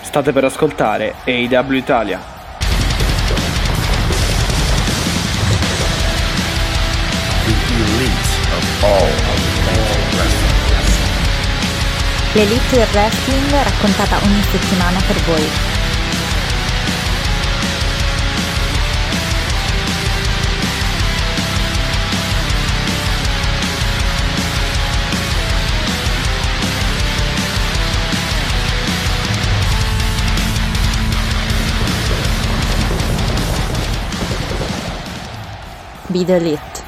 State per ascoltare AEW Italia. L'elite del wrestling raccontata ogni settimana per voi. Be the elite.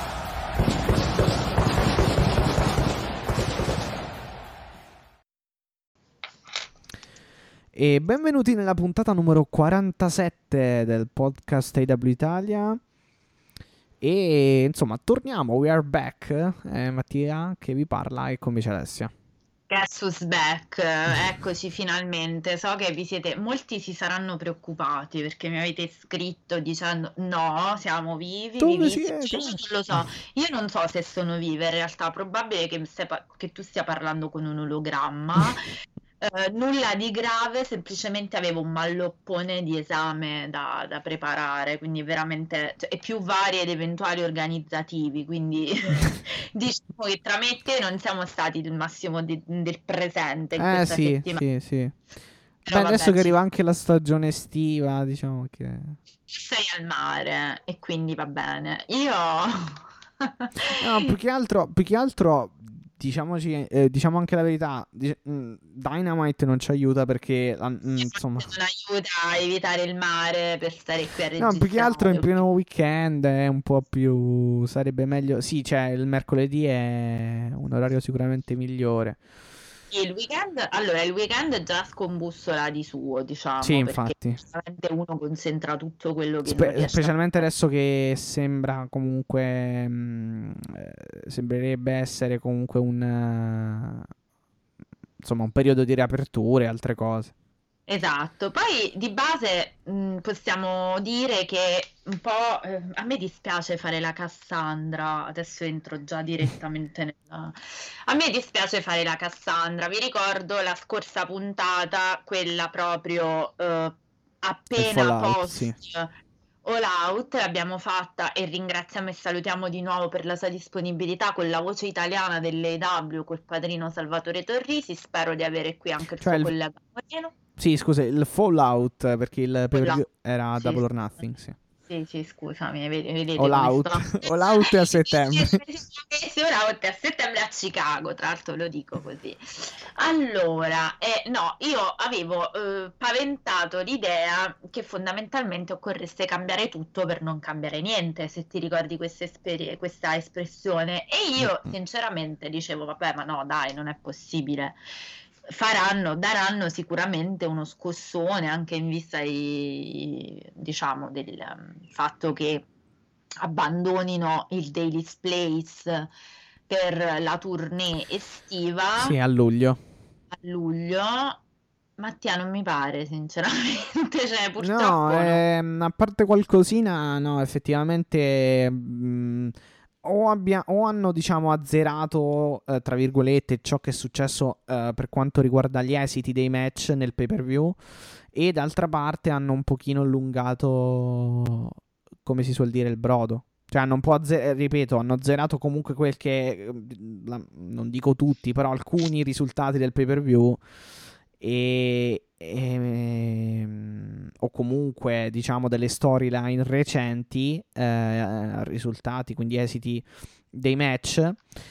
E benvenuti nella puntata numero 47 del podcast AEW Italia. E insomma, torniamo, we are back. Mattia che vi parla e con me c'è Alessia. Guess who's back? Eccoci finalmente. So che molti si saranno preoccupati perché mi avete scritto dicendo no, siamo vivi, Dove vivissimi. siete? Io non lo so, io non so se sono viva in realtà, probabile che tu stia parlando con un ologramma. Nulla di grave, semplicemente avevo un malloppone di esame da preparare, quindi veramente, cioè, e più vari ed eventuali organizzativi, quindi diciamo che tra me e te non siamo stati il massimo del presente in questa settimana. Sì. Però Beh, adesso vabbè, che arriva anche la stagione estiva, diciamo che... sei al mare e quindi va bene. Io... No, più che altro diciamoci, diciamo anche la verità, Dynamite non ci aiuta perché insomma, non aiuta a evitare il mare per stare qui a no, registrare. più che altro in pieno weekend è un po' più, sarebbe meglio, sì, cioè il mercoledì è un orario sicuramente migliore. Il weekend già scombussola di suo, diciamo, Sì, perché infatti. giustamente uno concentra tutto quello che non riesce Specialmente adesso che sembra comunque sembrerebbe essere comunque insomma un periodo di riaperture e altre cose. Esatto, poi di base possiamo dire che un po' a me dispiace fare la Cassandra, adesso entro già direttamente nella... A me dispiace fare la Cassandra, vi ricordo la scorsa puntata, quella proprio appena Fallout, post sì. All Out, l'abbiamo fatta e ringraziamo e salutiamo di nuovo per la sua disponibilità con la voce italiana dell'AEW col padrino Salvatore Torrisi, spero di avere qui anche il Cioè suo il- collega Moreno. Sì, scusa, il Fallout perché il pay-per-view Fallout, era sì, Double or Nothing, sì. sì, scusami, vedete All come Out, sto. All Out è a settembre. Sì, ora a settembre a Chicago, tra l'altro lo dico così. Allora, no, io avevo paventato l'idea che fondamentalmente occorresse cambiare tutto per non cambiare niente, se ti ricordi questa espressione. E io sinceramente dicevo, vabbè, ma no, dai, non è possibile. Daranno sicuramente uno scossone anche in vista diciamo, del fatto che abbandonino il Daily's Place per la tournée estiva Sì, a luglio. a luglio. Mattia, non mi pare, sinceramente, cioè purtroppo No, a parte qualcosina, no, effettivamente o hanno, diciamo, azzerato, tra virgolette, ciò che è successo per quanto riguarda gli esiti dei match nel pay-per-view, e d'altra parte hanno un pochino allungato, come si suol dire, il brodo. Cioè hanno un po' ripeto, hanno azzerato comunque quel che, non dico tutti, però alcuni risultati del pay-per-view o comunque diciamo delle storyline recenti, risultati, quindi esiti dei match,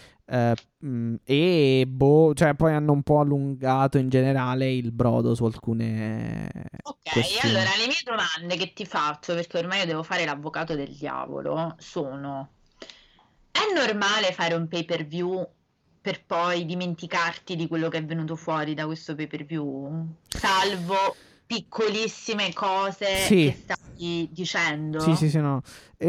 cioè poi hanno un po' allungato in generale il brodo su alcune questioni. allora le mie domande che ti faccio, perché ormai io devo fare l'avvocato del diavolo, sono: è normale fare un pay per view per poi dimenticarti di quello che è venuto fuori da questo pay per view, salvo piccolissime cose Sì. che stai dicendo? Sì, no.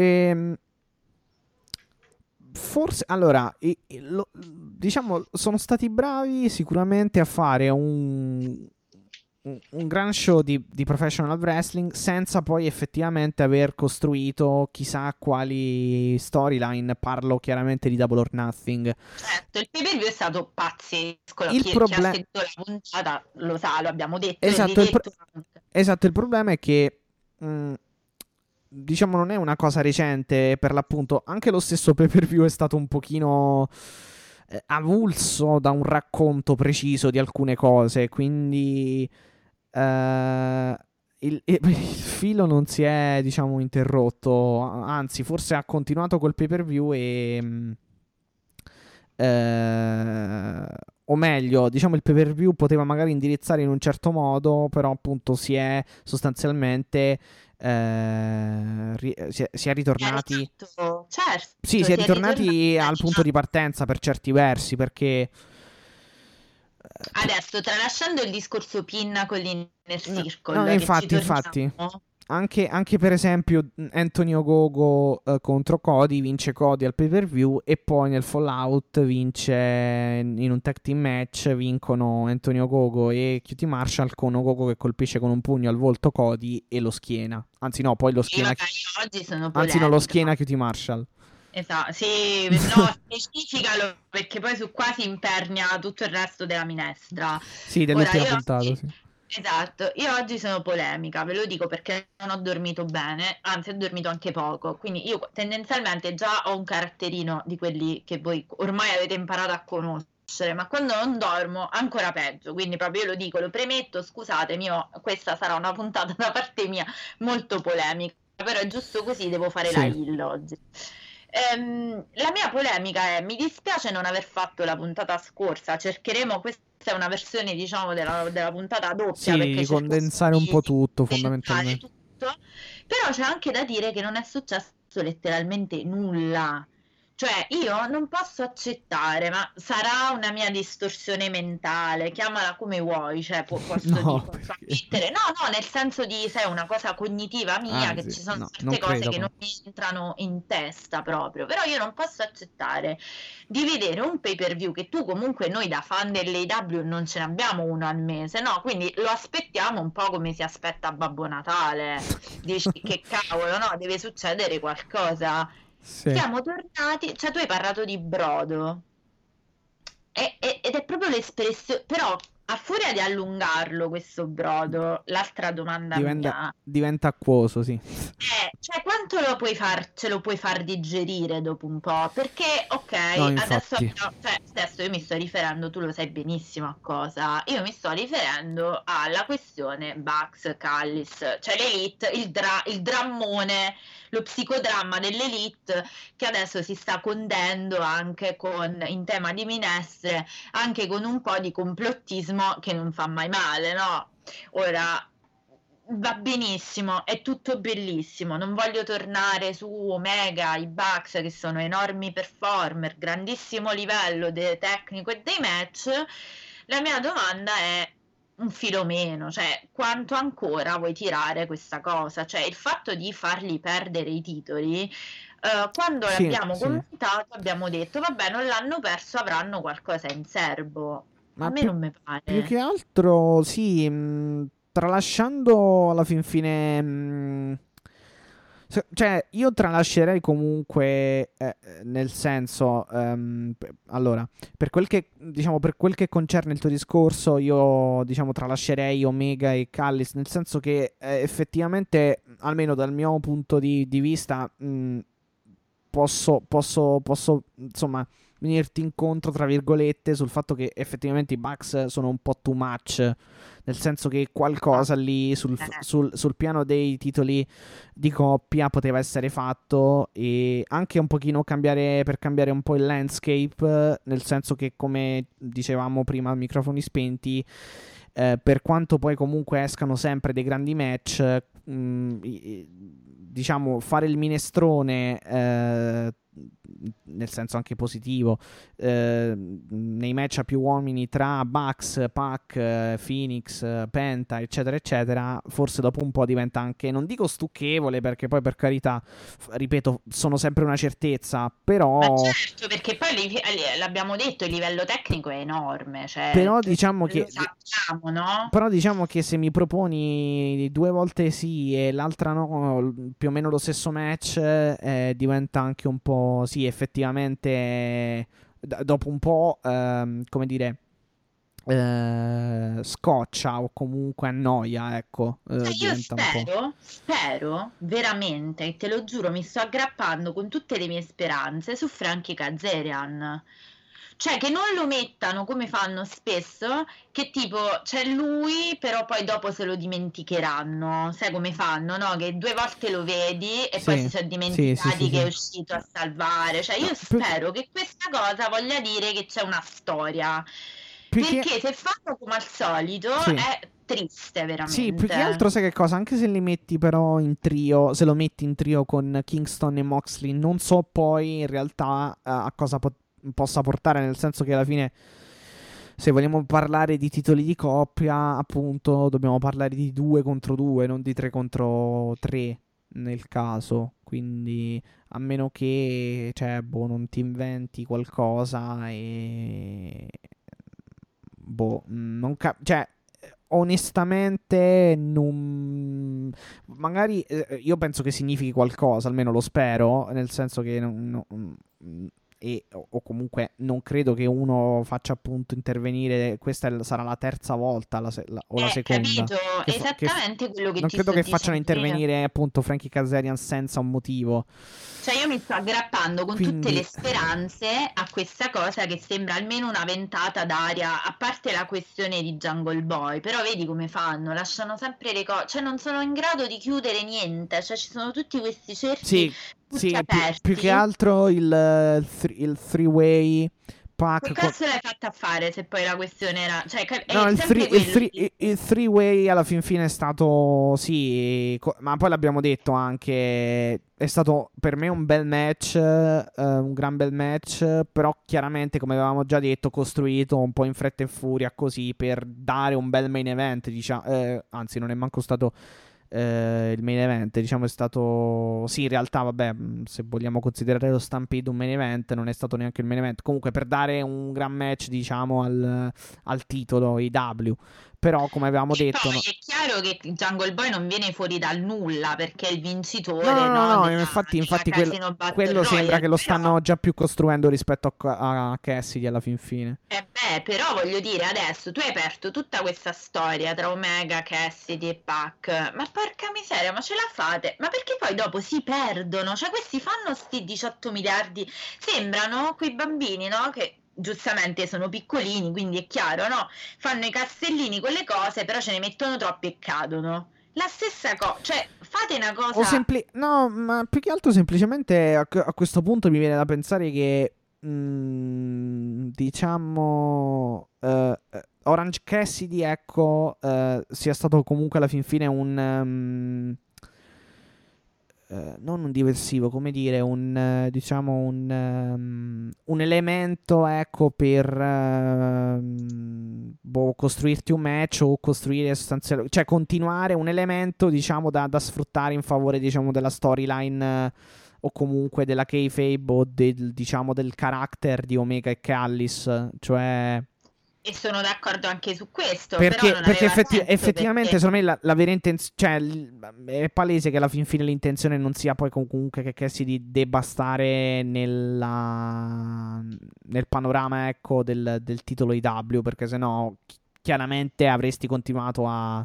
Forse, allora, diciamo, sono stati bravi sicuramente a fare un un gran show di professional wrestling senza poi effettivamente aver costruito chissà quali storyline. Parlo chiaramente di Double or Nothing. Certo, il pay-per-view è stato pazzesco. Chi ha sentito la puntata lo sa, lo abbiamo detto. Esatto, il problema è che diciamo non è una cosa recente, per l'appunto. Anche lo stesso pay-per-view è stato un pochino avulso da un racconto preciso di alcune cose, quindi il filo non si è, diciamo, interrotto, anzi forse ha continuato col pay-per-view o meglio, diciamo, il pay-per-view poteva magari indirizzare in un certo modo, però appunto si è sostanzialmente si è ritornati, certo, sì, si è ritornati al punto di partenza per certi versi, perché adesso, tralasciando il discorso Pinnacle nel Circle, no, infatti anche per esempio Anthony Ogogo contro Cody, vince Cody al pay per view e poi nel Fallout vince in un tag team match, vincono Anthony Ogogo e QT Marshall, con Ogogo che colpisce con un pugno al volto Cody e lo schiena, anzi no, poi lo schiena, oggi sono anzi no, lo schiena QT Marshall. Esatto, sì, no, specificalo, perché poi su qua si impernia tutto il resto della minestra. Sì, dell'ultima puntata, sì. Esatto, io oggi sono polemica, ve lo dico perché non ho dormito bene, anzi ho dormito anche poco, quindi io tendenzialmente già ho un caratterino di quelli che voi ormai avete imparato a conoscere, ma quando non dormo ancora peggio, quindi proprio io lo dico, lo premetto, scusatemi, questa sarà una puntata da parte mia molto polemica, però è giusto così, devo fare la hill oggi. La mia polemica è: mi dispiace non aver fatto la puntata scorsa, cercheremo, questa è una versione, diciamo, della puntata doppia, sì, perché condensare un po' tutto, fondamentalmente tutto. Però c'è anche da dire che non è successo letteralmente nulla. Cioè, io non posso accettare, ma sarà una mia distorsione mentale, chiamala come vuoi, cioè posso ammettere, no, nel senso di, sai, una cosa cognitiva mia, che ci sono certe cose che non mi entrano in testa proprio, però io non posso accettare di vedere un pay per view che tu comunque, noi da fan dell'AEW non ce ne abbiamo uno al mese, no? Quindi lo aspettiamo un po' come si aspetta Babbo Natale, dici che cavolo, no? Deve succedere qualcosa. Sì. Siamo tornati, cioè tu hai parlato di brodo ed è proprio l'espressione, però a furia di allungarlo questo brodo, l'altra domanda diventa acquoso, sì. Cioè quanto ce lo puoi far digerire dopo un po'? Perché ok, no, adesso io mi sto riferendo, tu lo sai benissimo a cosa, io mi sto riferendo alla questione Bucks, Callis, cioè l'Elite, il drammone, lo psicodramma dell'Elite, che adesso si sta condendo anche in tema di minestre, anche con un po' di complottismo che non fa mai male, no? Ora va benissimo, è tutto bellissimo, non voglio tornare su Omega, i Bucks che sono enormi performer, grandissimo livello tecnico e dei match. La mia domanda è un filo meno, cioè quanto ancora vuoi tirare questa cosa? Cioè il fatto di fargli perdere i titoli, quando l'abbiamo commentato abbiamo detto vabbè, non l'hanno perso, avranno qualcosa in serbo. Ma a me non mi pare. Più che altro sì, tralasciando alla fin fine, cioè io tralascerei comunque, nel senso, allora, per quel che concerne il tuo discorso, io, diciamo, tralascerei Omega e Callis, nel senso che effettivamente, almeno dal mio punto di vista, posso insomma venirti incontro, tra virgolette, sul fatto che effettivamente i Bucks sono un po' too much, nel senso che qualcosa lì sul piano dei titoli di coppia poteva essere fatto, e anche un pochino per cambiare un po' il landscape, nel senso che, come dicevamo prima a microfoni spenti, per quanto poi comunque escano sempre dei grandi match, diciamo, fare il minestrone, nel senso anche positivo, nei match a più uomini tra Bucks, Pac, Phoenix, Penta, eccetera eccetera, forse dopo un po' diventa anche, non dico stucchevole, perché poi, per carità, ripeto, sono sempre una certezza, però... Ma certo, perché poi l'abbiamo detto, il livello tecnico è enorme, cioè, però diciamo che vediamo, no? Però diciamo che se mi proponi 2 volte sì e l'altra no, più o meno lo stesso match, diventa anche un po', sì, effettivamente, dopo un po', come dire, scoccia o comunque annoia, ecco, Cioè, io diventa un po'. spero veramente, te lo giuro, mi sto aggrappando con tutte le mie speranze su Frankie Kazarian. Cioè, che non lo mettano come fanno spesso, che tipo c'è lui, però poi dopo se lo dimenticheranno. Sai come fanno, no? Che 2 volte lo vedi e poi Sì, si sono sì, sì, sì, dimenticati che è sì. uscito a salvare. Cioè, No, io spero che questa cosa voglia dire che c'è una storia. più che, Perché se fanno come al solito sì. è triste Sì, più che altro veramente. sai che cosa? Anche se li metti però in trio, se lo metti in trio con Kingston e Moxley, non so poi in realtà a cosa possa portare, nel senso che alla fine se vogliamo parlare di titoli di coppia, appunto, dobbiamo parlare di 2 contro 2, non di 3 contro 3 nel caso. Quindi a meno che, cioè, boh, non ti inventi qualcosa e boh, non cioè, onestamente non, magari io penso che significhi qualcosa, almeno lo spero, nel senso che o comunque non credo che uno faccia appunto intervenire, questa sarà la terza volta o la seconda Capito? Esattamente quello che non ti credo sto che facciano dicendo io. intervenire appunto Frankie Kazarian senza un motivo, Cioè io mi sto aggrappando con tutte le quindi speranze a questa cosa che sembra almeno una ventata d'aria, a parte la questione di Jungle Boy, però vedi come fanno, lasciano sempre le cose, cioè non sono in grado di chiudere niente, cioè ci sono tutti questi cerchi sì, tutti sì, più che aperti. altro il three-way Che pack cazzo l'hai fatta fare se poi la questione era, cioè no, è sempre quello il il discorso. three-way alla fin fine è stato, sì, ma poi l'abbiamo detto anche, è stato per me un bel match, un gran bel match, però chiaramente, come avevamo già detto, costruito un po' in fretta e furia così per dare un bel main event, diciamo, anzi non è manco stato il main event, diciamo, è stato, sì, in realtà, vabbè, se vogliamo considerare lo Stampede un main event, non è stato neanche il main event, comunque per dare un gran match, diciamo, al titolo AEW, però come avevamo E detto poi è chiaro che Jungle Boy non viene fuori dal nulla perché è il no, vincitore, no, no, no, no, della infatti Casino Battle quello sembra che Royale, lo però stanno già più costruendo rispetto a Cassidy alla fin fine. però voglio dire, adesso tu hai aperto tutta questa storia tra Omega, Cassidy e Pac, ma porca miseria, ma ce la fate? Ma perché poi dopo si perdono? Cioè questi fanno sti 18 miliardi, sembrano quei bambini, no? Che giustamente sono piccolini, quindi è chiaro, no? Fanno i castellini con le cose, però ce ne mettono troppi e cadono. La stessa cosa, cioè fate una cosa. No, ma più che altro semplicemente a questo punto mi viene da pensare che diciamo Orange Cassidy, ecco, sia stato comunque alla fin fine non un diversivo, come dire, diciamo un elemento, ecco, per boh, costruirti un match o costruire sostanzialmente, cioè continuare un elemento, diciamo, da sfruttare in favore, diciamo, della storyline o comunque della kayfabe o diciamo, del character di Omega e Callis, cioè E sono d'accordo anche su questo, però non perché aveva senso effettivamente, perché secondo me, la vera intenzione, cioè, è palese che alla fin fine l'intenzione non sia poi comunque che Cassidy debba stare nel panorama, ecco, del titolo IW, perché sennò chiaramente avresti continuato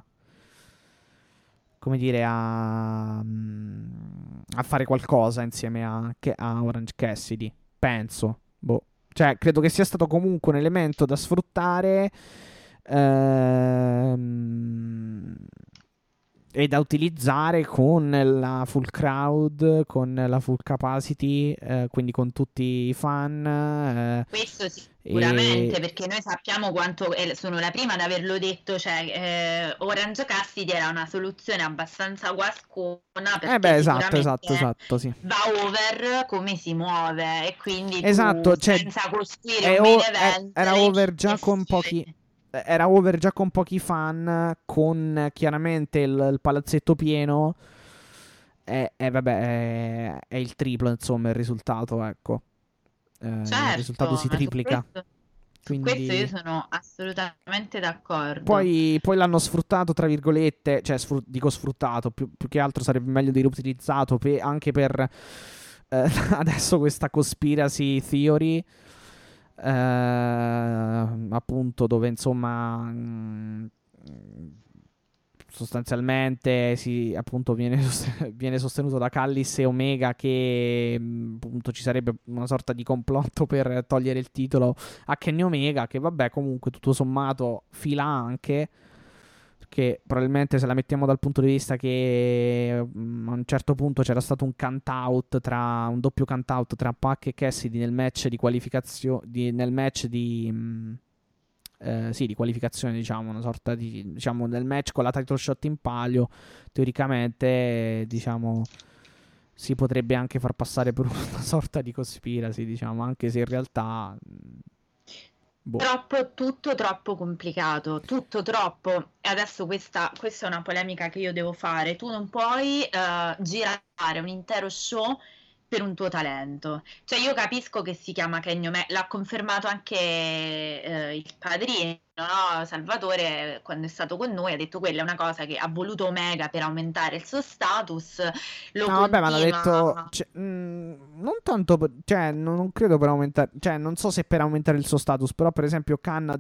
come dire, a fare qualcosa insieme a Orange Cassidy, penso, boh. Cioè, credo che sia stato comunque un elemento da sfruttare ehm, e da utilizzare con la full crowd, con la full capacity, quindi con tutti i fan. questo E sicuramente, perché noi sappiamo quanto sono la prima ad averlo detto, cioè Orange Cassidy era una soluzione abbastanza guascona perché beh, esatto, esatto, sicuramente esatto, sì. va over come si muove e quindi tu Esatto, cioè senza costruire un main event era le over già vincite con pochi. Era over già con pochi fan, con chiaramente il palazzetto pieno. E vabbè, è il triplo, insomma, il risultato, ecco. Il risultato certo, si ma su triplica. questo Su questo io Quindi sono assolutamente d'accordo. poi l'hanno sfruttato, tra virgolette, cioè dico sfruttato, più che altro sarebbe meglio dire utilizzato anche per adesso questa conspiracy theory, appunto, dove insomma sostanzialmente appunto viene sostenuto da Callis e Omega che appunto ci sarebbe una sorta di complotto per togliere il titolo a Kenny Omega, che vabbè, comunque tutto sommato fila anche, che probabilmente, se la mettiamo dal punto di vista che a un certo punto c'era stato un doppio count out tra Pac e Cassidy nel match di qualificazione, di qualificazione, diciamo, una sorta di, diciamo, nel match con la title shot in palio, teoricamente, diciamo, si potrebbe anche far passare per una sorta di conspiracy, diciamo, anche se in realtà tutto troppo complicato, tutto troppo. E adesso questa è una polemica che io devo fare. Tu non puoi girare un intero show per un tuo talento. Cioè, io capisco che si chiama Kenny Omega, l'ha confermato anche il padrino, no? Salvatore, quando è stato con noi, ha detto quella è una cosa che ha voluto Omega per aumentare il suo status. Vabbè, ma l'ha detto, cioè, non tanto cioè, non credo per aumentare, cioè, non so se per aumentare il suo status, però per esempio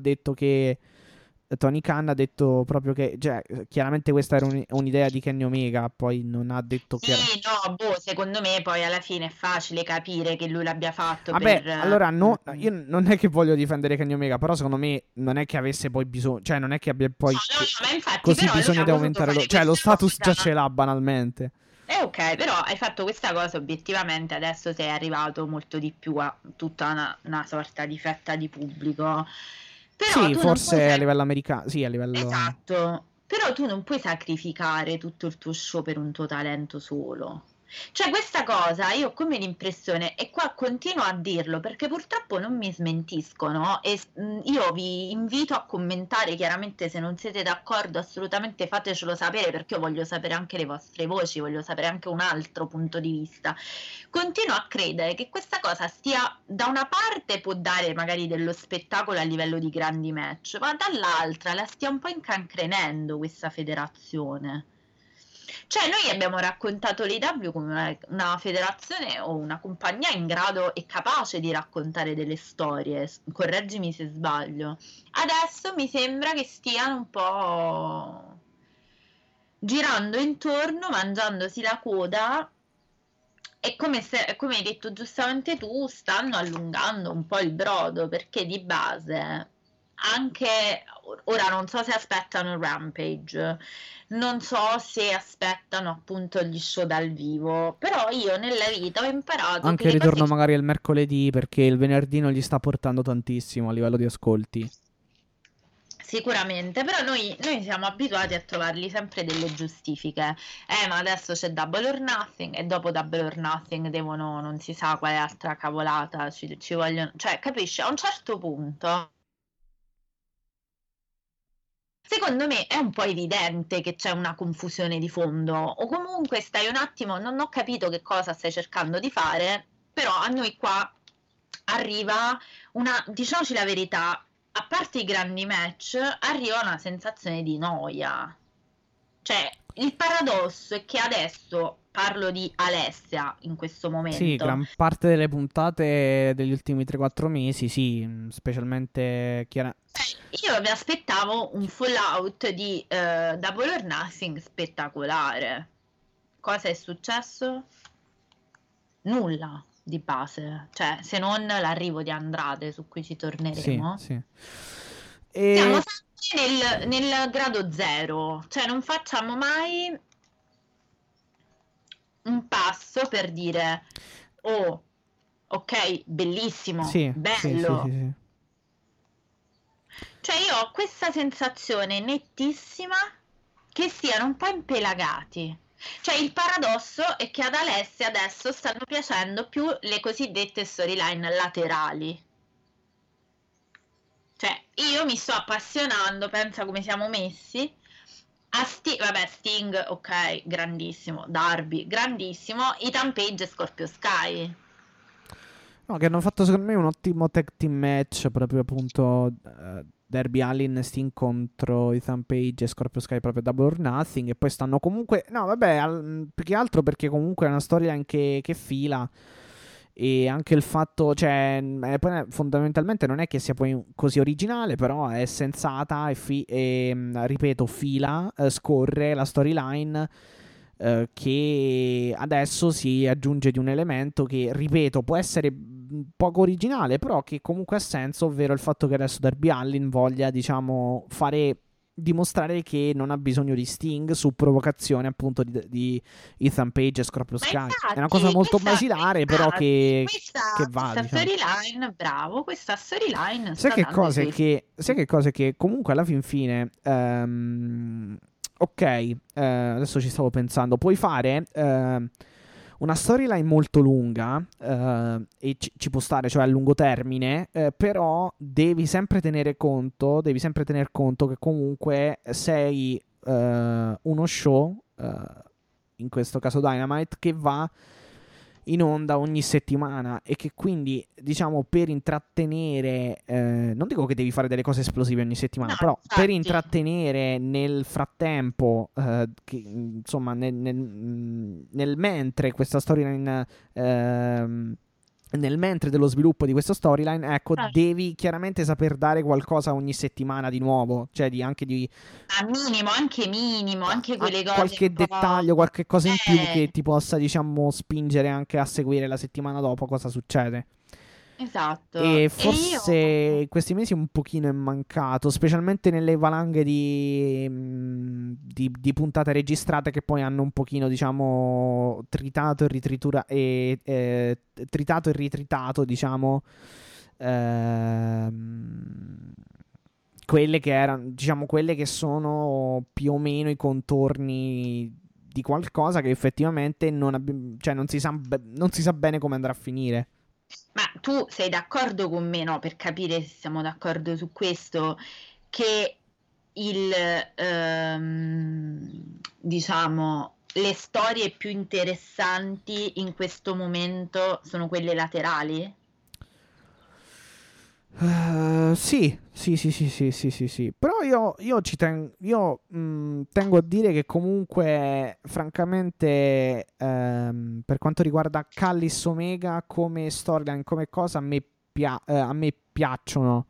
Tony Khan ha detto proprio che, cioè, chiaramente questa era un'idea di Kenny Omega, poi non ha detto che sì, no, secondo me poi alla fine è facile capire che lui l'abbia fatto. Vabbè, allora io non è che voglio difendere Kenny Omega, però secondo me non è che avesse poi bisogno, cioè non è che abbia poi ma infatti, così però bisogno di aumentare cioè lo status già ce l'ha banalmente. Ok, però hai fatto questa cosa obiettivamente, adesso sei arrivato molto di più a tutta una sorta di fetta di pubblico. Però sì, forse a livello americano, sì, a livello... Esatto, però tu non puoi sacrificare tutto il tuo show per un tuo talento solo. Cioè, questa cosa io ho come l'impressione, e qua continuo a dirlo perché purtroppo non mi smentiscono, e io vi invito a commentare, chiaramente se non siete d'accordo assolutamente fatecelo sapere, perché io voglio sapere anche le vostre voci, voglio sapere anche un altro punto di vista. Continuo a credere che questa cosa stia, da una parte può dare magari dello spettacolo a livello di grandi match, ma dall'altra la stia un po' incancrenendo questa federazione. Cioè, noi abbiamo raccontato l'IW come una federazione o una compagnia in grado e capace di raccontare delle storie, correggimi se sbaglio. Adesso mi sembra che stiano un po' girando intorno, mangiandosi la coda, e come hai detto giustamente tu, stanno allungando un po' il brodo, perché di base anche ora non so se aspettano il Rampage, non so se aspettano appunto gli show dal vivo, però io nella vita ho imparato anche che il ritorno magari il mercoledì, perché il venerdì non gli sta portando tantissimo a livello di ascolti. Sicuramente, però noi siamo abituati a trovargli sempre delle giustifiche. Ma adesso c'è Double or Nothing, e dopo Double or Nothing devono, non si sa quale altra cavolata ci vogliono, cioè, capisci? A un certo punto secondo me è un po' evidente che c'è una confusione di fondo, o comunque stai un attimo, non ho capito che cosa stai cercando di fare, però a noi qua arriva diciamoci la verità, a parte i grandi match, arriva una sensazione di noia. Cioè, il paradosso è che adesso parlo di Alessia in questo momento. Sì, gran parte delle puntate degli ultimi 3-4 mesi, sì, specialmente io mi aspettavo un fallout di Double or Nothing spettacolare. Cosa è successo? Nulla di base, cioè se non l'arrivo di Andrade, su cui ci torneremo. Sì. Siamo sempre nel grado zero, cioè non facciamo mai un passo per dire oh, ok, bellissimo, sì, bello. sì. Cioè io ho questa sensazione nettissima che siano un po' impelagati. Cioè il paradosso è che ad Alessia adesso stanno piacendo più le cosiddette storyline laterali. Cioè io mi sto appassionando, pensa come siamo messi, a Sting, ok, grandissimo, Darby, grandissimo, Ethan Page e Scorpio Sky. No, che hanno fatto secondo me un ottimo tag team match, proprio appunto Darby Allin e Sting contro Ethan Page e Scorpio Sky, proprio Double or Nothing, e poi stanno comunque, no vabbè, più che altro perché comunque è una storyline che fila, e anche il fatto, cioè poi fondamentalmente non è che sia poi così originale, però è sensata ripeto, fila, scorre la storyline, che adesso si aggiunge di un elemento che, ripeto, può essere poco originale, però che comunque ha senso, ovvero il fatto che adesso Darby Allin voglia, diciamo, dimostrare che non ha bisogno di Sting su provocazione appunto di Ethan Page e Scorpio Ma Sky. infatti, È una cosa molto questa, basilare, però che va, questa diciamo. storyline, bravo, questa storyline Sai sta che dando i cose suoi che, sai che cose che comunque alla fin fine, ok, adesso ci stavo pensando, puoi fare una storyline molto lunga, e ci può stare, cioè a lungo termine, però devi sempre tener conto che comunque sei uno show, in questo caso Dynamite, che va in onda ogni settimana, e che quindi, diciamo, per intrattenere, non dico che devi fare delle cose esplosive ogni settimana, No, però per infatti. intrattenere nel frattempo, insomma nel mentre questa storyline, nel mentre dello sviluppo di questa storyline, ecco, devi chiaramente saper dare qualcosa ogni settimana di nuovo, cioè anche di minimo, anche quelle cose qualche un po'. dettaglio, qualche cosa in più che ti possa, diciamo, spingere anche a seguire la settimana dopo cosa succede. Esatto. E E forse io questi mesi un pochino è mancato, specialmente nelle valanghe di puntate registrate, che poi hanno un pochino, diciamo, tritato e ritritato, diciamo, quelle che erano, diciamo, quelle che sono più o meno i contorni di qualcosa che effettivamente cioè non si sa bene come andrà a finire. Ma tu sei d'accordo con me, no? Per capire se siamo d'accordo su questo, che diciamo, le storie più interessanti in questo momento sono quelle laterali? Sì. Però io tengo a dire che comunque, francamente, per quanto riguarda Callis Omega come storyline, come cosa, a me piacciono.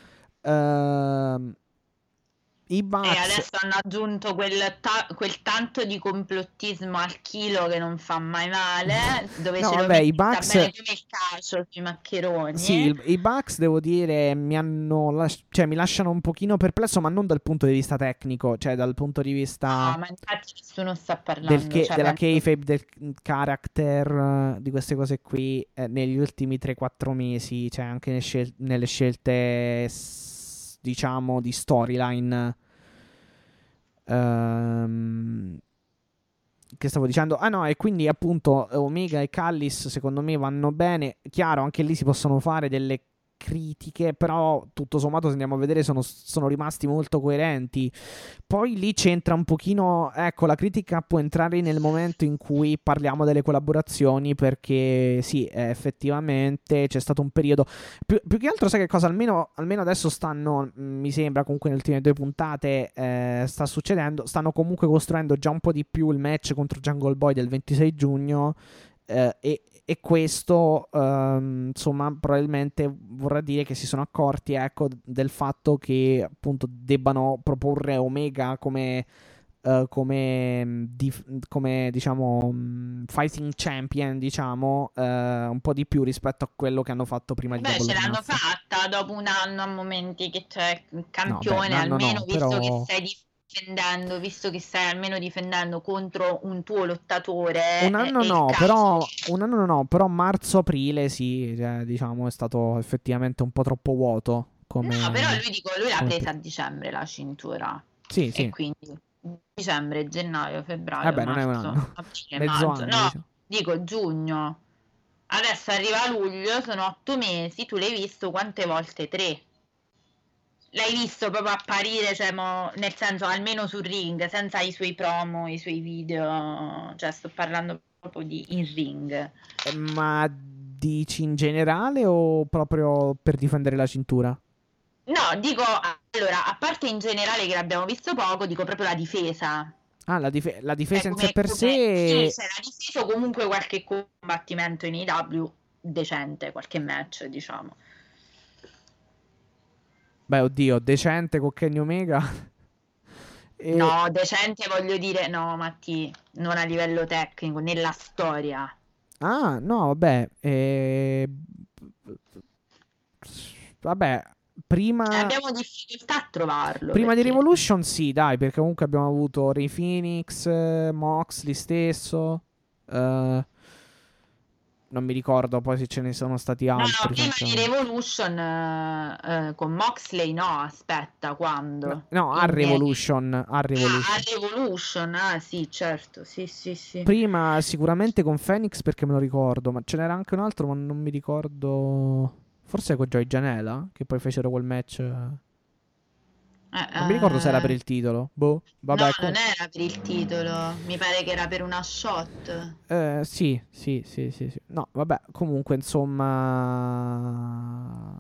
I E Bucks. adesso hanno aggiunto quel tanto di complottismo al chilo che non fa mai male, dove No, ce lo vabbè, i metti, sta Bucks. bene come il calcio sui maccheroni. Sì, i Bucks, devo dire, cioè, mi lasciano un pochino perplesso, ma non dal punto di vista tecnico, cioè dal punto di vista No, ma infatti nessuno sta parlando, cioè, della penso. kayfabe, del character, di queste cose qui, negli ultimi 3-4 mesi, cioè anche nelle scelte, diciamo, di storyline. Che stavo dicendo? Ah no, e quindi appunto Omega e Callis secondo me vanno bene. Chiaro, anche lì si possono fare delle critiche, però tutto sommato, se andiamo a vedere, sono rimasti molto coerenti. Poi lì c'entra un pochino, ecco, la critica può entrare nel momento in cui parliamo delle collaborazioni, perché sì, effettivamente c'è stato un periodo, più che altro, sai che cosa, almeno adesso mi sembra, comunque nelle ultime 2 puntate sta succedendo, stanno comunque costruendo già un po' di più il match contro Jungle Boy del 26 giugno, e questo, insomma, probabilmente vorrà dire che si sono accorti, ecco, del fatto che appunto debbano proporre Omega come diciamo, fighting champion, diciamo, un po' di più rispetto a quello che hanno fatto prima di Beh, Double ce or l'hanno Nothing. fatta dopo un anno a momenti che c'è il No, campione, beh, almeno no, visto che però visto che stai almeno difendendo contro un tuo lottatore, un anno è il no, caso. però marzo-aprile sì, cioè, diciamo, è stato effettivamente un po' troppo vuoto No, però come, lui l'ha come presa a dicembre la cintura, sì, e sì. quindi dicembre, gennaio, febbraio, Beh, non è un marzo, anno. aprile, Mezzo maggio, anno, no, diciamo. dico giugno. Adesso arriva luglio, sono 8 mesi, tu l'hai visto quante volte? 3. L'hai visto proprio apparire, cioè, nel senso, almeno sul ring, senza i suoi promo, i suoi video, cioè sto parlando proprio di in ring. Ma dici in generale o proprio per difendere la cintura? No, dico, allora, a parte in generale che l'abbiamo visto poco, dico proprio la difesa. La difesa in sé per Sì, sé. c'era difeso comunque qualche combattimento in AEW decente, qualche match, diciamo. Beh, oddio, decente con Kenny Omega. No, decente voglio dire, no, Matti, non a livello tecnico, nella storia. Ah, no, vabbè. Vabbè, prima. Abbiamo difficoltà a trovarlo, Prima di perché... Revolution, sì, dai, perché comunque abbiamo avuto Ray Phoenix, Moxley stesso. Non mi ricordo poi se ce ne sono stati No, altri. prima di francamente. Revolution con Moxley, no, aspetta, No, quando? no, a Revolution. A A Revolution. Revolution, sì, certo, sì, sì, sì. Prima sicuramente con Phoenix perché me lo ricordo, ma ce n'era anche un altro, ma non mi ricordo. Forse con Joy Janela, che poi fecero quel match. Non mi ricordo se era per il titolo. Boh, No, vabbè, non era per il titolo, mi pare che era per una shot. sì, sì, sì, sì, sì. No, vabbè, comunque, insomma.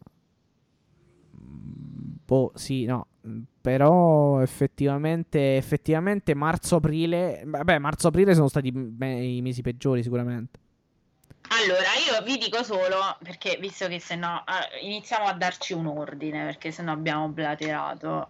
Boh, sì, no. Però effettivamente marzo-aprile. Vabbè, marzo-aprile sono stati i mesi peggiori sicuramente. Allora, io vi dico solo, perché visto che se no iniziamo a darci un ordine, perché se no abbiamo blaterato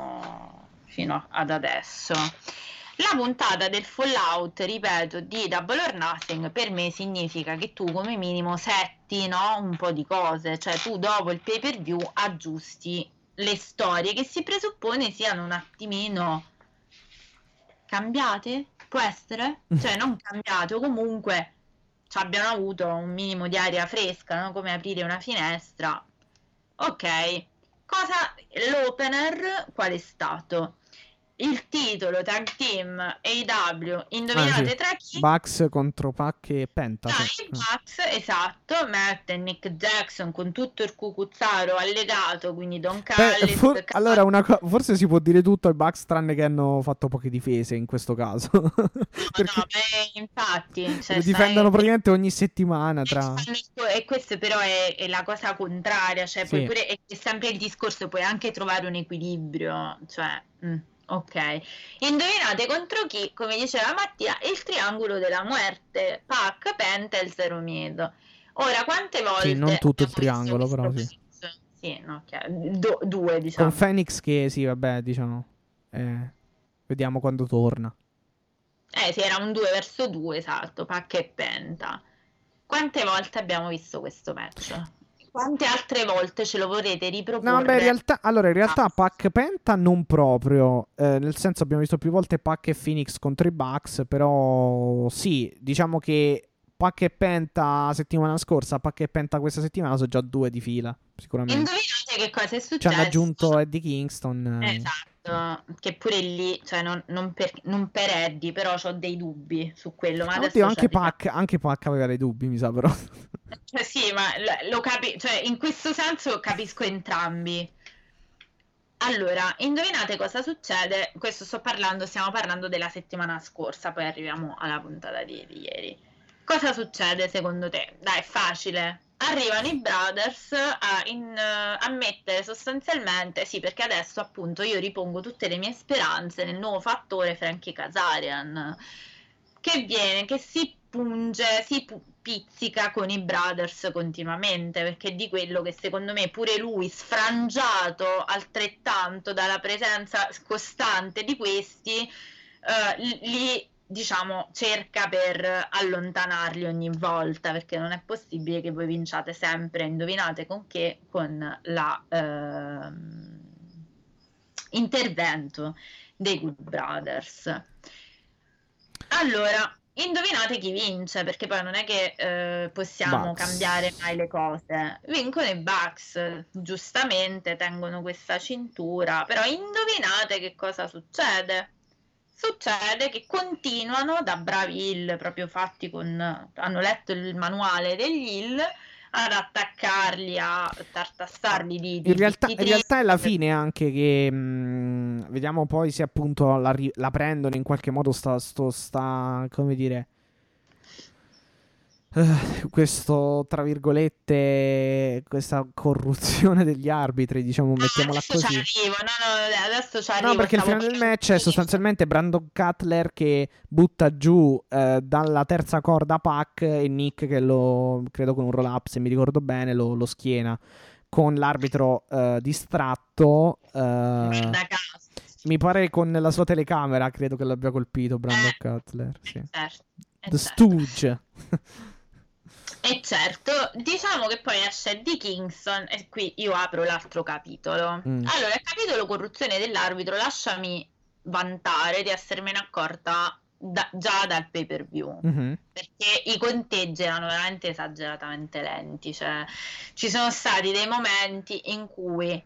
fino ad adesso. La puntata del Fallout, ripeto, di Double or Nothing per me significa che tu come minimo setti, no, un po' di cose, cioè tu dopo il pay per view aggiusti le storie che si presuppone siano un attimino cambiate, può essere? Cioè non cambiate o comunque ci abbiano avuto un minimo di aria fresca, no? Come aprire una finestra. Ok, cosa l'opener qual è stato? Il titolo Tag Team AEW, Ah, sì. indovinate tra chi? Bucks contro Pac e Penta, sì. I Bucks, esatto, Matt e Nick Jackson con tutto il cucuzzaro allegato, quindi Don Beh, Callis, allora, forse si può dire tutto ai Bucks tranne che hanno fatto poche difese in questo caso. no, Perché beh, infatti, cioè, lo difendono praticamente ogni settimana tra. e questo però è la cosa contraria, cioè poi Sì. pure è sempre il discorso, puoi anche trovare un equilibrio, cioè ok. Indovinate contro chi, come diceva Mattia, il triangolo della muerte, Pac, Penta e il Zero Miedo. Ora, quante Sì, non volte tutto il abbiamo visto triangolo, questo però sì. match? Sì, no, due, Con diciamo. Phoenix che sì, vabbè, diciamo. Vediamo quando torna. Sì, era un 2 verso 2, esatto, Pac e Penta. Quante volte abbiamo visto questo match? Quante altre volte ce lo vorrete No, beh, riproporre? in realtà Pac Penta non proprio. Nel senso abbiamo visto più volte Pac e Phoenix contro i Bucks, però sì, diciamo che Pac e Penta settimana scorsa, Pac e Penta questa settimana sono già due di fila, sicuramente. Indovinate che cosa è Ci hanno successo? aggiunto Eddie Kingston. Esatto, che pure lì, cioè non per Eddie, però ho dei dubbi su quello, ma Oddio, adesso ci arriviamo. Anche Pac aveva dei dubbi, mi sa però. Sì, ma cioè, in questo senso capisco entrambi. Allora, indovinate cosa succede? Stiamo parlando della settimana scorsa, poi arriviamo alla puntata di ieri. Cosa succede secondo te? Dai, è facile. Arrivano i Brothers a mettere sostanzialmente, sì, perché adesso appunto io ripongo tutte le mie speranze nel nuovo fattore Frankie Kazarian, che si punge, pizzica con i Brothers continuamente, perché è di quello che secondo me pure lui, sfrangiato altrettanto dalla presenza costante di questi, li diciamo cerca per allontanarli ogni volta, perché non è possibile che voi vinciate sempre, indovinate con che, con la intervento dei Good Brothers. Allora, indovinate chi vince, perché poi non è che possiamo Bucks. cambiare mai le cose. Vincono i Bucks, giustamente tengono questa cintura, però indovinate che cosa succede? Succede che continuano da bravi Hill, proprio fatti hanno letto il manuale degli Hill, ad attaccarli, a tartassarli di In realtà è la triste. fine anche che vediamo poi se appunto la prendono in qualche modo come dire, questo, tra virgolette, questa corruzione degli arbitri, diciamo, mettiamola Adesso ci così. arrivo, no, adesso ci arrivo. No, perché il stavo finale del facendo match è sostanzialmente Brandon Cutler che butta giù dalla terza corda Pac e Nick che lo, credo con un roll up, se mi ricordo bene, lo schiena. Con l'arbitro distratto, da caso. mi pare con la sua telecamera, credo che l'abbia colpito Brandon Cutler. Sì. Certo, The certo. Stooge. E certo, diciamo che poi esce Eddie Kingston e qui io apro l'altro capitolo. Mm. Allora, il capitolo corruzione dell'arbitro, lasciami vantare di essermene accorta già dal pay per view, Mhm. perché i conteggi erano veramente esageratamente lenti, cioè ci sono stati dei momenti in cui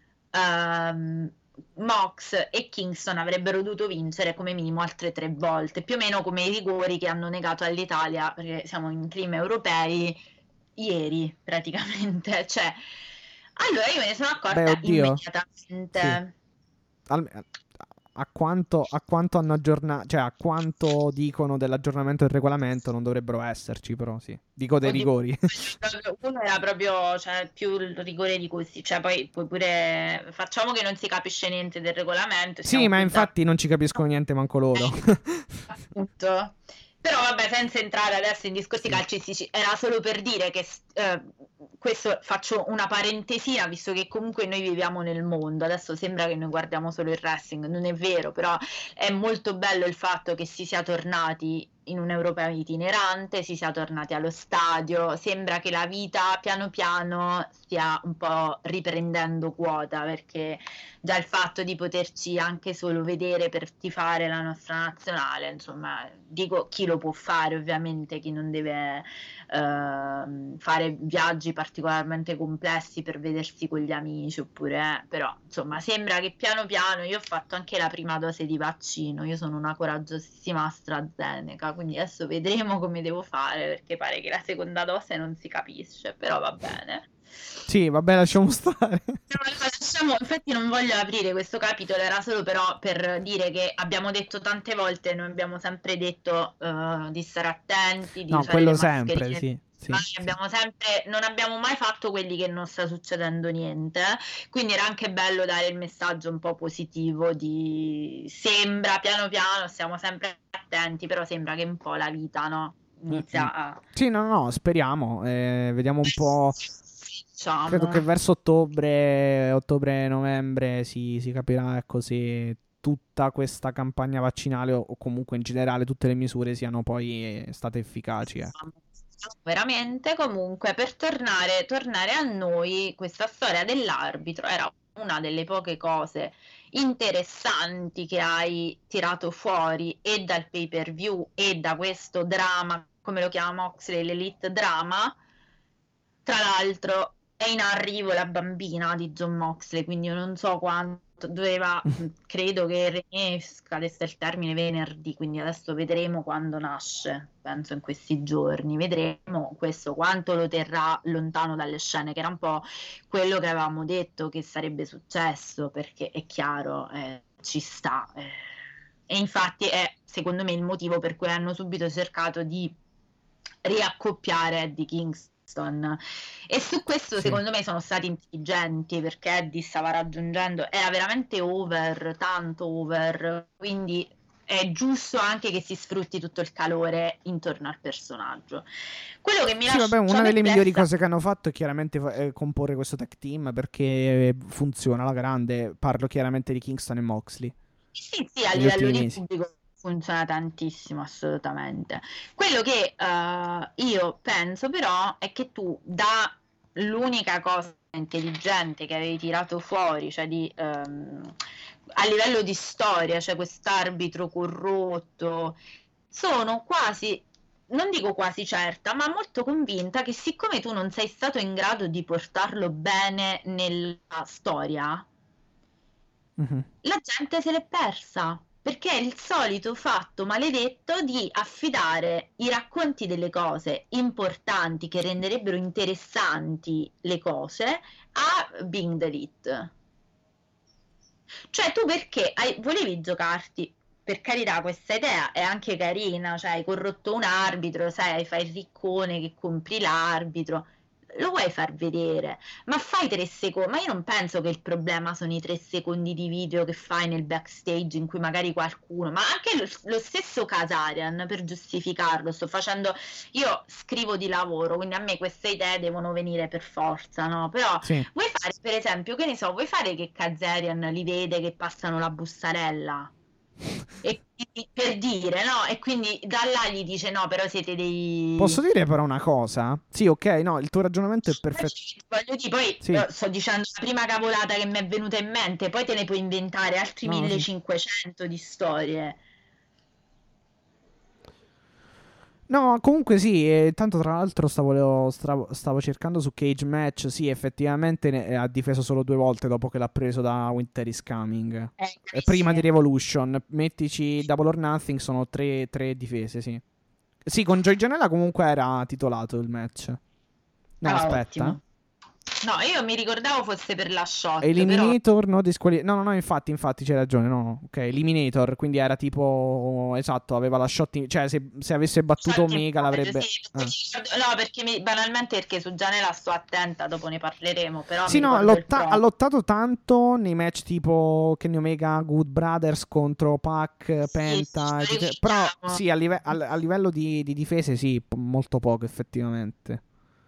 Mox e Kingston avrebbero dovuto vincere come minimo altre 3 volte, più o meno come i rigori che hanno negato all'Italia, perché siamo in clima europei, ieri praticamente. Cioè, allora io me ne sono accorta Beh, oddio. immediatamente. Sì. A quanto hanno aggiornato, cioè a quanto dicono dell'aggiornamento del regolamento non dovrebbero esserci, però sì. Dico dei Oddio, rigori. uno era proprio, cioè, più il rigore di così, cioè poi pure facciamo che non si capisce niente del regolamento, Sì, siamo ma qui infatti non ci capiscono niente manco loro. appunto. Però vabbè, senza entrare adesso in discorsi Sì. calcistici, era solo per dire che questo, faccio una parentesina, visto che comunque noi viviamo nel mondo, adesso sembra che noi guardiamo solo il wrestling, non è vero, però è molto bello il fatto che si sia tornati in un europeo itinerante, si sia tornati allo stadio, sembra che la vita piano piano stia un po' riprendendo quota, perché già il fatto di poterci anche solo vedere per tifare la nostra nazionale, insomma, dico chi lo può fare, ovviamente chi non deve fare viaggi particolarmente complessi per vedersi con gli amici, oppure però insomma sembra che piano piano, io ho fatto anche la prima dose di vaccino, io sono una coraggiosissima AstraZeneca, quindi adesso vedremo come devo fare, perché pare che la seconda dose non si capisce, però va bene. Sì, vabbè, lasciamo stare. Infatti non voglio aprire questo capitolo, era solo però per dire che abbiamo detto tante volte, noi abbiamo sempre detto di stare attenti, di No, usare quello le sempre, mascherine. sì. Sì. Abbiamo sempre, non abbiamo mai fatto quelli che non sta succedendo niente, quindi era anche bello dare il messaggio un po' positivo di sembra piano piano, stiamo sempre attenti, però sembra che un po' la vita, no? Inizia a... Sì, no, speriamo. Vediamo un po'. Diciamo. Credo che verso ottobre-novembre si capirà, ecco, se tutta questa campagna vaccinale o comunque in generale tutte le misure siano poi state efficaci. Veramente, comunque, per tornare a noi, questa storia dell'arbitro era una delle poche cose interessanti che hai tirato fuori e dal pay per view e da questo drama, come lo chiama Moxley, l'Elite Drama. Tra l'altro è in arrivo la bambina di Jon Moxley, quindi io non so quanto doveva, credo che René scadesse il termine venerdì, quindi adesso vedremo quando nasce, penso in questi giorni, vedremo questo quanto lo terrà lontano dalle scene, che era un po' quello che avevamo detto che sarebbe successo, perché è chiaro, ci sta. E infatti è secondo me il motivo per cui hanno subito cercato di riaccoppiare Eddie Kingston. E su questo Sì. secondo me sono stati intelligenti, perché Eddie stava raggiungendo, era veramente over, tanto over, quindi è giusto anche che si sfrutti tutto il calore intorno al personaggio. Quello che mi Sì, vabbè, lascia una delle migliori perplessa... cose che hanno fatto è chiaramente comporre questo tag team, perché funziona alla grande. Parlo chiaramente di Kingston e Moxley. Sì, a Negli livello ultimi di mesi. pubblico funziona tantissimo, assolutamente. Quello che io penso però è che tu, da l'unica cosa intelligente che avevi tirato fuori, cioè a livello di storia, cioè quest'arbitro corrotto, sono quasi, non dico quasi certa, ma molto convinta che siccome tu non sei stato in grado di portarlo bene nella storia, Mhm. la gente se l'è persa, perché è il solito fatto maledetto di affidare i racconti delle cose importanti che renderebbero interessanti le cose a Being the Elite. Cioè tu perché volevi giocarti per carità, questa idea è anche carina, cioè hai corrotto un arbitro, sai, fai il riccone che compri l'arbitro, lo vuoi far vedere, ma fai 3 secondi, ma io non penso che il problema sono i 3 secondi di video che fai nel backstage in cui magari qualcuno, ma anche lo stesso Kazarian, per giustificarlo, io scrivo di lavoro, quindi a me queste idee devono venire per forza, no? Però Sì. vuoi fare, per esempio, che ne so, vuoi fare che Kazarian li vede che passano la bustarella? E per dire, no? E quindi da là gli dice no, però siete dei... Posso dire però una cosa? Sì, ok, no, il tuo ragionamento è perfetto. Voglio dire, poi Sì. sto dicendo la prima cavolata che mi è venuta in mente, poi te ne puoi inventare altri No, sì. 1500 di storie. No, comunque sì, tanto tra l'altro stavo cercando su Cage Match, sì, effettivamente ha difeso solo 2 volte dopo che l'ha preso da Winter is Coming. Prima di Revolution, mettici Double or Nothing, sono tre difese, sì. Sì, con Joey Janela comunque era titolato il match. No, aspetta. Ottimo. No, io mi ricordavo fosse per la shot. Eliminator, però... no, infatti c'hai ragione, no, ok, Eliminator, quindi era tipo, esatto, aveva la shot, cioè se avesse battuto Omega l'avrebbe... Sì, no, banalmente perché su Gianella sto attenta, dopo ne parleremo, però sì, no, ha lottato tanto nei match tipo Kenny Omega, Good Brothers contro Pac, Penta, però sì, a livello di difese sì, molto poco effettivamente.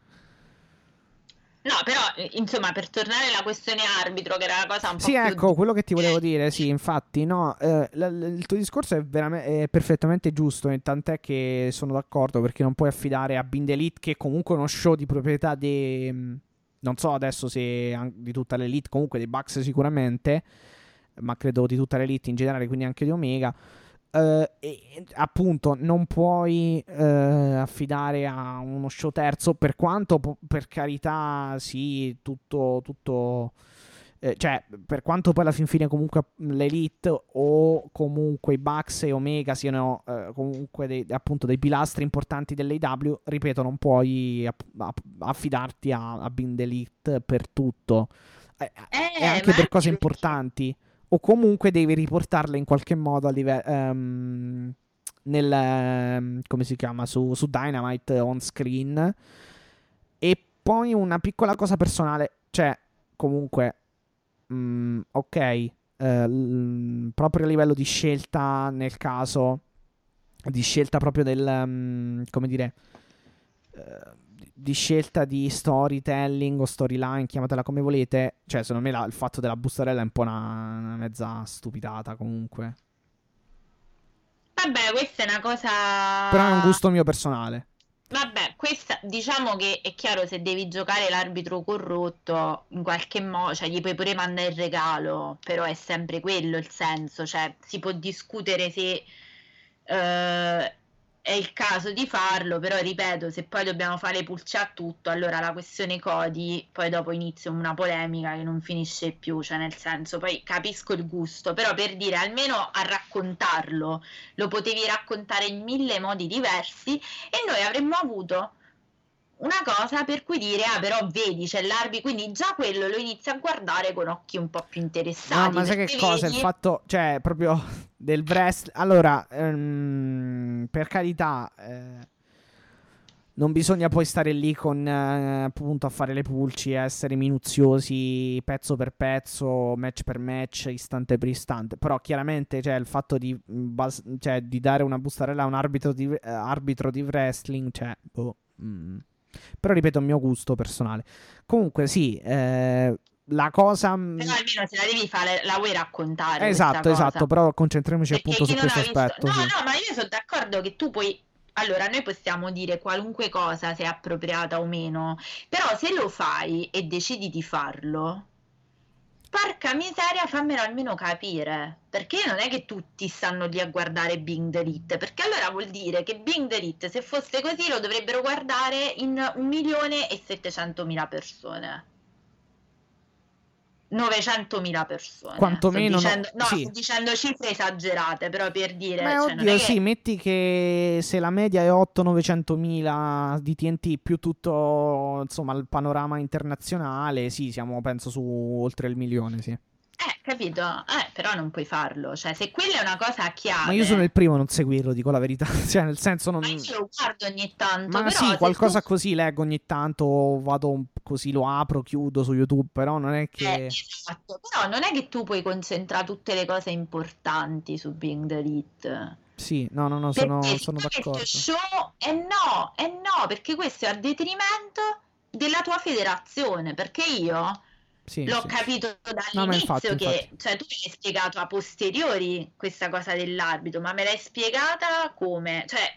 No, però, insomma, per tornare alla questione arbitro, che era la cosa un po' sì, ecco, quello che ti volevo dire, sì, infatti, no, il tuo discorso è perfettamente giusto, e tant'è che sono d'accordo, perché non puoi affidare a Bind Elite, che è comunque uno show di proprietà non so adesso se di tutta l'Elite, comunque dei Bucks sicuramente, ma credo di tutta l'Elite in generale, quindi anche di Omega. E appunto non puoi affidare a uno show terzo, per quanto per carità sì, tutto cioè, per quanto poi alla fin fine comunque l'Elite o comunque i Bucks e Omega siano comunque appunto dei pilastri importanti dell'AEW, ripeto, non puoi affidarti a Bind Elite per tutto, e anche per cose importanti. O comunque devi riportarle in qualche modo a livello come si chiama, su Dynamite on screen. E poi una piccola cosa personale, cioè comunque ok, proprio a livello di scelta, nel caso di scelta proprio del come dire, di scelta di storytelling o storyline, chiamatela come volete, cioè secondo me il fatto della bustarella è un po' una mezza stupidata comunque. Vabbè, questa è una cosa... Però è un gusto mio personale. Vabbè, questa diciamo che è chiaro, se devi giocare l'arbitro corrotto in qualche modo, cioè gli puoi pure mandare il regalo, però è sempre quello il senso, cioè si può discutere se è il caso di farlo, però ripeto, se poi dobbiamo fare pulce a tutto, allora la questione Cody, poi dopo inizia una polemica che non finisce più, cioè nel senso, poi capisco il gusto, però per dire, almeno a raccontarlo, lo potevi raccontare in 1000 modi diversi e noi avremmo avuto una cosa per cui dire, però vedi, c'è l'arbitro, quindi già quello lo inizi a guardare con occhi un po' più interessati. No, ma sai che cosa? Il fatto, cioè, proprio del wrestling. Allora, per carità, non bisogna poi stare lì con appunto a fare le pulci, essere minuziosi pezzo per pezzo, match per match, istante per istante. Però chiaramente, cioè, il fatto di dare una bustarella a un arbitro di wrestling, cioè, boh. Però ripeto, è un mio gusto personale. Comunque sì, la cosa... Però almeno se la devi fare, la vuoi raccontare. Esatto, però concentriamoci perché appunto su questo aspetto. No, sì. no, ma io sono d'accordo che tu puoi... Allora, noi possiamo dire qualunque cosa, se è appropriata o meno, però se lo fai e decidi di farlo, porca miseria, fammelo almeno capire, perché non è che tutti stanno lì a guardare Bing the Elite, perché allora vuol dire che Bing the Elite, se fosse così, lo dovrebbero guardare in 1.700.000 persone. 900.000 persone. Quantomeno sto dicendo cifre esagerate, però per dire... Ma oddio, non è sì, metti che se la media è 800-900.000 di TNT più tutto, insomma, il panorama internazionale, sì, siamo penso su oltre il milione, sì. Capito? Però non puoi farlo. Cioè, se quella è una cosa chiave. Ma io sono il primo a non seguirlo, dico la verità. Cioè, nel senso non... Ma io lo guardo ogni tanto, Ma però sì, se qualcosa tu... così leggo ogni tanto, così lo apro, chiudo su YouTube, però non è che... esatto. Però non è che tu puoi concentrare tutte le cose importanti su Being the Elite. Sì, no, Perché sono siccome il tuo d'accordo. show, no, perché questo è a detrimento della tua federazione, perché io Sì, l'ho sì. capito No, ma infatti, dall'inizio che, infatti. cioè tu mi hai spiegato a posteriori questa cosa dell'arbitro, ma me l'hai spiegata come? Cioè,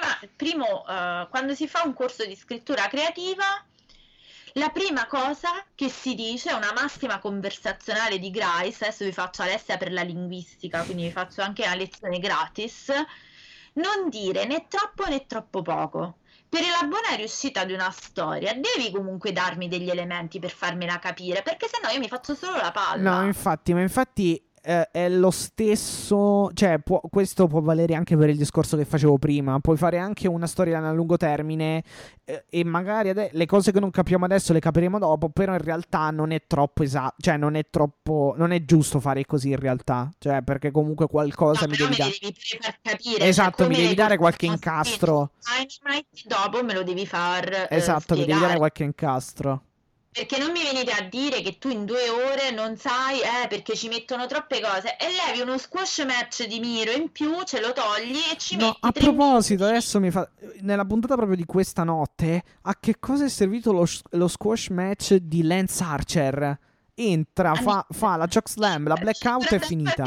quando si fa un corso di scrittura creativa, la prima cosa che si dice è una massima conversazionale di Grice. Adesso vi faccio Alessia per la linguistica, quindi vi faccio anche una lezione gratis. Non dire né troppo né troppo poco. Per la buona riuscita di una storia devi comunque darmi degli elementi per farmela capire, perché sennò io mi faccio solo la No, palla. infatti è lo stesso, cioè questo può valere anche per il discorso che facevo prima, puoi fare anche una storia a lungo termine e magari le cose che non capiamo adesso le capiremo dopo, però in realtà non è troppo esatto, cioè non è giusto fare così in realtà, cioè perché comunque No, qualcosa mi però devi me dare. le devi pure far capire, cioè Esatto, mi come devi le dare qualche portiamo a spinto incastro. su Dynamite, dopo me lo devi far Esatto, mi devi dare spiegare. qualche incastro. Perché non mi venite a dire che tu in 2 ore non sai, perché ci mettono troppe cose e levi uno squash match di Miro in più, ce lo togli e ci No, metti a 3 minuti. proposito, adesso mi fa. Nella puntata proprio di questa notte, a che cosa è servito lo squash match di Lance Archer? Entra, fa la chokeslam, la blackout è finita.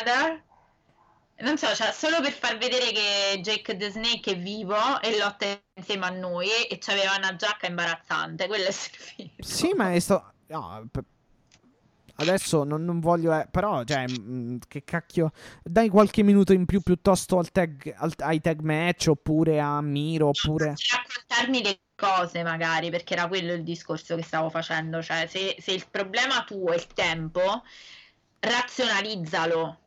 Non so, cioè, solo per far vedere che Jake the Snake è vivo e lotta insieme a noi e c'aveva una giacca imbarazzante, quello è servito. Sì, ma è stato. No, adesso non voglio. Però, cioè, che cacchio. Dai qualche minuto in più piuttosto ai tag match oppure a Miro oppure. Raccontarmi le cose magari, perché era quello il discorso che stavo facendo, cioè se il problema tuo è il tempo, razionalizzalo.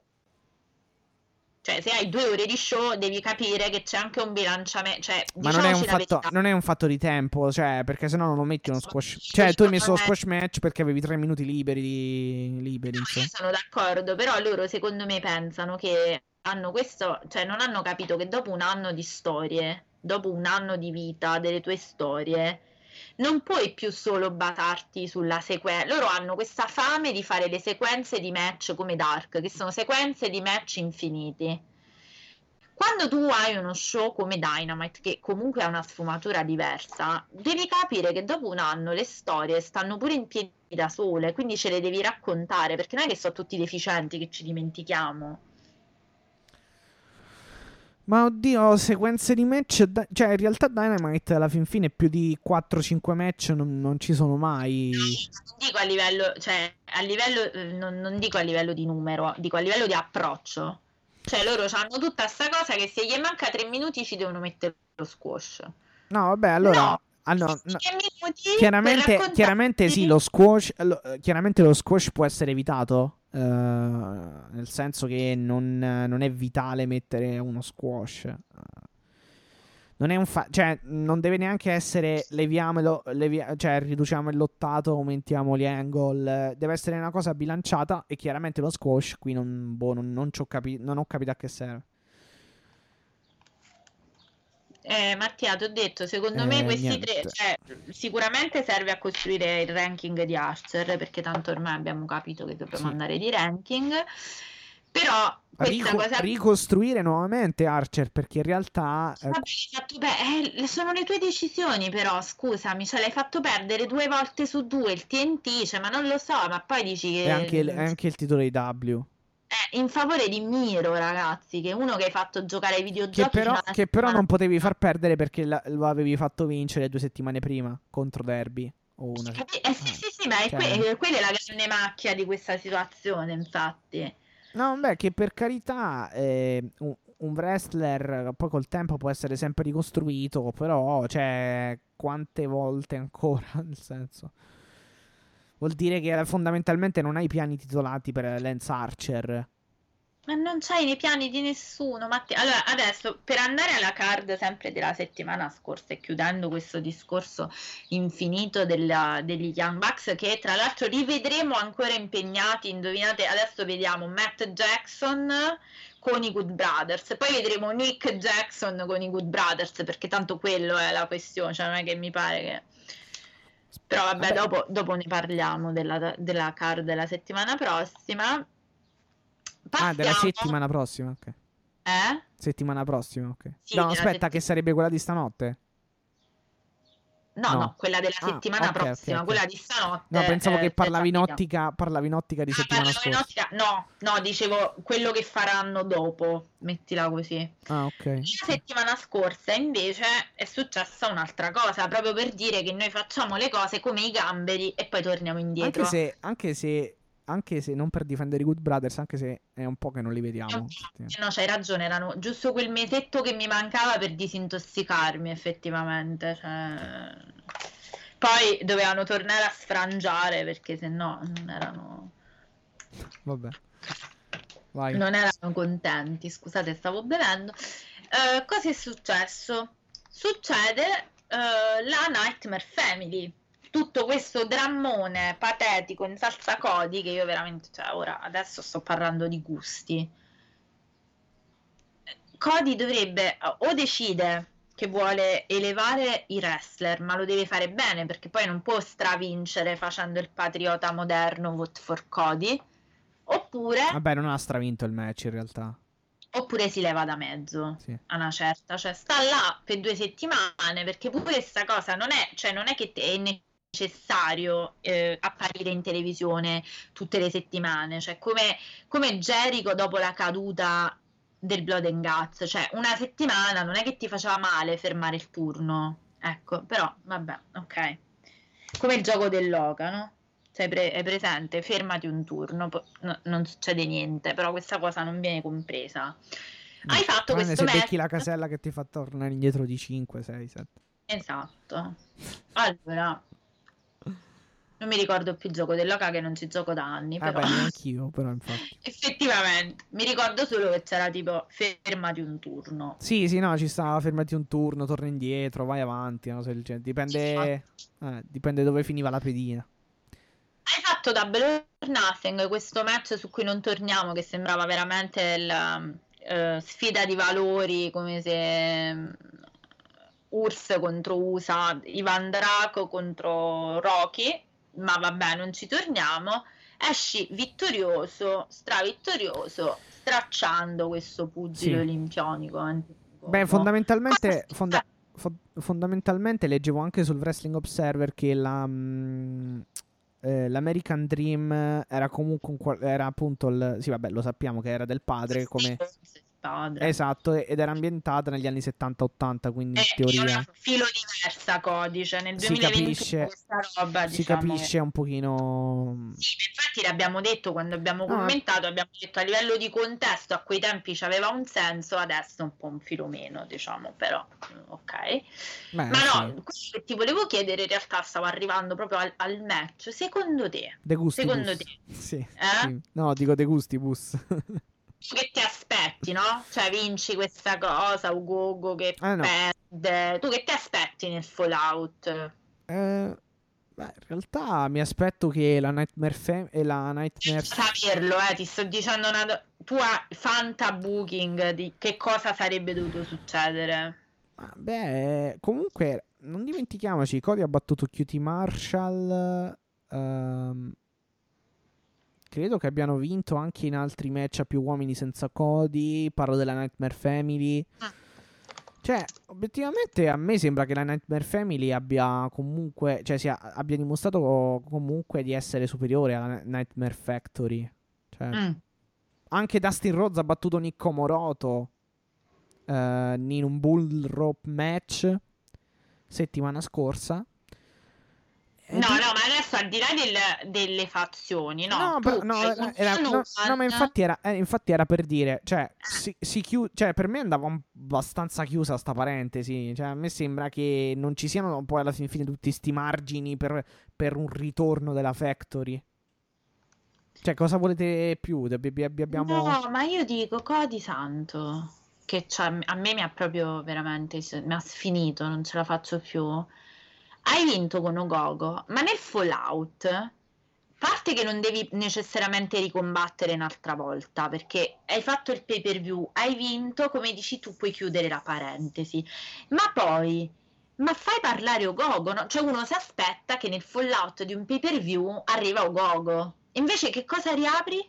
Cioè, se hai 2 ore di show, devi capire che c'è anche un bilanciamento. Cioè, Ma non è un diciamoci la fatto, verità. non è un fatto di tempo, cioè, perché sennò non lo metti uno squash. Cioè, tu hai messo lo squash match perché avevi 3 minuti liberi, No, io insomma. sono d'accordo, però loro secondo me pensano che hanno questo, cioè non hanno capito che dopo un anno di storie, dopo un anno di vita delle tue storie, non puoi più solo basarti sulla sequenza. Loro hanno questa fame di fare le sequenze di match come Dark, che sono sequenze di match infiniti. Quando tu hai uno show come Dynamite, che comunque ha una sfumatura diversa, devi capire che dopo un anno le storie stanno pure in piedi da sole, quindi ce le devi raccontare, perché non è che sono tutti deficienti che ci dimentichiamo. Ma oddio, sequenze di match. Cioè, in realtà Dynamite alla fin fine più di 4-5 match non ci sono mai. Non dico a livello, cioè a livello, non dico a livello di numero, dico a livello di approccio. Cioè loro hanno tutta sta cosa che se gli manca 3 minuti ci devono mettere lo squash. No, vabbè, allora. No, No. 3 minuti per Chiaramente sì, raccontarti. chiaramente lo squash può essere evitato. Nel senso che non è vitale mettere uno squash. Non è cioè, non deve neanche essere leviamolo, cioè riduciamo il lottato, aumentiamo gli angle. Deve essere una cosa bilanciata. E chiaramente lo squash qui non non ho capito a che serve. Mattia, ti ho detto, secondo me questi tre, Niente. cioè, sicuramente serve a costruire il ranking di Archer, perché tanto ormai abbiamo capito che dobbiamo Sì. andare di ranking, però questa cosa... Ricostruire nuovamente Archer, perché in realtà Vabbè, hai fatto sono le tue decisioni, però scusami, cioè l'hai fatto perdere 2 volte su 2 il TNT, cioè, ma non lo so, ma poi dici che è anche il titolo di W. in favore di Miro, ragazzi, che è uno che hai fatto giocare ai videogiochi fino alla Che però settimana non potevi scorsa. far perdere perché lo avevi fatto vincere 2 settimane prima contro Derby. Sì, ma Cioè, quella è la grande macchia di questa situazione, infatti. no, beh, che per carità un wrestler poi col tempo può essere sempre ricostruito, però, cioè, quante volte ancora, nel senso. Vuol dire che fondamentalmente non hai piani titolati per Lance Archer. Ma non c'hai nei piani di nessuno, Matteo. Allora, adesso per andare alla card sempre della settimana scorsa e chiudendo questo discorso infinito degli Young Bucks, che tra l'altro rivedremo ancora impegnati, indovinate, adesso vediamo Matt Jackson con i Good Brothers, poi vedremo Nick Jackson con i Good Brothers, perché tanto quello è la questione, cioè non è che mi pare che... Però vabbè, dopo ne parliamo della card della settimana prossima. Della Passiamo... settimana prossima, ok. Settimana prossima, ok. Sì, no, della aspetta, che sarebbe quella di stanotte? No, quella della settimana ok, prossima, ok. quella di stanotte. No, pensavo che parlavi in parlavi ottica di settimana scorsa. No, dicevo quello che faranno dopo, mettila così. Ok. La settimana scorsa invece è successa un'altra cosa, proprio per dire che noi facciamo le cose come i gamberi e poi torniamo indietro. Anche se non per difendere i Good Brothers, anche se è un po' che non li vediamo. No, c'hai ragione, erano giusto quel mesetto che mi mancava per disintossicarmi, effettivamente. Cioè... Poi dovevano tornare a sfrangiare perché sennò non erano... Vabbè. Vai. Non erano contenti, scusate, stavo bevendo. Cosa è successo? Succede la Nightmare Family. Tutto questo drammone patetico in salsa Cody, che io veramente, cioè ora adesso sto parlando di gusti. Cody dovrebbe o decide che vuole elevare i wrestler, ma lo deve fare bene perché poi non può stravincere facendo il patriota moderno vote for Cody, oppure vabbè, non ha stravinto il match in realtà. Oppure si leva da mezzo, sì, a una certa, cioè sta là per 2 settimane, perché pure questa cosa non è che è necessario apparire in televisione tutte le settimane, cioè come Jericho dopo la caduta del Blood and Guts, cioè una settimana non è che ti faceva male fermare il turno, ecco, però vabbè, ok, come il gioco dell'oca, no? Hai presente? Fermati un turno, non succede niente, però questa cosa non viene compresa. Hai fatto questo se match, becchi la casella che ti fa tornare indietro di 5, 6, 7. esatto. Allora, non mi ricordo più il gioco dell'oca, che non ci gioco da anni, però neanch'io, però infatti effettivamente mi ricordo solo che c'era tipo fermati un turno. sì, no, ci stava fermati un turno, torna indietro, vai avanti, no? Dipende dove finiva la pedina. Hai fatto Double or Nothing, questo match su cui non torniamo, che sembrava veramente la sfida di valori, come se URSS contro USA, Ivan Draco contro Rocky, ma vabbè, non ci torniamo. Esci vittorioso, stravittorioso, stracciando questo pugile olimpionico. Beh, fondamentalmente leggevo anche sul Wrestling Observer che l'American Dream era comunque era appunto sì, vabbè, lo sappiamo che era del padre, come padre. Esatto, ed era ambientata negli anni 70-80, quindi in teoria un filo diversa codice nel 2021 questa roba, si capisce un pochino. Sì, infatti l'abbiamo detto quando abbiamo commentato, abbiamo detto a livello di contesto a quei tempi c'aveva un senso, adesso un po' un filo meno, diciamo, però ok. Ma no, quello che ti volevo chiedere in realtà, stavo arrivando proprio al match, secondo te? Secondo te? Sì. No, dico De Gustibus. Che ti aspetti, no? Cioè vinci questa cosa, Ugogo che perde. Tu che ti aspetti nel Fallout? Beh, in realtà mi aspetto che la Nightmare saperlo, ti sto dicendo una tua fanta booking di che cosa sarebbe dovuto succedere. Beh, comunque non dimentichiamoci, Cody ha battuto QT Marshall. Credo che abbiano vinto anche in altri match a più uomini senza Cody. Parlo della Nightmare Family. Cioè, obiettivamente a me sembra che la Nightmare Family abbia comunque, cioè abbia dimostrato comunque di essere superiore alla Nightmare Factory. Cioè, anche Dustin Rhodes ha battuto Nick Comoroto in un bull rope match settimana scorsa. No, ma adesso al di là delle fazioni, no, ma infatti era per dire, cioè, cioè, per me andava abbastanza chiusa sta parentesi, cioè, a me sembra che non ci siano poi alla fine tutti sti margini per un ritorno della Factory. Cioè, cosa volete più? Abbiamo... No, ma io dico Cody Santo, che a me mi ha proprio veramente, mi ha sfinito, non ce la faccio più. Hai vinto con Ogogo, ma nel Fallout, parte che non devi necessariamente ricombattere un'altra volta, perché hai fatto il pay-per-view, hai vinto, come dici tu, puoi chiudere la parentesi. Ma poi, ma fai parlare Ogogo, no? Cioè uno si aspetta che nel Fallout di un pay-per-view arriva Ogogo. Invece che cosa riapri?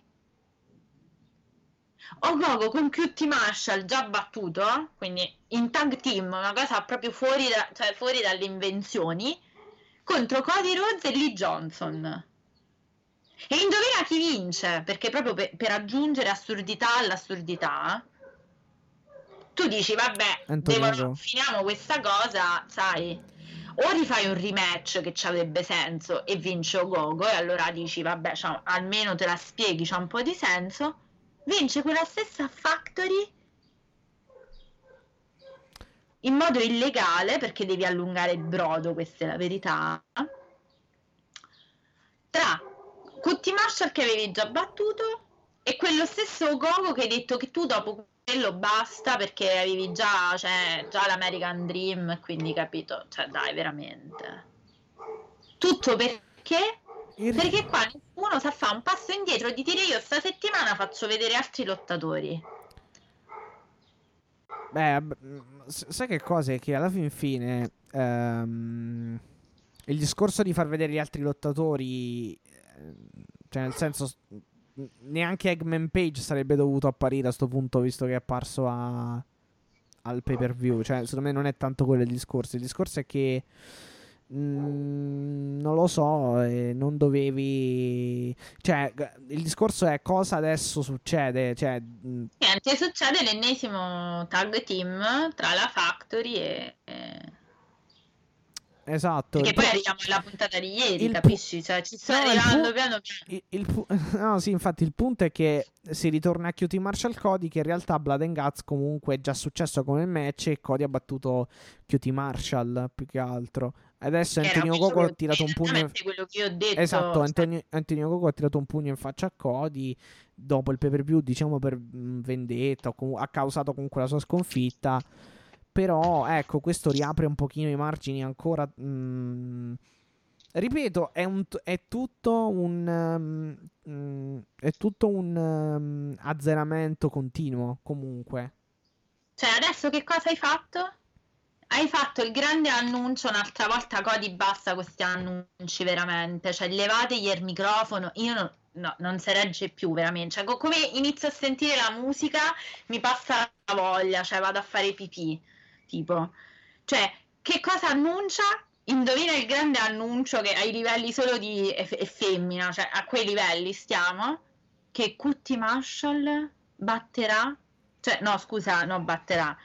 Ogogo con QT Marshall già battuto, quindi in tag team, una cosa proprio cioè fuori dalle invenzioni, contro Cody Rhodes e Lee Johnson. E indovina chi vince, perché proprio per aggiungere assurdità all'assurdità, tu dici, vabbè, finiamo questa cosa, sai, o rifai un rematch che ci avrebbe senso e vince Ogogo, e allora dici, vabbè, almeno te la spieghi, c'ha un po' di senso. Vince quella stessa Factory in modo illegale, perché devi allungare il brodo, questa è la verità, tra Cutie Marshall che avevi già battuto e quello stesso Ogogo che hai detto che tu dopo quello basta perché avevi già l'American Dream, quindi capito, cioè dai, veramente tutto perché qua nessuno sa fare un passo indietro, di dire io sta settimana faccio vedere altri lottatori. Beh, sai che cosa è? Che alla fine il discorso di far vedere gli altri lottatori, cioè nel senso, neanche Eggman Page sarebbe dovuto apparire a sto punto, visto che è apparso al pay per view. Cioè, secondo me non è tanto quello il discorso. Il discorso è che non lo so, non dovevi. Cioè, il discorso è cosa adesso succede. Cioè, niente, succede l'ennesimo tag team tra la Factory e... Esatto. Perché poi arriviamo alla puntata di ieri, capisci? Cioè, ci sto arrivando piano piano. No, sì, infatti il punto è che si ritorna a QT Marshall Cody, che in realtà Blood and Guts comunque è già successo come match e Cody ha battuto QT Marshall più che altro. Adesso Antonio Gogo ha tirato un pugno. Quello che io ho detto. Esatto, Antonio Gogo ha tirato un pugno in faccia a Cody dopo il pay per view, diciamo per vendetta, ha causato comunque la sua sconfitta. Però ecco, questo riapre un pochino i margini ancora. Ripeto, è tutto un azzeramento continuo comunque. Cioè, adesso che cosa hai fatto? Hai fatto il grande annuncio un'altra volta, Cody, basta questi annunci veramente, cioè levategli il microfono, io non si regge più veramente, cioè come inizio a sentire la musica mi passa la voglia, cioè vado a fare pipì, tipo, cioè che cosa annuncia? Indovina il grande annuncio che ai livelli solo di femmina, cioè a quei livelli stiamo, che QT Marshall batterà, cioè no scusa, non batterà,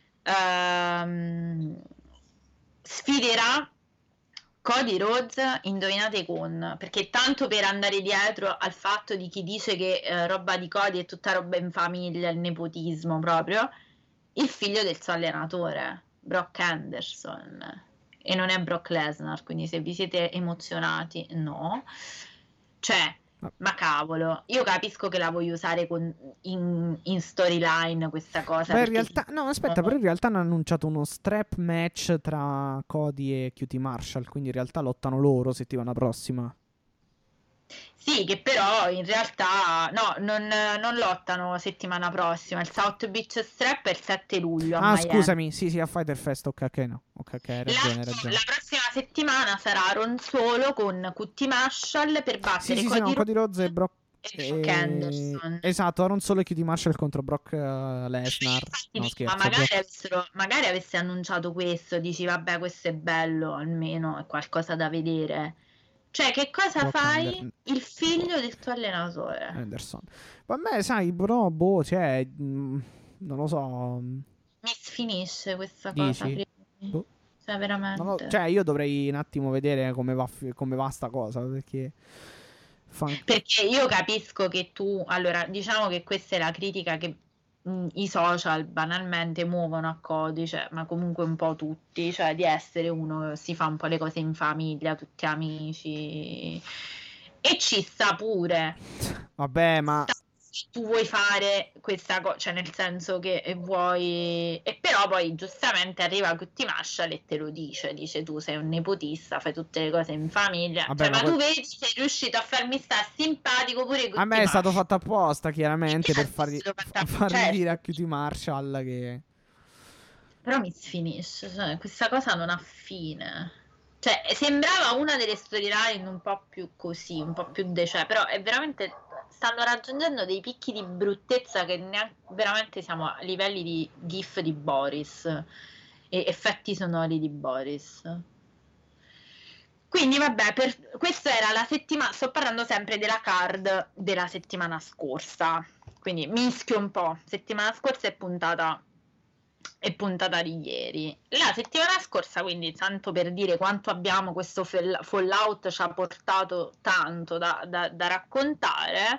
sfiderà Cody Rhodes, indovinate con, perché tanto per andare dietro al fatto di chi dice che roba di Cody è tutta roba in famiglia, il nepotismo proprio, il figlio del suo allenatore, Brock Anderson, e non è Brock Lesnar, quindi se vi siete emozionati, no, cioè ma cavolo, io capisco che la voglio usare in storyline questa cosa. Beh, in realtà, no, aspetta, però in realtà hanno annunciato uno strap match tra Cody e QT Marshall, quindi in realtà lottano loro settimana prossima. Sì, che però in realtà no, non lottano settimana prossima. Il South Beach Strap è il 7 luglio. Ah, scusami, sì, a Fighter Fest. Ok, no. Ok, hai ragione. La prossima settimana sarà Ron Solo con QT Marshall per battere Cody Rhodes e Brock Anderson. Esatto, Aaron Solo e QT Marshall contro Brock Lesnar. No, scherzo, ma magari avesse annunciato questo, dici vabbè, questo è bello, almeno è qualcosa da vedere. Cioè, che cosa Brock fai? Il figlio del tuo allenatore Anderson. Vabbè, sai, bro, cioè, non lo so. Mi sfinisce questa cosa. Cioè, veramente. Cioè, io dovrei un attimo vedere come va sta cosa, perché io capisco che tu, allora, diciamo che questa è la critica che i social banalmente muovono a Cody, cioè, ma comunque un po' tutti, cioè di essere uno che si fa un po' le cose in famiglia, tutti amici, E ci sta pure. Vabbè, ma Tu vuoi fare questa cosa, cioè nel senso che vuoi, e però poi giustamente arriva Cutti Marshall e te lo dice tu sei un nepotista, fai tutte le cose in famiglia. Vabbè, Cioè, ma ma tu vedi, sei riuscito a farmi stare simpatico pure Cutti a me è stato Marshall. fatto apposta, chiaramente, per fargli Certo. dire a Cutie Marshall che... Però mi sfinisce, cioè, questa cosa non ha fine. Cioè, sembrava una delle storyline un po' più così, un po' più però è veramente, stanno raggiungendo dei picchi di bruttezza che neanche, veramente siamo a livelli di GIF di Boris e effetti sonori di Boris. Quindi vabbè, questa era la settimana, sto parlando sempre della card della settimana scorsa, quindi mischio un po', settimana scorsa è puntata di ieri. La settimana scorsa, quindi tanto per dire quanto abbiamo questo Fallout ci ha portato tanto da raccontare.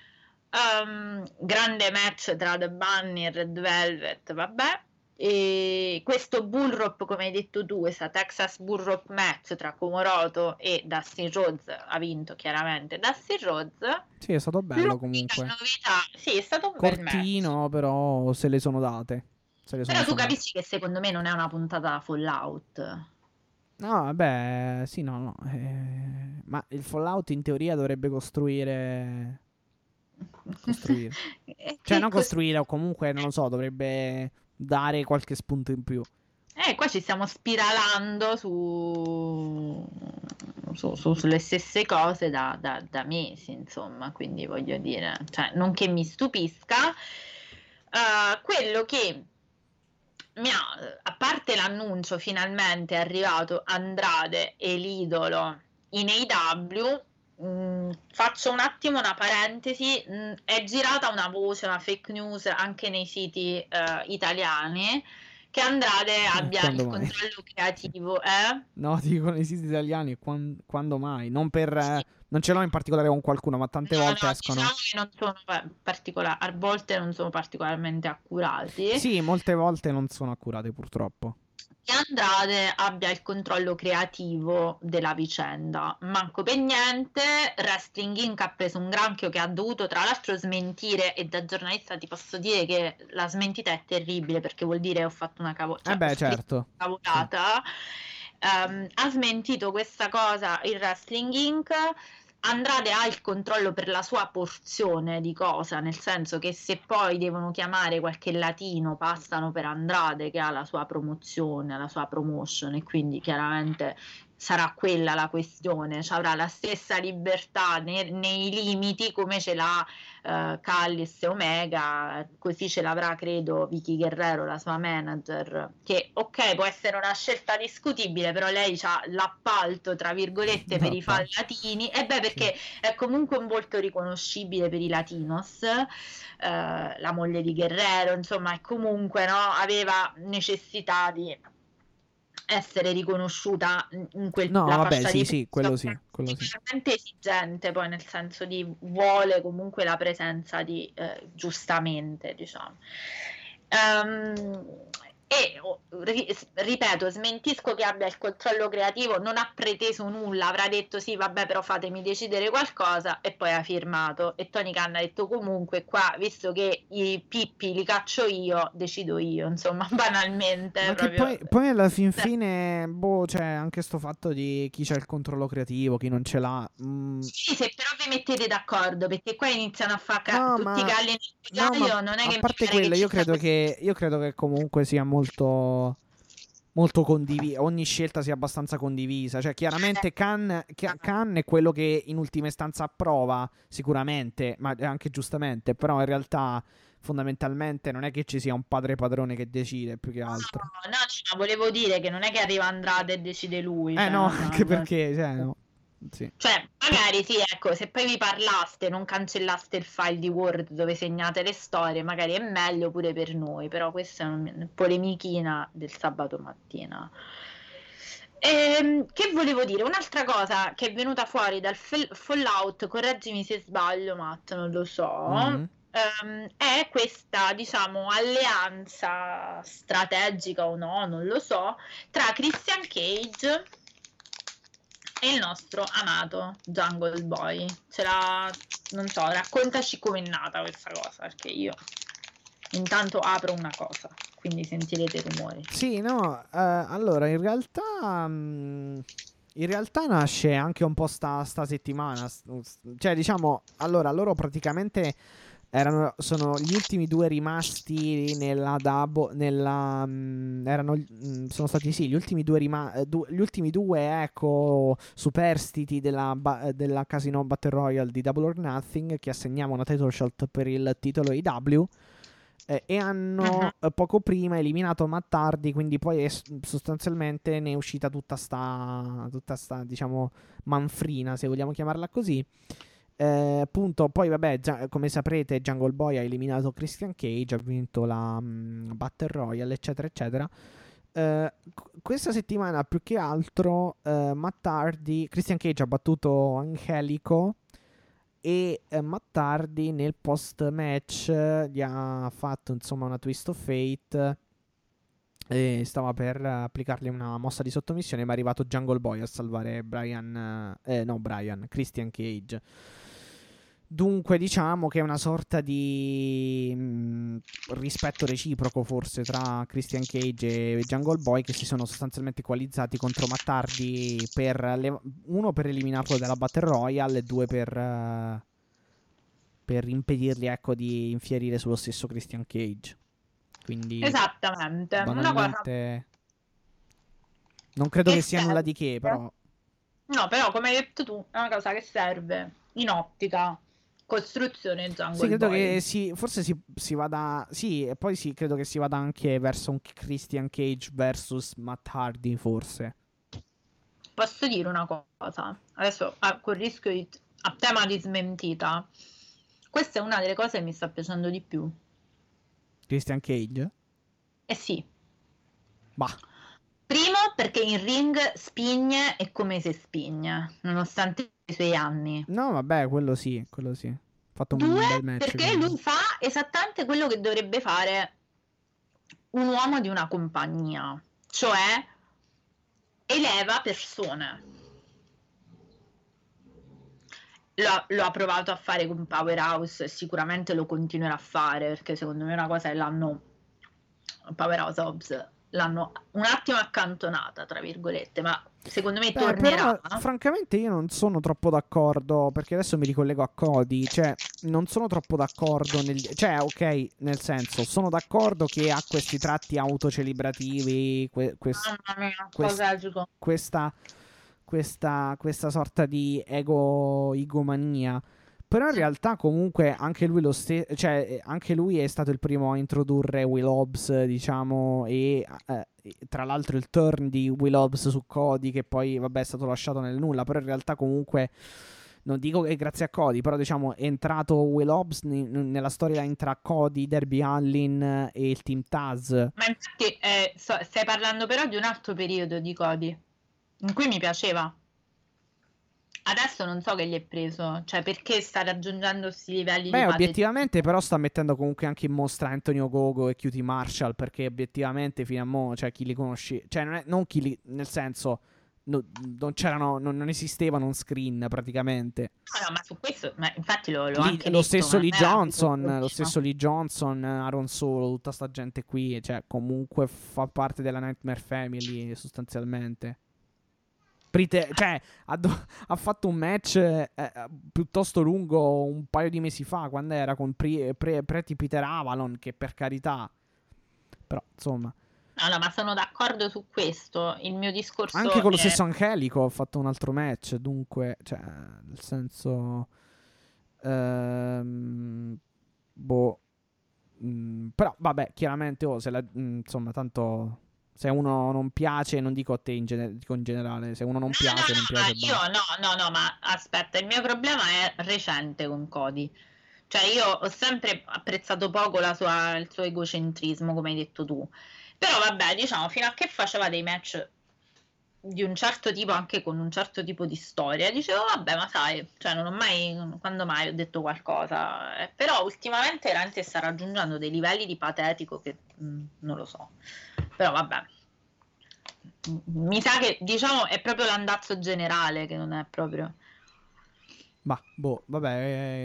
Grande match tra The Bunny e Red Velvet, vabbè. E questo Bull Rope, come hai detto tu, questa Texas Bull Rope match tra Komoroto e Dustin Rhodes, ha vinto chiaramente Dustin Rhodes. Sì, è stato bello comunque. Novità, sì, è stato un bel match. Cortino, però se le sono date. Però tu capisci che secondo me non è una puntata da Fallout. No, vabbè, sì, no. Ma il Fallout in teoria dovrebbe costruire... Cioè, non costruire, o comunque, non lo so, dovrebbe dare qualche spunto in più. Qua ci stiamo spiralando sulle stesse cose da mesi, insomma, quindi voglio dire, cioè, non che mi stupisca. Quello che a parte l'annuncio, finalmente è arrivato Andrade e l'idolo in AEW. Faccio un attimo una parentesi, è girata una voce, una fake news anche nei siti italiani, che Andrade abbia il controllo creativo. No, dico nei siti italiani, quando mai? Non per... non ce l'ho in particolare con qualcuno, ma tante volte escono. Diciamo che non sono particolari, a volte non sono particolarmente accurati. Sì, molte volte non sono accurati, purtroppo. Che Andrade abbia il controllo creativo della vicenda. Manco per niente. Wrestling Inc. ha preso un granchio che ha dovuto tra l'altro smentire, e da giornalista ti posso dire che la smentita è terribile, perché vuol dire ho fatto una certo. cavolata. Sì. Ha smentito questa cosa il Wrestling Inc. Andrade ha il controllo per la sua porzione di cosa, nel senso che se poi devono chiamare qualche latino passano per Andrade, che ha la sua promozione, la sua promotion, e quindi chiaramente sarà quella la questione, cioè avrà la stessa libertà nei limiti come ce l'ha Callis e Omega, così ce l'avrà credo Vicky Guerrero, la sua manager, che ok, può essere una scelta discutibile, però lei ha l'appalto tra virgolette per i fan latini, e beh, perché è comunque un volto riconoscibile per i latinos, la moglie di Guerrero, insomma, e comunque aveva necessità di essere riconosciuta in fascia di quello sì. Sicuramente esigente, poi nel senso di vuole comunque la presenza di giustamente, diciamo. Ripeto, smentisco che abbia il controllo creativo, non ha preteso nulla, avrà detto sì vabbè, però fatemi decidere qualcosa, e poi ha firmato, e Tony Khan ha detto comunque qua, visto che i pippi li caccio io, decido io, insomma, banalmente. Ma proprio... che poi alla fine c'è anche sto fatto di chi c'ha il controllo creativo, chi non ce l'ha. Sì, se però vi mettete d'accordo, perché qua iniziano a fare tutti i galli nel bagaglio, non è che... A parte quello, io credo che comunque sia molto condivisa, ogni scelta sia abbastanza condivisa, cioè chiaramente Khan è quello che in ultima istanza approva sicuramente, ma anche giustamente, però in realtà fondamentalmente non è che ci sia un padre padrone che decide più che altro. No, volevo dire che non è che arriva Andrade e decide lui, anche perché sì. Cioè, magari sì, ecco, se poi vi parlaste, non cancellaste il file di Word dove segnate le storie, magari è meglio pure per noi, però questa è una polemichina del sabato mattina. Che volevo dire? Un'altra cosa che è venuta fuori dal Fallout, correggimi se sbaglio, Matt, non lo so, è questa, diciamo, alleanza strategica o no, non lo so, tra Christian Cage e il nostro amato Jungle Boy. Non so, raccontaci com'è nata questa cosa, perché io intanto apro una cosa, quindi sentirete rumori. Sì, no, allora in realtà nasce anche un po' sta settimana. Cioè, diciamo, allora loro praticamente sono gli ultimi due rimasti nella Dabo, sono stati sì, gli ultimi due gli ultimi due, ecco, superstiti della Casino Battle Royale di Double or Nothing, che assegnavano title shot per il titolo AEW. E hanno poco prima eliminato Matt Hardy, quindi poi sostanzialmente ne è uscita tutta sta diciamo manfrina, se vogliamo chiamarla così. Appunto, poi vabbè, come saprete, Jungle Boy ha eliminato Christian Cage, ha vinto la Battle Royale, eccetera eccetera. Questa settimana più che altro Matt Hardy, Christian Cage ha battuto Angelico, e Matt Hardy nel post match gli ha fatto insomma una twist of fate e stava per applicargli una mossa di sottomissione, ma è arrivato Jungle Boy a salvare Christian Cage. Dunque diciamo che è una sorta di rispetto reciproco forse tra Christian Cage e Jungle Boy, che si sono sostanzialmente coalizzati contro Matt Hardy, uno per eliminarlo dalla Battle Royale e due per impedirgli, ecco, di infierire sullo stesso Christian Cage. Quindi esattamente, banalmente, una cosa non credo che sia serve. nulla di che, però No, però come hai detto tu, è una cosa che serve in ottica costruzione Jungle sì, credo Boy. che forse si vada. Sì, e poi sì, credo che si vada anche verso un Christian Cage versus Matt Hardy, forse. Posso dire una cosa? Adesso, con rischio a tema di smentita, questa è una delle cose che mi sta piacendo di più. Christian Cage? Eh sì. Bah. Primo perché in ring spigne e come se spigne, nonostante i suoi anni. No, vabbè, quello sì. Fatto un Due, bel match. perché lui fa esattamente quello che dovrebbe fare un uomo di una compagnia, cioè eleva persone. Lo ha provato a fare con Powerhouse e sicuramente lo continuerà a fare, perché secondo me è una cosa che Powerhouse Hobbs l'hanno un attimo accantonata, tra virgolette, ma secondo me tornerà. Però, francamente, io non sono troppo d'accordo, perché adesso mi ricollego a Cody. Cioè, non sono troppo d'accordo cioè, ok, nel senso, sono d'accordo che ha questi tratti autocelebrativi, Mamma mia, questa sorta di egomania. Però in realtà comunque anche lui anche lui è stato il primo a introdurre Will Hobbs, diciamo, e tra l'altro il turn di Will Hobbs su Cody, che poi vabbè è stato lasciato nel nulla, però in realtà comunque non dico che grazie a Cody, però diciamo è entrato Will Hobbs nella storyline tra Cody, Darby Allin e il Team Taz. Ma infatti stai parlando però di un altro periodo di Cody in cui mi piaceva. Adesso non so che gli è preso, cioè perché sta raggiungendo questi livelli di obiettivamente però sta mettendo comunque anche in mostra Antonio Gogo e QT Marshall, perché obiettivamente fino a mo', cioè chi li conosci, cioè nel senso non esistevano un screen praticamente. No, ma su questo, ma infatti lo anche lo stesso Lee Johnson, Aaron Solo, tutta sta gente qui, cioè comunque fa parte della Nightmare Family sostanzialmente. Cioè, ha fatto un match piuttosto lungo un paio di mesi fa, quando era con Pretty Peter Avalon, che per carità, però insomma. No, ma sono d'accordo su questo. Il mio discorso anche con lo stesso Angelico ha fatto un altro match, dunque, cioè, nel senso però vabbè, chiaramente insomma, tanto se uno non piace, non dico a te dico in generale, se uno non piace, non piace. No, ma aspetta, il mio problema è recente con Cody. Cioè io ho sempre apprezzato poco il suo egocentrismo, come hai detto tu. Però vabbè, diciamo, fino a che faceva dei match di un certo tipo, anche con un certo tipo di storia, dicevo vabbè, ma sai, cioè quando mai ho detto qualcosa, però ultimamente veramente sta raggiungendo dei livelli di patetico che non lo so, però vabbè, mi sa che, diciamo, è proprio l'andazzo generale che non è proprio... Ma, boh, vabbè,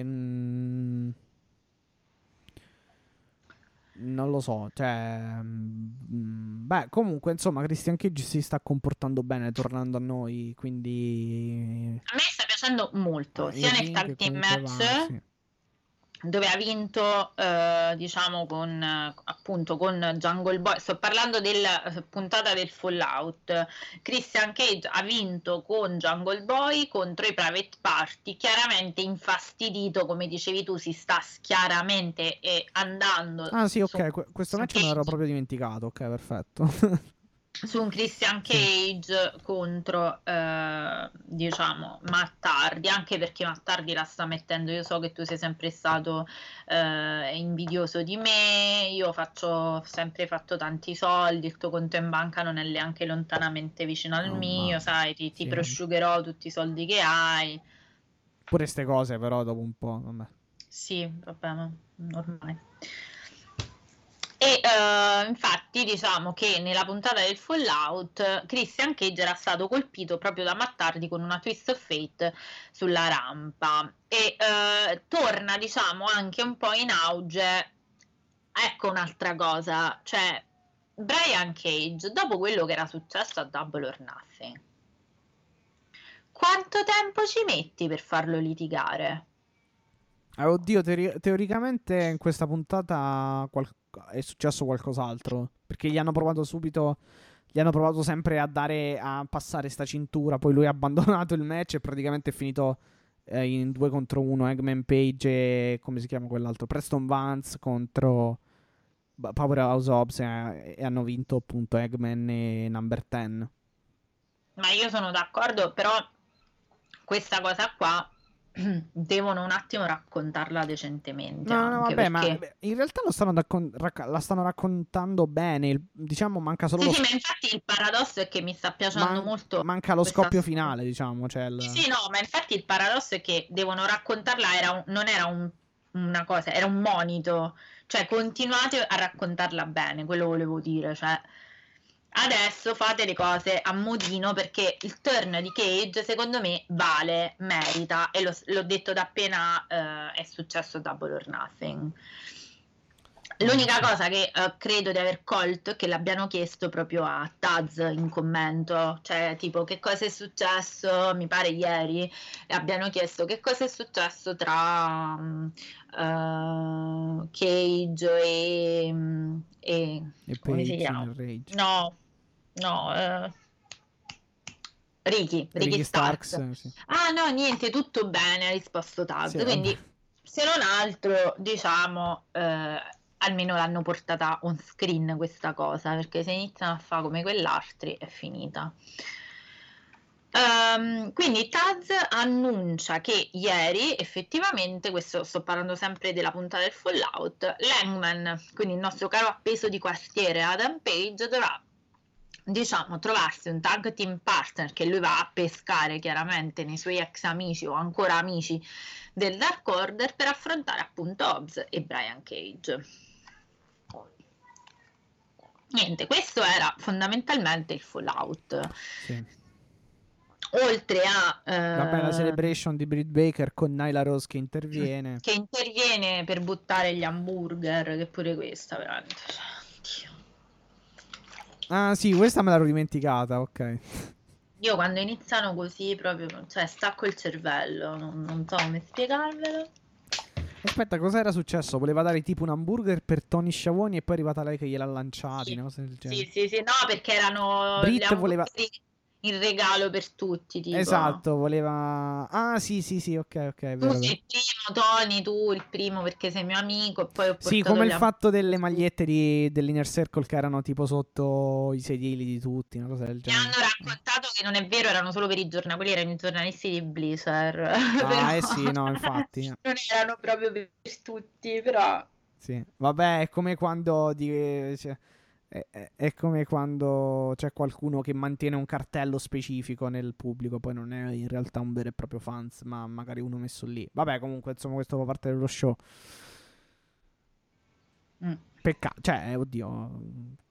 non lo so, cioè, beh, comunque, insomma, Christian Cage si sta comportando bene tornando a noi, quindi A me sta piacendo molto, il sia nel ring tag team comunque va, match, sì. dove ha vinto, diciamo, con appunto con Jungle Boy. Sto parlando della puntata del Fallout. Christian Cage ha vinto con Jungle Boy contro i Private Party, chiaramente infastidito, come dicevi tu, si sta chiaramente andando Ah sì, su, ok, questo su match me l'ero Cage, proprio dimenticato, ok, perfetto. su un Christian Sì. Cage contro diciamo Matt Hardy, anche perché Matt Hardy la sta mettendo, io so che tu sei sempre stato invidioso di me, io ho sempre fatto tanti soldi, il tuo conto in banca non è neanche lontanamente vicino al No, mio, ma sai, ti sì. prosciugherò tutti i soldi che hai. Pure ste cose però dopo un po', vabbè. Sì, vabbè, ma ormai. E infatti diciamo che nella puntata del Fallout Christian Cage era stato colpito proprio da Matt Hardy con una twist of fate sulla rampa e torna diciamo anche un po' in auge, ecco un'altra cosa, cioè Brian Cage dopo quello che era successo a Double or Nothing, quanto tempo ci metti per farlo litigare? Oddio, teoricamente in questa puntata è successo qualcos'altro. Perché gli hanno provato subito. Gli hanno provato sempre a passare sta cintura. Poi lui ha abbandonato il match e praticamente è finito in 2 contro 1. Eggman Page e come si chiama quell'altro? Preston Vance contro Powerhouse Hobbs. E hanno vinto appunto Eggman e Number 10. Ma io sono d'accordo, però questa cosa qua devono un attimo raccontarla decentemente, No, no, anche vabbè, ma perché in realtà la stanno raccontando bene. Diciamo, manca solo sì, lo, sì, ma infatti il paradosso è che mi sta piacendo molto manca lo questa scoppio storia. finale, diciamo. Cioè Sì, sì, no, ma infatti il paradosso è che devono raccontarla, non era una cosa, era un monito, cioè continuate a raccontarla bene, quello volevo dire, cioè adesso fate le cose a modino perché il turn di Cage secondo me vale, merita e l'ho detto da appena è successo Double or Nothing. L'unica sì. cosa che credo di aver colto è che l'abbiano chiesto proprio a Taz in commento, cioè tipo che cosa è successo, mi pare ieri, e abbiano chiesto che cosa è successo tra Cage E come si Page chiama? nel Rage. No, no, Ricky Ricky Starks. Starks, sì. Ah no, niente, tutto bene, ha risposto Taz. Sì, Quindi, vabbè. se non altro, diciamo, almeno l'hanno portata on screen questa cosa, perché se iniziano a fare come quell'altri è finita. Quindi Taz annuncia che ieri effettivamente, questo sto parlando sempre della puntata del Fallout, l'Hangman, quindi il nostro caro appeso di quartiere Adam Page, dovrà diciamo trovarsi un tag team partner che lui va a pescare chiaramente nei suoi ex amici o ancora amici del Dark Order per affrontare appunto Hobbs e Brian Cage. Niente, questo era fondamentalmente il Fallout. Sì. Oltre a Vabbè, la celebration di Britt Baker con Nyla Rose che interviene. che interviene per buttare gli hamburger, che pure questa veramente, Dio. Ah sì, questa me l'ero dimenticata, ok. Io quando iniziano così proprio, cioè stacco il cervello, non so come spiegarvelo. Aspetta, cos'era successo? Voleva dare tipo un hamburger per Tony Schiavoni e poi è arrivata lei che gliel'ha lanciati, Sì, una cosa del genere. sì, no, perché erano gli Britt voleva... hamburgeri in regalo per tutti, tipo. Esatto, voleva... Ah sì, ok, è Tu vero, sei vero. il primo, Tony, tu il primo perché sei mio amico e poi ho Sì, portato come gli il fatto delle hamburger. magliette dell'Inner Circle che erano tipo sotto i sedili di tutti, una cosa del Mi genere. hanno raccontato che non è vero, erano solo per i giornali, quelli erano i giornalisti di Blizzard, però Ah, eh sì, no, infatti. non erano proprio per tutti, però... Sì. Vabbè, è come quando cioè, è come quando c'è qualcuno che mantiene un cartello specifico nel pubblico, poi non è in realtà un vero e proprio fans, ma magari uno messo lì. Vabbè, comunque, insomma, questo fa parte dello show. Peccato, cioè, oddio,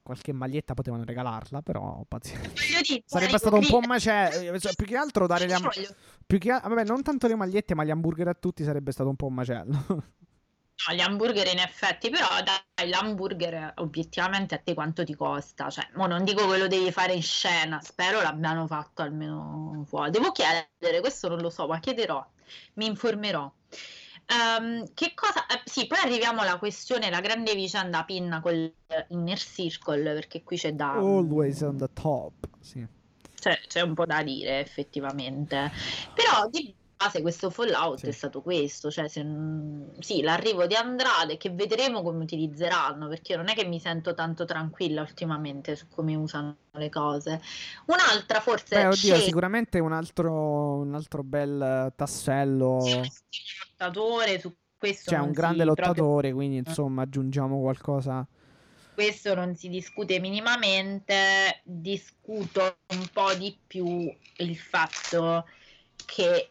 qualche maglietta potevano regalarla, però pazienza. Voglio dire, Sarebbe stato un po' un macello. Più che altro dare vabbè, non tanto le magliette, ma gli hamburger a tutti sarebbe stato un po' un macello. No, gli hamburger in effetti, però dai, l'hamburger obiettivamente a te quanto ti costa? Cioè, mo non dico che lo devi fare in scena, spero l'abbiano fatto almeno fuori. Devo chiedere, questo non lo so, ma chiederò, mi informerò. Che cosa? Sì, poi arriviamo alla questione, la grande vicenda Pinna col Inner Circle, perché qui c'è da... Always on the top, sì. C'è un po' da dire effettivamente, però di base questo Fallout Sì. è stato questo, cioè sì, l'arrivo di Andrade che vedremo come utilizzeranno, perché non è che mi sento tanto tranquilla ultimamente su come usano le cose. Un'altra forse Beh, oddio, scelta sicuramente un altro bel tassello. lottatore, su questo Cioè, non un grande si lottatore, quindi insomma aggiungiamo qualcosa. questo non si discute minimamente, discuto un po' di più il fatto che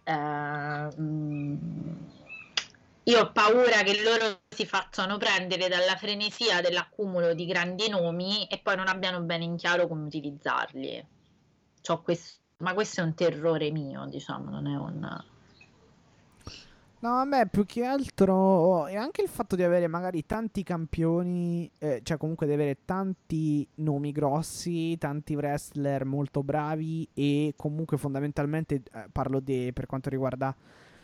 io ho paura che loro si facciano prendere dalla frenesia dell'accumulo di grandi nomi e poi non abbiano bene in chiaro come utilizzarli. Ma questo è un terrore mio, diciamo, non è un... No, vabbè, più che altro è anche il fatto di avere magari tanti campioni, cioè comunque di avere tanti nomi grossi, tanti wrestler molto bravi e comunque fondamentalmente parlo per quanto riguarda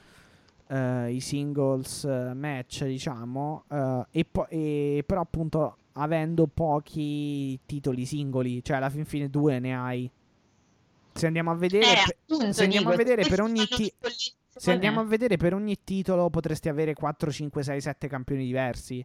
i singles match, diciamo, però appunto avendo pochi titoli singoli, cioè alla fin fine 2 ne hai. Se andiamo a vedere, appunto, se andiamo a dico, vedere per questo ogni fanno di se andiamo a collezione. vedere per ogni titolo potresti avere 4, 5, 6, 7 campioni diversi.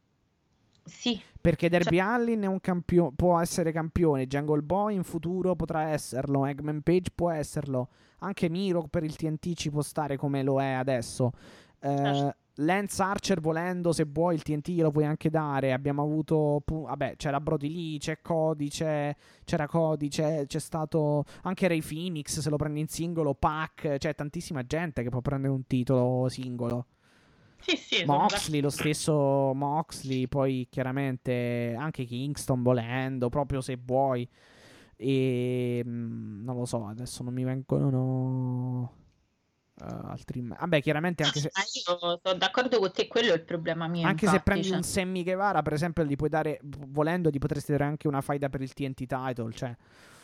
Sì, Perché cioè, Darby Allin è un può essere campione, Jungle Boy in futuro potrà esserlo, Eggman Page può esserlo, anche Miro per il TNT ci può stare come lo è adesso. certo. Lance Archer volendo, se vuoi il TNT glielo puoi anche dare. Abbiamo avuto vabbè, c'era Brody Lee, c'era Cody, c'è stato anche Ray Phoenix se lo prendi in singolo, Pac, c'è tantissima gente che può prendere un titolo singolo. Sì, sì, sono Moxley, lo stesso Moxley, poi chiaramente anche Kingston volendo, proprio se vuoi. E non lo so, adesso non mi vengono altri. Vabbè, chiaramente anche se, Io sono d'accordo con te, quello è il problema mio, anche se infatti. prendi un Sammy Guevara, per esempio, gli puoi dare, volendo, gli potresti dare anche una faida per il TNT title. Cioè,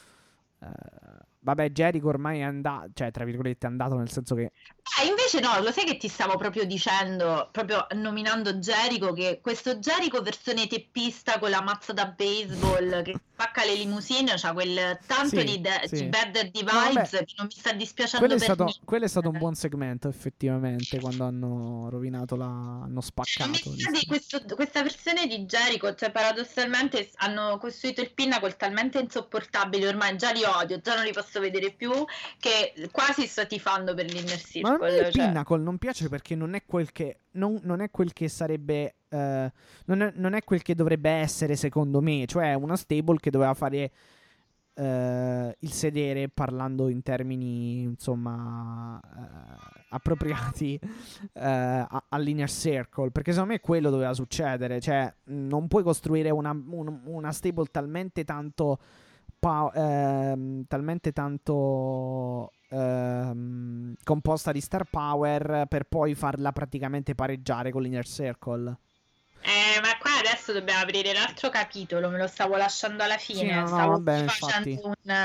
vabbè, Jericho ormai è andato, cioè, tra virgolette, è andato nel senso che. Invece no, lo sai che ti stavo proprio dicendo, proprio nominando Jericho, che questo Jericho versione teppista con la mazza da baseball che spacca le limousine, c'ha quel tanto Sì, di sì. bad No, vabbè, vibes che non mi sta dispiacendo quello è stato un niente. buon segmento, effettivamente, quando hanno rovinato hanno Non mi spaccato. sa di questa versione di Jericho, cioè paradossalmente hanno costruito il Pinnacle talmente insoportabile, ormai già li odio, già non li posso vedere più, che quasi sto tifando per l'Inner Ma a me il Circle. Cioè. Pinnacle non piace perché non è quel che. Non è quel che sarebbe. Non è quel che dovrebbe essere, secondo me. Cioè, una stable che doveva fare il sedere parlando in termini, insomma, appropriati all'Inner Circle. Perché secondo me quello doveva succedere. Cioè, non puoi costruire una stable talmente tanto. Talmente tanto composta di star power per poi farla praticamente pareggiare con l'Inner Circle. Ma qua adesso dobbiamo aprire l'altro capitolo, me lo stavo lasciando alla fine, Sì, no, stavo vabbè, facendo infatti.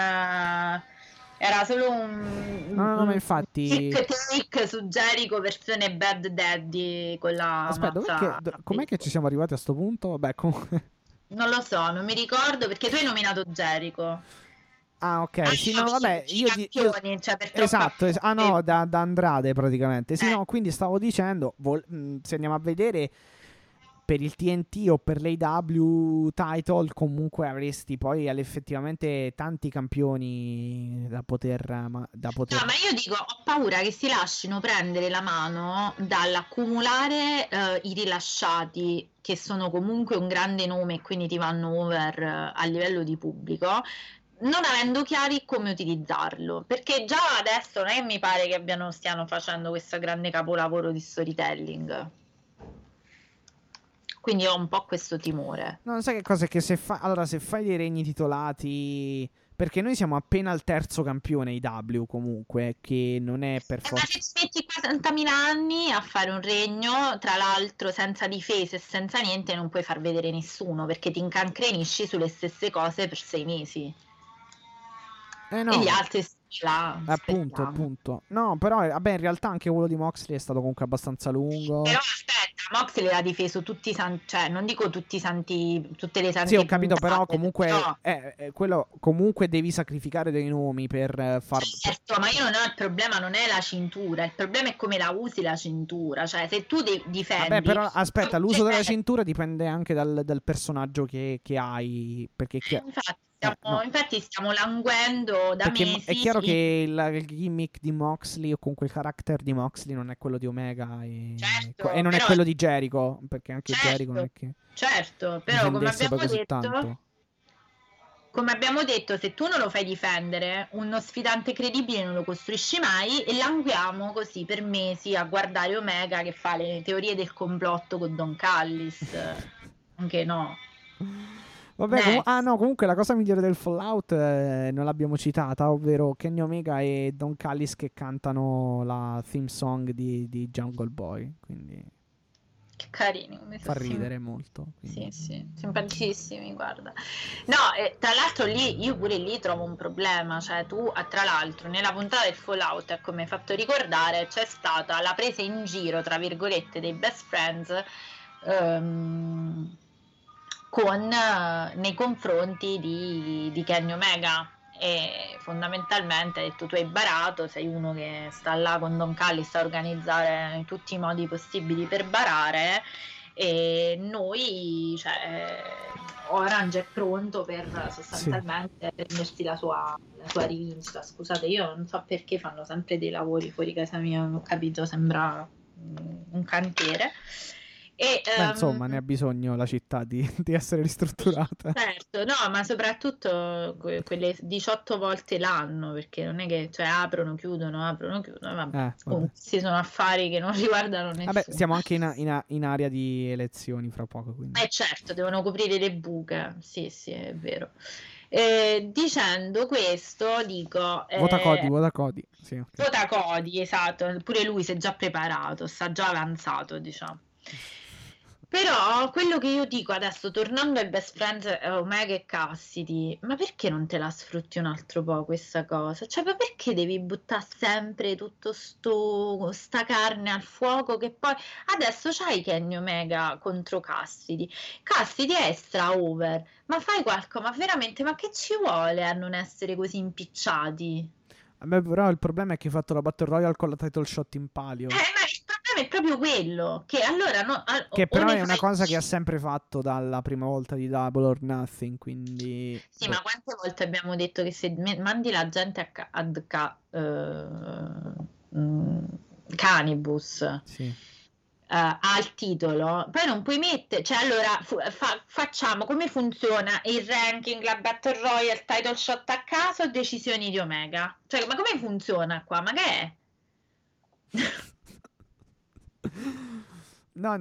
era solo un, No, ma infatti. take su Jericho versione Bad Daddy con la Aspetta, mazza a com'è che ci baseball. siamo arrivati a sto punto? Vabbè, comunque. Non lo so, non mi ricordo perché tu hai nominato Jericho. Ah, ok. Sì, no, vabbè, I campioni, cioè per troppa esatto. Ah, no, fretta. da Andrade praticamente. Sì, no, quindi stavo dicendo, se andiamo a vedere per il TNT o per l'AW title, comunque avresti poi effettivamente tanti campioni da poter. No, ma io dico, ho paura che si lasciino prendere la mano dall'accumulare i rilasciati, che sono comunque un grande nome e quindi ti vanno over a livello di pubblico, non avendo chiari come utilizzarlo. Perché già adesso non è che mi pare che stiano facendo questo grande capolavoro di storytelling. Quindi ho un po' questo timore. No, sai che cosa? È che se fai dei regni titolati, perché noi siamo appena al terzo campione IW comunque, che non è per Ma forza. se ci metti 40.000 anni a fare un regno, tra l'altro senza difese e senza niente, non puoi far vedere nessuno, perché ti incancrenisci sulle stesse cose per 6 mesi. No. E gli altri là, Appunto, aspettiamo. appunto. No, però, vabbè, in realtà anche quello di Moxley è stato comunque abbastanza lungo. Però aspetta, Moxley l'ha difeso tutti i santi, cioè non dico tutti i santi, tutte le sante Sì, ho capito, puntate, però comunque però- quello comunque devi sacrificare dei nomi per far. Certo, ma io non ho il problema, non è la cintura, il problema è come la usi la cintura, cioè se tu difendi... Vabbè, però aspetta, l'uso della Cioè, cintura dipende anche dal personaggio che hai. Perché no. infatti stiamo languendo da Perché mesi. è chiaro che il gimmick di Moxley o comunque il character di Moxley non è quello di Omega Certo, e non è però- quello di Jericho, perché anche Certo, Jericho non è che certo, però come difendesse poi abbiamo così detto... tanto. Come abbiamo detto, se tu non lo fai difendere, uno sfidante credibile non lo costruisci mai e languiamo così per mesi a guardare Omega che fa le teorie del complotto con Don Callis. Anche no. Vabbè, no, comunque la cosa migliore del Fallout non l'abbiamo citata, ovvero Kenny Omega e Don Callis che cantano la theme song di Jungle Boy, quindi Che carini, come fa ridere molto. Quindi. Sì, simpaticissimi, guarda. No, tra l'altro io pure lì trovo un problema, cioè tu, tra l'altro, nella puntata del Fallout, come hai fatto ricordare, c'è stata la presa in giro, tra virgolette, dei best friends nei confronti di Kenny Omega. E fondamentalmente ha detto: tu hai barato, sei uno che sta là con Don Callis a organizzare in tutti i modi possibili per barare, e noi, cioè, Orange è pronto per sostanzialmente prendersi la sua rivincita. Scusate, io non so perché fanno sempre dei lavori fuori casa mia, non ho capito, sembra un cantiere. E, Beh, insomma, ne ha bisogno la città di essere ristrutturata. Certo, no, ma soprattutto quelle 18 volte l'anno, perché non è che, cioè, aprono, chiudono, vabbè. Vabbè. Questi sono affari che non riguardano nessuno. Vabbè, stiamo anche in area di elezioni fra poco, quindi. Certo, devono coprire le buche, sì, è vero. Dicendo questo, dico... Vota Cody. Sì, okay. Vota Cody, esatto, pure lui si è già preparato, sta già avanzato, diciamo. Però quello che io dico adesso, tornando ai best friends Omega e Cassidy, ma perché non te la sfrutti un altro po' questa cosa? Cioè, ma perché devi buttare sempre tutto sta carne al fuoco che poi adesso c'hai Kenny Omega contro Cassidy. Cassidy è extra over, ma fai qualcosa, ma veramente, ma che ci vuole a non essere così impicciati? Vabbè, però il problema è che hai fatto la Battle Royale con la title shot in palio. Ma il problema è proprio quello, che allora... che però è una cosa che ha sempre fatto dalla prima volta di Double or Nothing, quindi... Sì, ma quante volte abbiamo detto che se mandi la gente Canibus al titolo, poi non puoi mettere, cioè allora facciamo come funziona il ranking, la Battle Royale, il title shot a caso o decisioni di Omega? Cioè, ma come funziona qua? Ma che è? No,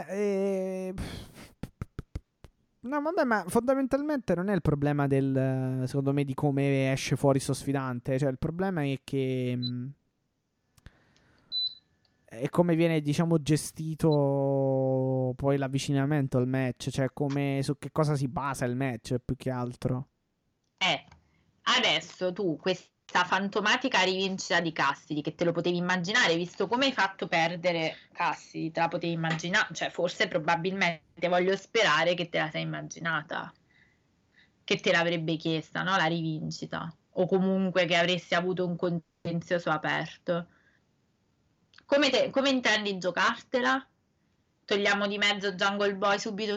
no, vabbè, ma fondamentalmente non è il problema secondo me, di come esce fuori sto sfidante. Cioè, il problema è che è come viene, diciamo, gestito poi l'avvicinamento al match. Cioè, su che cosa si basa il match, più che altro. Adesso tu, questa fantomatica rivincita di Cassidy, che te lo potevi immaginare, visto come hai fatto perdere Cassidy, te la potevi immaginare, cioè forse probabilmente voglio sperare che te la sei immaginata, che te l'avrebbe chiesta, no? La rivincita, o comunque che avresti avuto un contenzioso aperto. Come intendi giocartela? Togliamo di mezzo Jungle Boy subito,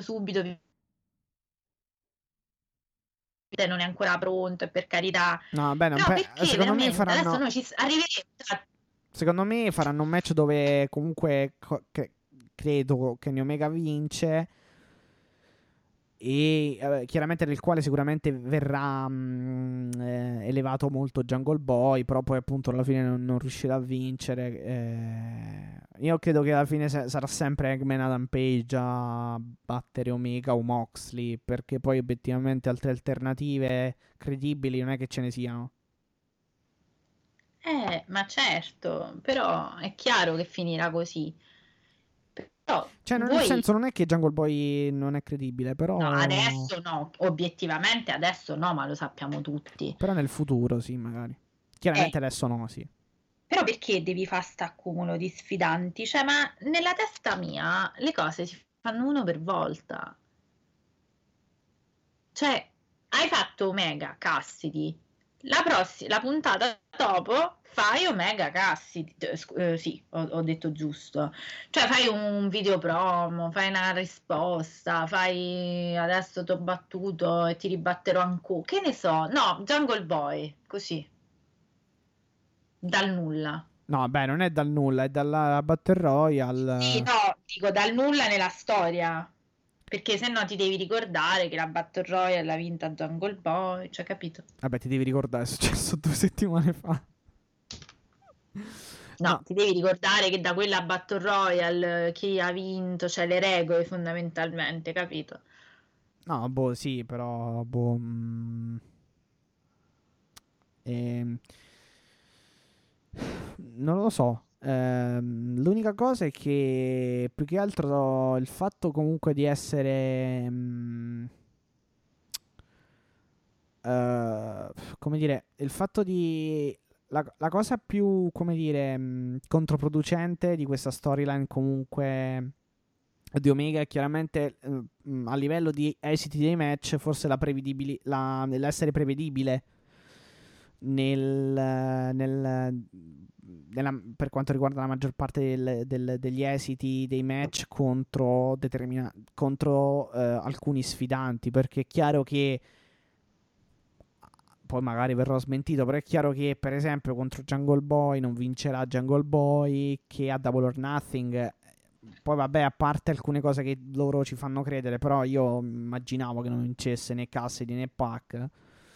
non è ancora pronto, e per carità. No, beh, secondo me faranno... adesso noi ci arriveremo. Secondo me faranno un match dove comunque credo che Kenny Omega vince e chiaramente nel quale sicuramente verrà elevato molto Jungle Boy, però poi appunto alla fine non riuscirà a vincere. Io credo che alla fine sarà sempre Eggman Adam Page a battere Omega o Moxley, perché poi obiettivamente altre alternative credibili non è che ce ne siano. Ma certo, però è chiaro che finirà così. Però Cioè, nel voi... senso, non è che Jungle Boy non è credibile, però... No, adesso no, obiettivamente adesso no, ma lo sappiamo tutti. Però nel futuro sì, magari. Chiaramente adesso no, sì. Però perché devi fare sta accumulo di sfidanti? Cioè, ma nella testa mia le cose si fanno uno per volta. Cioè, hai fatto Omega Cassidy. La puntata dopo fai Omega Cassidy. Sì, ho detto giusto. Cioè, fai un video promo, fai una risposta, fai adesso ti ho battuto e ti ribatterò ancora. Che ne so? No, Jungle Boy, così. Dal nulla. No, beh, non è dal nulla, è dalla Battle Royale. Sì, no, dico dal nulla nella storia. Perché se no ti devi ricordare che la Battle Royale l'ha vinta Jungle Boy, cioè, capito? Vabbè, ti devi ricordare, è successo 2 settimane fa. No, ti devi ricordare che da quella Battle Royale chi ha vinto, cioè le regole fondamentalmente, capito? No, boh, sì, però, boh... non lo so. L'unica cosa è che più che altro il fatto comunque di essere come dire, il fatto di la cosa più, come dire, controproducente di questa storyline comunque di Omega è chiaramente a livello di esiti dei match forse nell'essere prevedibile per quanto riguarda la maggior parte degli esiti dei match contro alcuni sfidanti, perché è chiaro che poi magari verrò smentito, però è chiaro che per esempio contro Jungle Boy non vincerà Jungle Boy, che a Double or Nothing poi vabbè, a parte alcune cose che loro ci fanno credere, però io immaginavo che non vincesse né Cassidy né Pac.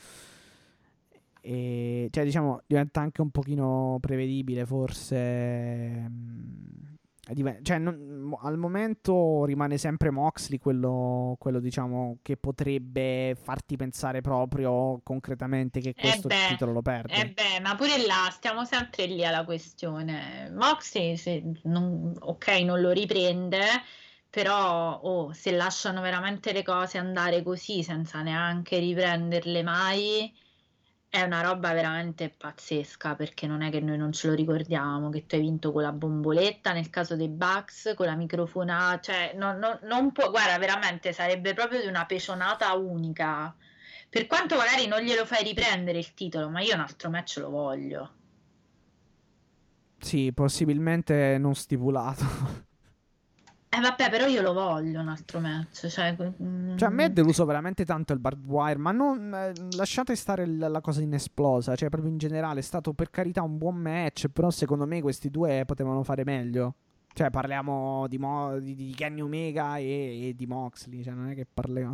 E cioè diciamo diventa anche un pochino prevedibile forse. Cioè, al momento rimane sempre Moxley quello diciamo che potrebbe farti pensare proprio concretamente che questo titolo lo perde. Ma pure là stiamo sempre lì alla questione. Moxley ok, non lo riprende, però se lasciano veramente le cose andare così senza neanche riprenderle mai, è una roba veramente pazzesca, perché non è che noi non ce lo ricordiamo che tu hai vinto con la bomboletta nel caso dei Bucks, con la microfonata, cioè non può, guarda, veramente sarebbe proprio di una pecionata unica, per quanto magari non glielo fai riprendere il titolo, ma io un altro match lo voglio. Sì, possibilmente non stipulato. Vabbè, però io lo voglio un altro match. Cioè, a me è deluso veramente tanto il barbed wire, ma non lasciate stare la cosa inesplosa. Cioè, proprio in generale è stato per carità un buon match, però secondo me questi due potevano fare meglio. Cioè, parliamo di Kenny Omega e di Moxley. Cioè, non è che parliamo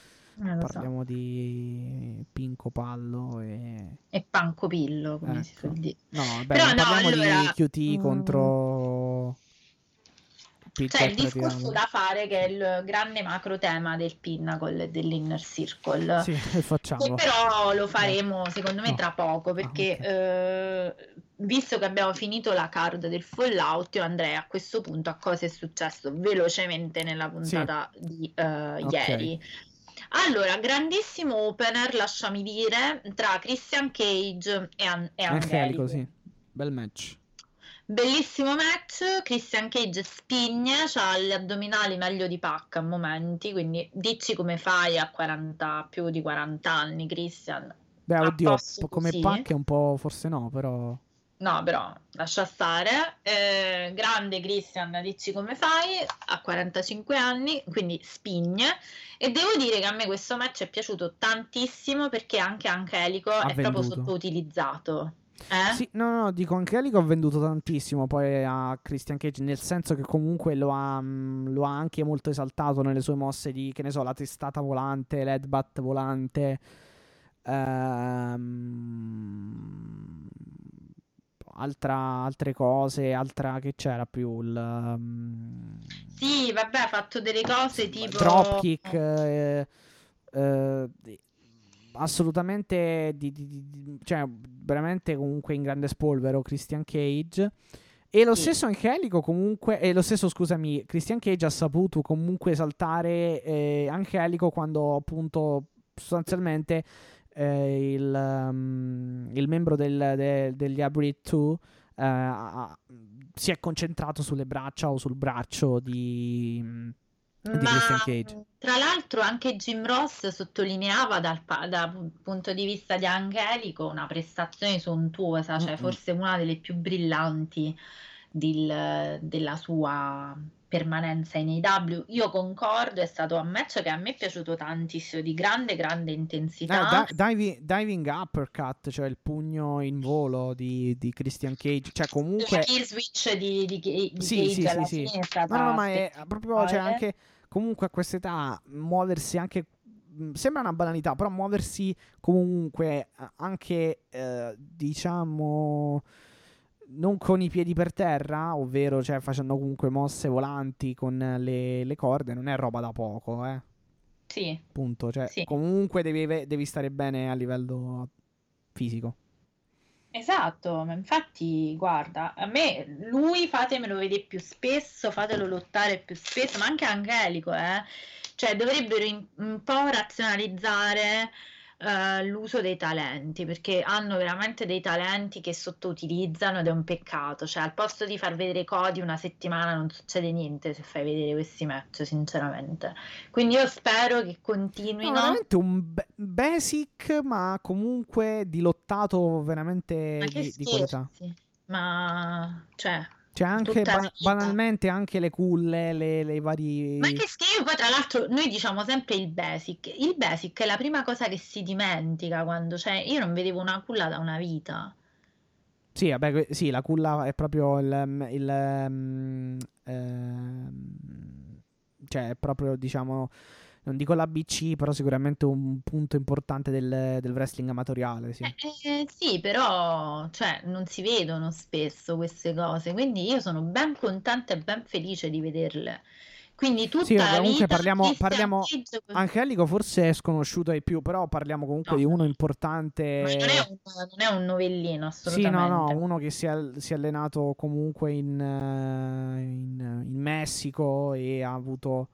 di Pinco Pallo e Panco Pillo, come si suol dire. No, beh, parliamo di QT contro... Cioè il discorso da fare che è il grande macro tema del Pinnacle e dell'Inner Circle. Sì, facciamo. Che però lo faremo secondo me tra poco, perché visto che abbiamo finito la card del Fallout, io andrei a questo punto a cosa è successo velocemente nella puntata di ieri. Allora, grandissimo opener, lasciami dire, tra Christian Cage e Angelico. Sì, bel match. Bellissimo match, Christian Cage spigne, c'ha gli addominali meglio di Pac a momenti, quindi dici come fai a più di 40 anni, Christian. Beh, oddio, come Pac è un po', forse no, però... No, però lascia stare. Grande Christian, dici come fai a 45 anni, quindi spigne. E devo dire che a me questo match è piaciuto tantissimo, perché anche Angelico è proprio sottoutilizzato. Sì, no, dico, anche Angelico ha venduto tantissimo poi a Christian Cage, nel senso che comunque lo ha anche molto esaltato nelle sue mosse di, che ne so, la testata volante, l'headbutt volante, altre cose, che c'era più, Sì, vabbè, ha fatto delle cose tipo dropkick, assolutamente cioè veramente comunque in grande spolvero Christian Cage. E lo Sì. stesso Angelico comunque, e lo stesso, scusami, Christian Cage ha saputo comunque esaltare Angelico quando appunto sostanzialmente il membro degli Hybrid 2 si è concentrato sulle braccia o sul braccio di Christian Cage. Tra l'altro anche Jim Ross sottolineava dal punto di vista di Angelico una prestazione sontuosa, cioè forse una delle più brillanti della sua permanenza in AEW. Io concordo, è stato un match che a me è piaciuto tantissimo, di grande intensità. Diving uppercut, cioè il pugno in volo di Christian Cage, cioè comunque La kill switch di sì, Cage alla sì. fine è stata No, ma è proprio, cioè, spettacolare. anche comunque a questa età muoversi anche sembra una banalità, però muoversi comunque anche diciamo non con i piedi per terra, ovvero cioè facendo comunque mosse volanti con le corde, non è roba da poco, Sì, punto, cioè sì. comunque devi stare bene a livello fisico. Esatto, ma infatti, guarda, a me lui fatemelo vedere più spesso, fatelo lottare più spesso, ma anche Angelico, cioè dovrebbero un po' razionalizzare l'uso dei talenti, perché hanno veramente dei talenti che sottoutilizzano ed è un peccato, cioè al posto di far vedere Cody una settimana non succede niente se fai vedere questi match, sinceramente. Quindi io spero che No, continuino. veramente un basic, ma comunque di lottato Ma veramente che di qualità. scherzi? Ma cioè, Cioè anche tutta la vita. banalmente anche le culle, le Ma vari... che schifo, poi tra l'altro noi diciamo sempre il basic. Il basic è la prima cosa che si dimentica quando c'è. Io non vedevo una culla da una vita. Sì, vabbè, sì, la culla è proprio cioè è proprio, diciamo, non dico l'ABC, però sicuramente un punto importante del wrestling amatoriale, sì. Sì, però cioè, non si vedono spesso queste cose, quindi io sono ben contenta e ben felice di vederle. Quindi Sì, tutta vabbè, la comunque vita Christian parliamo Cage. Angelico forse è sconosciuto ai più, però parliamo comunque No, di uno ma non è importante. non è un novellino, Sì, no, assolutamente. uno che si è allenato comunque in Messico e ha avuto,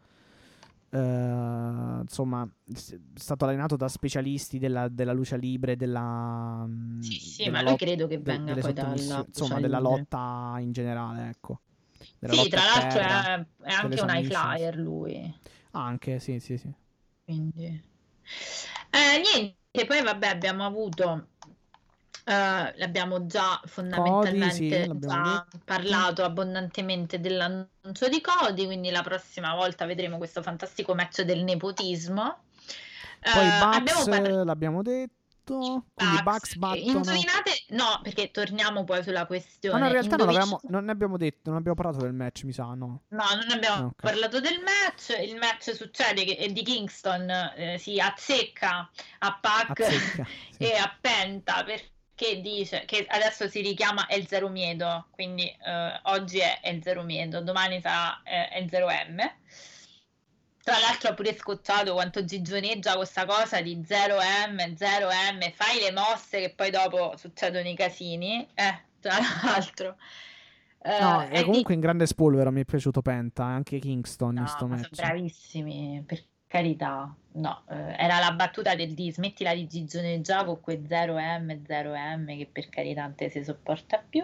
insomma, è stato allenato da specialisti della lucha libre, Sì, della ma lui lotta, credo che venga delle poi dalla sottomissioni, lucha insomma, della libre. lotta in generale, ecco, della Sì, lotta tra a l'altro terra, è delle anche un high submissions. flyer lui, Anche, sì. quindi. Niente, poi vabbè abbiamo avuto, l'abbiamo già Cody, sì, fondamentalmente l'abbiamo già detto. parlato abbondantemente dell'annuncio di Cody, quindi la prossima volta vedremo questo fantastico match del nepotismo. Poi i Abbiamo Bucks poi l'abbiamo detto, quindi i Bucks, Bucks battono. indovinate? No, perché torniamo poi sulla Ah no, in questione. realtà Indovinate? non ne abbiamo detto, non abbiamo parlato del match, mi sa, no. No, non abbiamo Ah, ok. parlato del match. Il match succede che Eddie Kingston si azzecca a Pac Azzecca, sì. e a Penta perché dice che adesso si richiama El Zero Miedo, quindi oggi è El Zero Miedo, domani sarà El Zero M. Tra l'altro ha pure scocciato quanto gigioneggia questa cosa di 0M, 0M, fai le mosse che poi dopo succedono i casini. Tra l'altro. No, è Eddie. comunque in grande spolvero, mi è piaciuto Penta, anche Kingston in No, sto ma sono match. bravissimi, per carità. No, era la battuta del di smettila di gigioneggiare con quel 0M, 0M che per carità non te si sopporta più.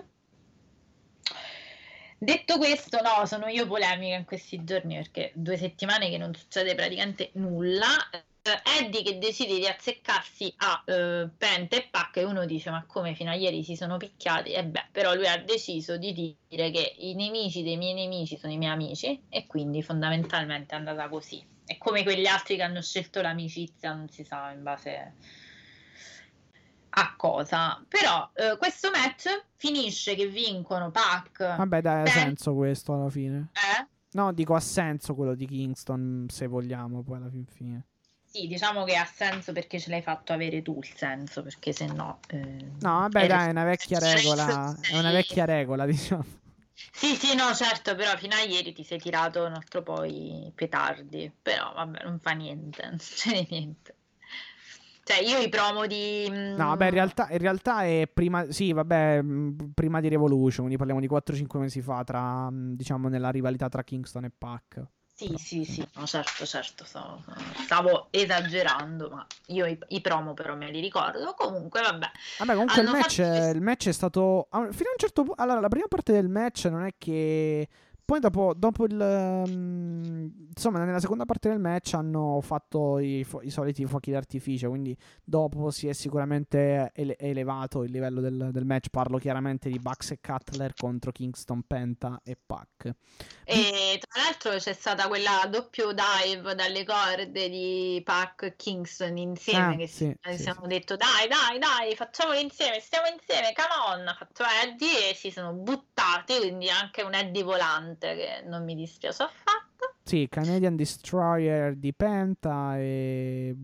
Detto questo, no, sono io polemica in questi giorni perché 2 settimane che non succede praticamente nulla. Eddie che decide di azzeccarsi a Penta e Pac e uno dice ma come fino a ieri si sono picchiati? E beh, però lui ha deciso di dire che i nemici dei miei nemici sono i miei amici e quindi fondamentalmente è andata così. È come quegli altri che hanno scelto l'amicizia, non si sa in base a cosa. Però questo match finisce che vincono Pac. Vabbè, dai, ha senso questo alla fine. Eh? No, dico ha senso quello di Kingston, se vogliamo, poi alla fine. Sì, diciamo che ha senso perché ce l'hai fatto avere tu il senso, perché se no... No, vabbè, dai, è una vecchia regola, è una vecchia regola, diciamo. Sì, no, certo, però fino a ieri ti sei tirato un altro po' i petardi, però vabbè, non fa niente, non c'è niente. Cioè, io i promo di... No, vabbè, in realtà è prima, sì, vabbè, prima di Revolution, quindi parliamo di 4-5 mesi fa, tra, diciamo, nella rivalità tra Kingston e Pac. Sì, no, certo, stavo esagerando, ma io i promo però me li ricordo. Comunque, vabbè. Comunque il match è stato... Fino a un certo punto... Allora, la prima parte del match non è che... Poi dopo insomma, nella seconda parte del match hanno fatto i soliti fuochi d'artificio, quindi dopo si è sicuramente elevato il livello del match. Parlo chiaramente di Bucks e Cutler contro Kingston, Penta e Pac. E tra l'altro c'è stata quella doppio dive dalle corde di Pac e Kingston insieme, che siamo detto dai, facciamolo insieme, stiamo insieme, come on, ha fatto Eddie e si sono buttati, quindi anche un Eddie volante che non mi dispiace affatto. Sì, Canadian Destroyer di Penta e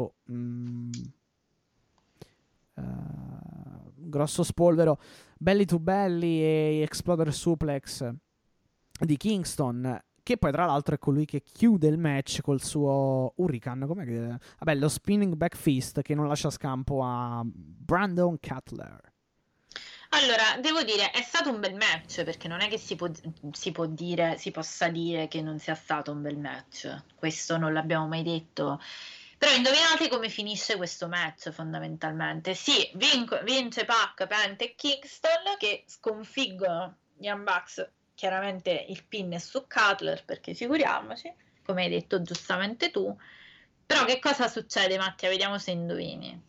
grosso spolvero Belly to Belly e Exploder Suplex di Kingston, che poi tra l'altro è colui che chiude il match col suo Hurricane, com'è che... Vabbè, lo spinning back fist che non lascia scampo a Brandon Cutler. Allora, devo dire, è stato un bel match, perché non è che si possa dire che non sia stato un bel match. Questo non l'abbiamo mai detto. Però indovinate come finisce questo match fondamentalmente. Sì, vince Pac, Penta e Kingston che sconfiggono gli Young Bucks. Chiaramente il pin è su Cutler, perché figuriamoci, come hai detto giustamente tu. Però che cosa succede, Mattia? Vediamo se indovini.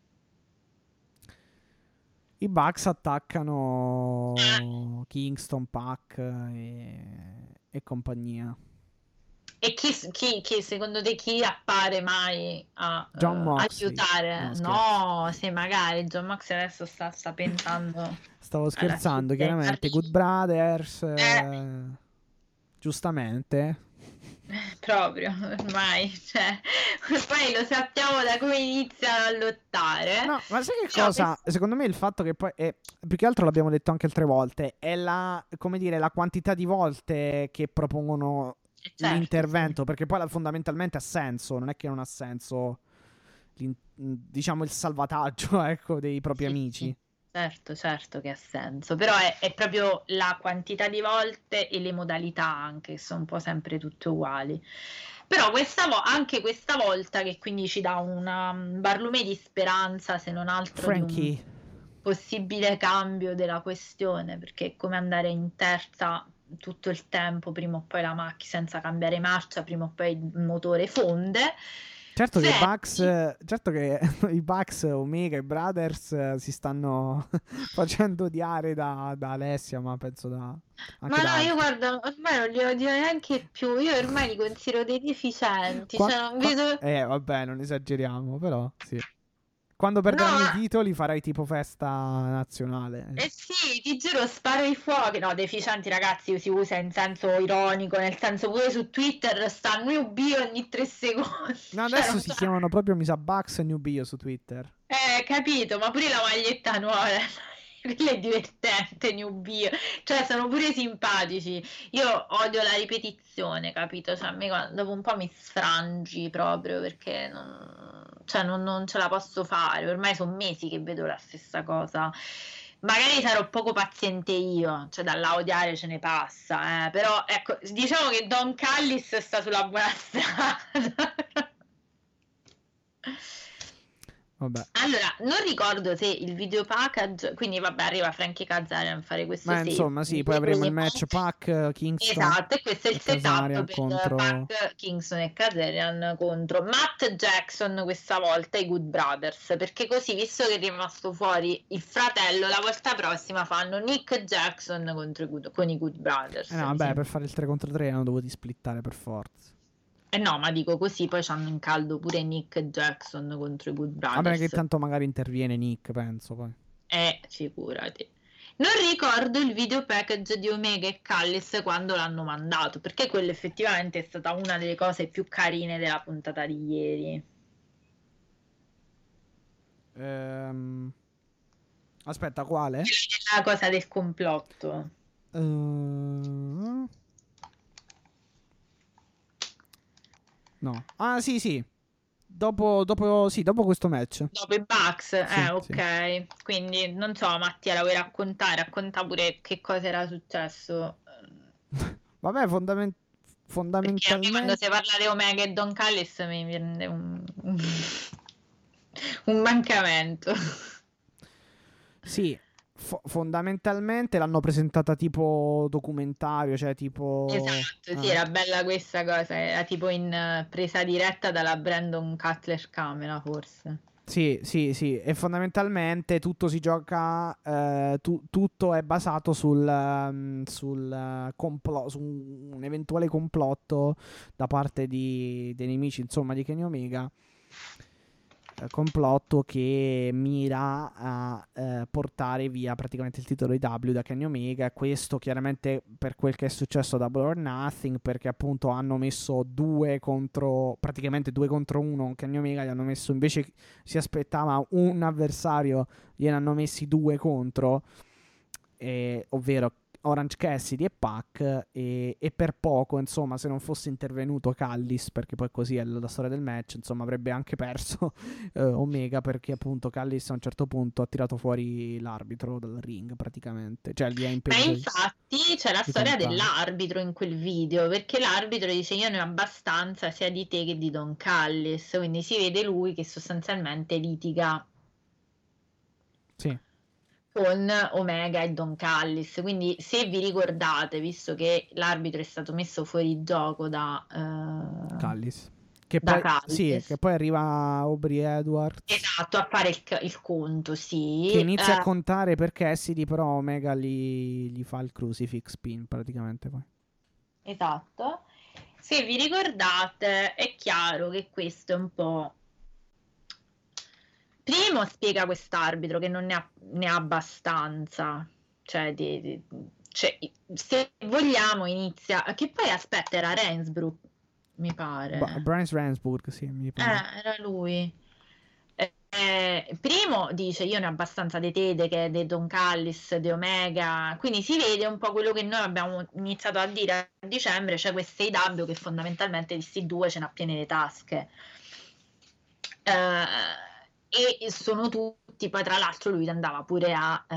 I Bucks attaccano Kingston, Pac e compagnia. E chi secondo te chi appare mai a John Moxley. aiutare? No, se magari John Moxley adesso sta pensando. Stavo scherzando, chiaramente. Good Brothers, giustamente. Proprio, ormai lo sappiamo da come iniziano a lottare. No, ma sai che cosa? Secondo me il fatto che poi più che altro l'abbiamo detto anche altre volte, è la quantità di volte che propongono l'intervento, perché poi fondamentalmente ha senso, non è che non ha senso diciamo il salvataggio, ecco, dei propri amici. Certo che ha senso, però è proprio la quantità di volte e le modalità anche, che sono un po' sempre tutte uguali. Però anche questa volta, che quindi ci dà un barlume di speranza, se non altro Frankie, di un possibile cambio della questione, perché è come andare in terza tutto il tempo, prima o poi la macchina senza cambiare marcia, prima o poi il motore fonde. Certo che i Bucks, Omega e Brothers si stanno facendo odiare da Alessia, ma penso anche ma no, io guarda, ormai non li odio neanche più, io ormai li considero dei deficienti, non vedo... vabbè, non esageriamo, però sì. Quando perderanno i titoli farai tipo festa nazionale. Sì, ti giuro, sparo i fuochi. No, deficienti ragazzi si usa in senso ironico, nel senso pure su Twitter sta New Bio ogni 3 secondi. No, adesso si chiamano proprio Bucks e New Bio su Twitter. Capito, ma pure la maglietta nuova, quello è divertente, New Bio. Cioè, sono pure simpatici. Io odio la ripetizione, capito? Cioè, a me dopo un po' mi sfrangi proprio, perché non ce la posso fare. Ormai sono mesi che vedo la stessa cosa. Magari sarò poco paziente io, cioè dalla odiare ce ne passa, però ecco, diciamo che Don Callis sta sulla buona strada. Vabbè. Allora, non ricordo se il video package, quindi vabbè, arriva Frankie Kazarian a fare questo. Ma insomma, sì, poi avremo il match Pac, Kingston. Esatto, e questo è il setup per contro... Pac, Kingston e Kazarian contro Matt Jackson questa volta, i Good Brothers, perché così, visto che è rimasto fuori il fratello, la volta prossima fanno Nick Jackson con i Good Brothers. No, vabbè, per fare il 3 contro 3 hanno dovuto splittare per forza. No, ma dico così, poi c'hanno in caldo pure Nick Jackson contro i Good Va bene che Brothers. tanto magari interviene Nick, penso poi. Figurati. Non ricordo il video package di Omega e Callis quando l'hanno mandato, perché quello effettivamente è stata una delle cose più carine della puntata di ieri. Aspetta, quale? La cosa del complotto. No. Ah, sì. Dopo questo match. Dopo i Bucks, ok. Sì. Quindi non so, Mattia, la vuoi raccontare? Racconta pure che cosa era successo. Vabbè, Perché a me quando fondamentalmente... si parla di Omega e Don Callis mi viene un mancamento. Sì, fondamentalmente l'hanno presentata tipo documentario, cioè tipo... Esatto, sì, era bella questa cosa, era tipo in presa diretta dalla Brandon Cutler camera, forse. Sì, e fondamentalmente tutto si gioca, tutto è basato su un eventuale complotto da parte dei nemici, insomma, di Kenny Omega. Complotto che mira a portare via praticamente il titolo di W da Kenny Omega. Questo chiaramente per quel che è successo a Double or Nothing, perché appunto hanno messo praticamente 2 contro 1 Kenny Omega, gli hanno messo, invece si aspettava un avversario, gliene hanno messi 2 contro, ovvero Orange Cassidy e Pac, e per poco, insomma, se non fosse intervenuto Callis, perché poi così è la storia del match, insomma, avrebbe anche perso Omega, perché appunto Callis a un certo punto ha tirato fuori l'arbitro dal ring praticamente, cioè gli ha Ma impedito infatti c'è la di storia contare. dell'arbitro in quel video, perché l'arbitro dice io ne ho abbastanza sia di te che di Don Callis, quindi si vede lui che sostanzialmente litiga Sì, con Omega e Don Callis. Quindi se vi ricordate, visto che l'arbitro è stato messo fuori gioco Callis. Che da poi, sì, che Callis, poi arriva Aubrey Edwards, esatto, a fare il conto, che sì, inizia a contare per Cassidy, però Omega gli fa il crucifix pin praticamente poi. esatto. Se vi ricordate, è chiaro che questo è un po'. Primo spiega quest'arbitro che non ne ha abbastanza, cioè, cioè, se vogliamo inizia, che poi aspetta era Rensbrook, mi pare. Bryce Ransburg, sì, mi pare. Era lui. Primo dice io ne ho abbastanza di te, che di Don Callis, di Omega, quindi si vede un po' quello che noi abbiamo iniziato a dire a dicembre, cioè queste IW che fondamentalmente di questi due ce n'ha piene le tasche. E sono tutti, poi tra l'altro lui andava pure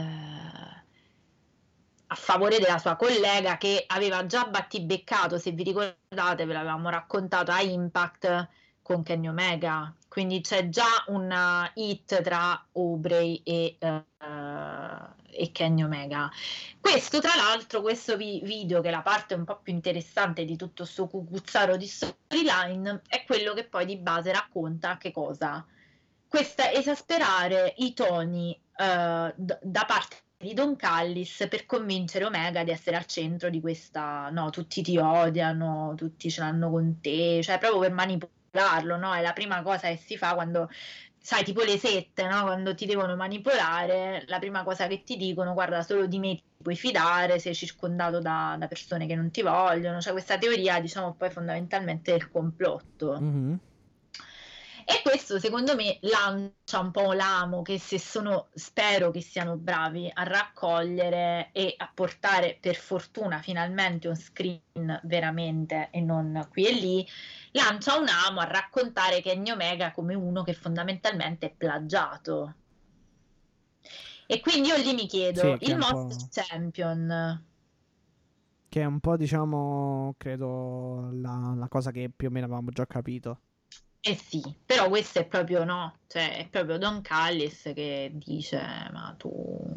a favore della sua collega che aveva già battibeccato, se vi ricordate, ve l'avevamo raccontato a Impact con Kenny Omega, quindi c'è già una hit tra Aubrey e Kenny Omega. Questo tra l'altro, questo video che è la parte un po' più interessante di tutto sto cucuzzaro di storyline è quello che poi di base racconta che cosa? Questa esasperare i toni da parte di Don Callis per convincere Omega di essere al centro di questa, no, tutti ti odiano, tutti ce l'hanno con te, cioè proprio per manipolarlo, no? È la prima cosa che si fa quando, sai, tipo le sette, no? Quando ti devono manipolare, la prima cosa che ti dicono, guarda, solo di me ti puoi fidare, sei circondato da persone che non ti vogliono, cioè questa teoria, diciamo, poi fondamentalmente è il complotto. Mm-hmm. E questo secondo me lancia un po' l'amo che spero che siano bravi a raccogliere e a portare per fortuna finalmente on screen veramente e non qui e lì, lancia un amo a raccontare Kenny Omega come uno che fondamentalmente è plagiato. E quindi io lì mi chiedo, Sì, il Most Champion, che è un po', diciamo, credo la cosa che più o meno avevamo già capito. eh sì, però questo è proprio no, cioè è proprio Don Callis che dice ma tu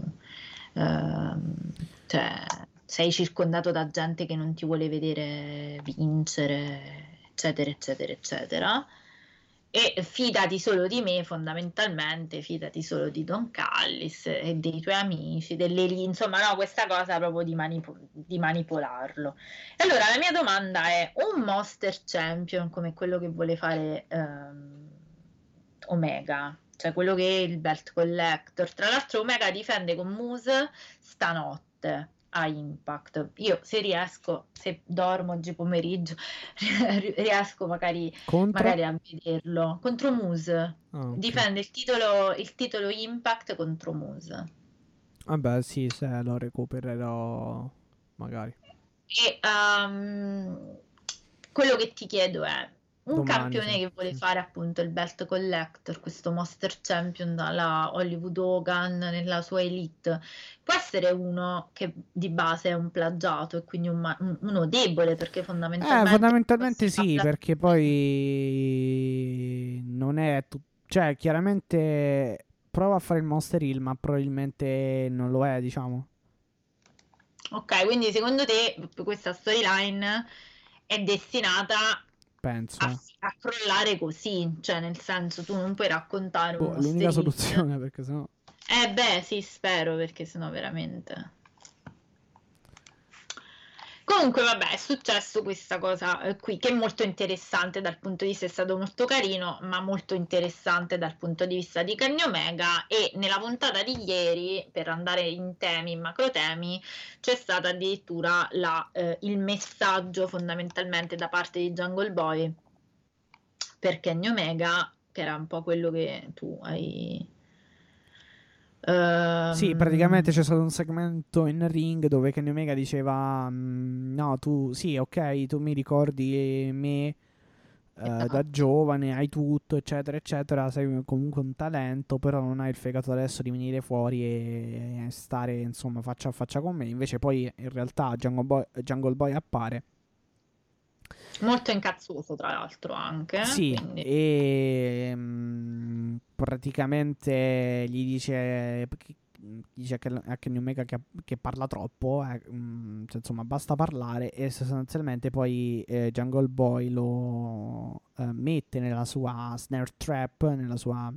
cioè, sei circondato da gente che non ti vuole vedere vincere, eccetera, eccetera, eccetera. e fidati solo di me, fondamentalmente, fidati solo di Don Callis e dei tuoi amici, insomma, no, questa cosa proprio di manipolarlo. E allora la mia domanda è: un Monster Champion come quello che vuole fare Omega, cioè quello che è il Belt Collector, tra l'altro Omega difende con Moose stanotte a Impact. Io se riesco, se dormo oggi pomeriggio, riesco magari a vederlo contro Moose. Okay. Difende il titolo Impact contro Moose. Vabbè, sì, se lo recupererò magari. E quello che ti chiedo è: un Domani, campione sì, che vuole sì. fare appunto il Belt Collector, questo Monster Champion dalla Hollywood Hogan nella sua elite, può essere uno che di base è un plagiato e quindi uno debole, perché fondamentalmente sì, perché poi non è cioè chiaramente prova a fare il Monster Hill, ma probabilmente non lo è, diciamo. Ok, quindi secondo te questa storyline è destinata Penso. a crollare così, cioè nel senso, tu non puoi raccontare un Monster l'unica Hill. soluzione, perché sennò Beh, sì, spero, perché sennò veramente. Comunque, vabbè, è successo questa cosa qui, che è molto interessante dal punto di vista, è stato molto carino, ma molto interessante dal punto di vista di Kenny Omega. E nella puntata di ieri, per andare in macro temi, c'è stato addirittura il messaggio fondamentalmente da parte di Jungle Boy per Kenny Omega, che era un po' quello che tu hai... Sì, praticamente c'è stato un segmento in ring dove Kenny Omega diceva no, tu, sì, ok, tu mi ricordi me da giovane, hai tutto, eccetera, eccetera, sei comunque un talento, però non hai il fegato adesso di venire fuori e stare, insomma, faccia a faccia con me. Invece poi in realtà Jungle Boy appare. Molto incazzoso, tra l'altro, anche. Sì, quindi... e praticamente gli dice a Kenny Omega che parla troppo, cioè, insomma, basta parlare, e sostanzialmente poi Jungle Boy lo mette nella sua snare trap, nella sua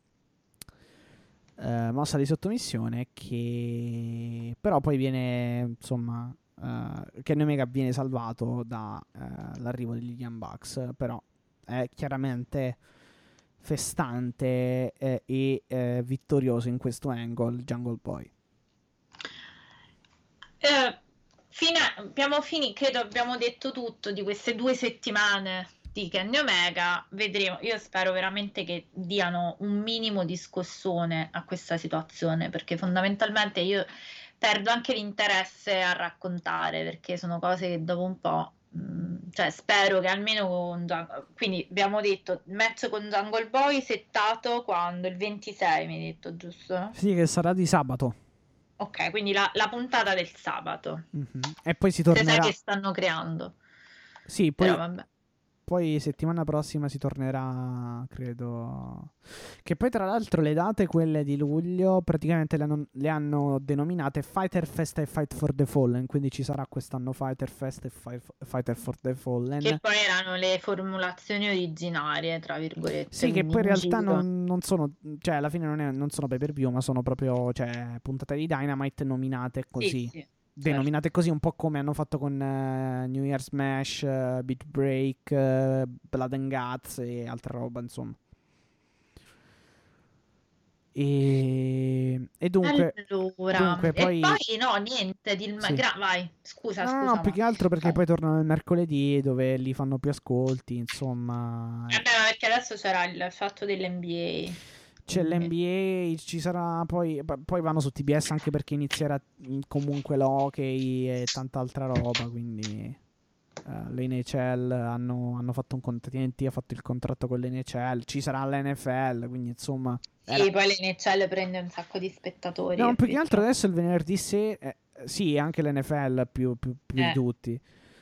mossa di sottomissione, che però poi viene, insomma, Kenny Omega viene salvato dall'arrivo degli Young Bucks, però è chiaramente festante e vittorioso in questo angle Jungle Boy. Credo abbiamo detto tutto di queste 2 settimane di Kenny Omega. Vedremo, io spero veramente che diano un minimo di scossone a questa situazione, perché fondamentalmente io perdo anche l'interesse a raccontare, perché sono cose che dopo un po', cioè spero che almeno quindi abbiamo detto il match con Jungle Boy settato quando? Il 26, mi hai detto, giusto? Sì, che sarà di sabato. Ok, quindi la puntata del sabato. Mm-hmm. E poi si Se tornerà. sai che stanno creando. Sì, Però vabbè. poi settimana prossima si tornerà, credo. Che poi tra l'altro le date, quelle di luglio, praticamente le hanno denominate Fighter Fest e Fight for the Fallen. Quindi ci sarà quest'anno Fighter Fest e Fighter for the Fallen. Che poi erano le formulazioni originarie, tra virgolette. Sì, che poi in realtà non sono, cioè alla fine non sono pay per view, ma sono proprio, cioè, puntate di Dynamite nominate così. Sì. Denominate così, un po' come hanno fatto con New Year's Smash, Beat Break, Blood and Guts e altra roba, insomma. E dunque, allora, poi... E poi no, niente, Sì. Vai, scusa. No, più che altro perché poi tornano il mercoledì, dove li fanno più ascolti, insomma. Vabbè, ma perché adesso c'era il fatto dell'NBA. C'è l'NBA, ci sarà poi vanno su TBS, anche perché inizierà comunque l'hockey e tanta altra roba, quindi l'NHL hanno fatto un contratto, TNT ha fatto il contratto con l'NHL, ci sarà l'NFL, quindi insomma... Sì, poi l'NHL prende un sacco di spettatori. No, più che altro adesso il venerdì sì, anche l'NFL più di tutti.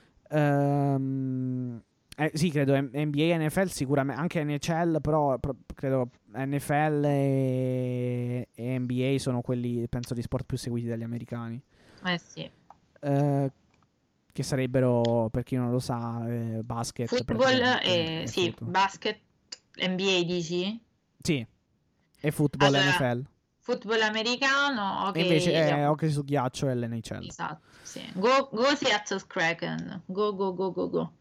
Sì, credo NBA e NFL sicuramente, anche NHL, però credo NFL e NBA sono quelli, penso, di sport più seguiti dagli americani. Sì. Che sarebbero, per chi non lo sa, basket. Football e sì, football. basket NBA dici? Sì, e football Allora, NFL. football americano, ok. E invece è hockey su ghiaccio e l'NHL. Esatto, sì. Go Seattle Kraken. Go.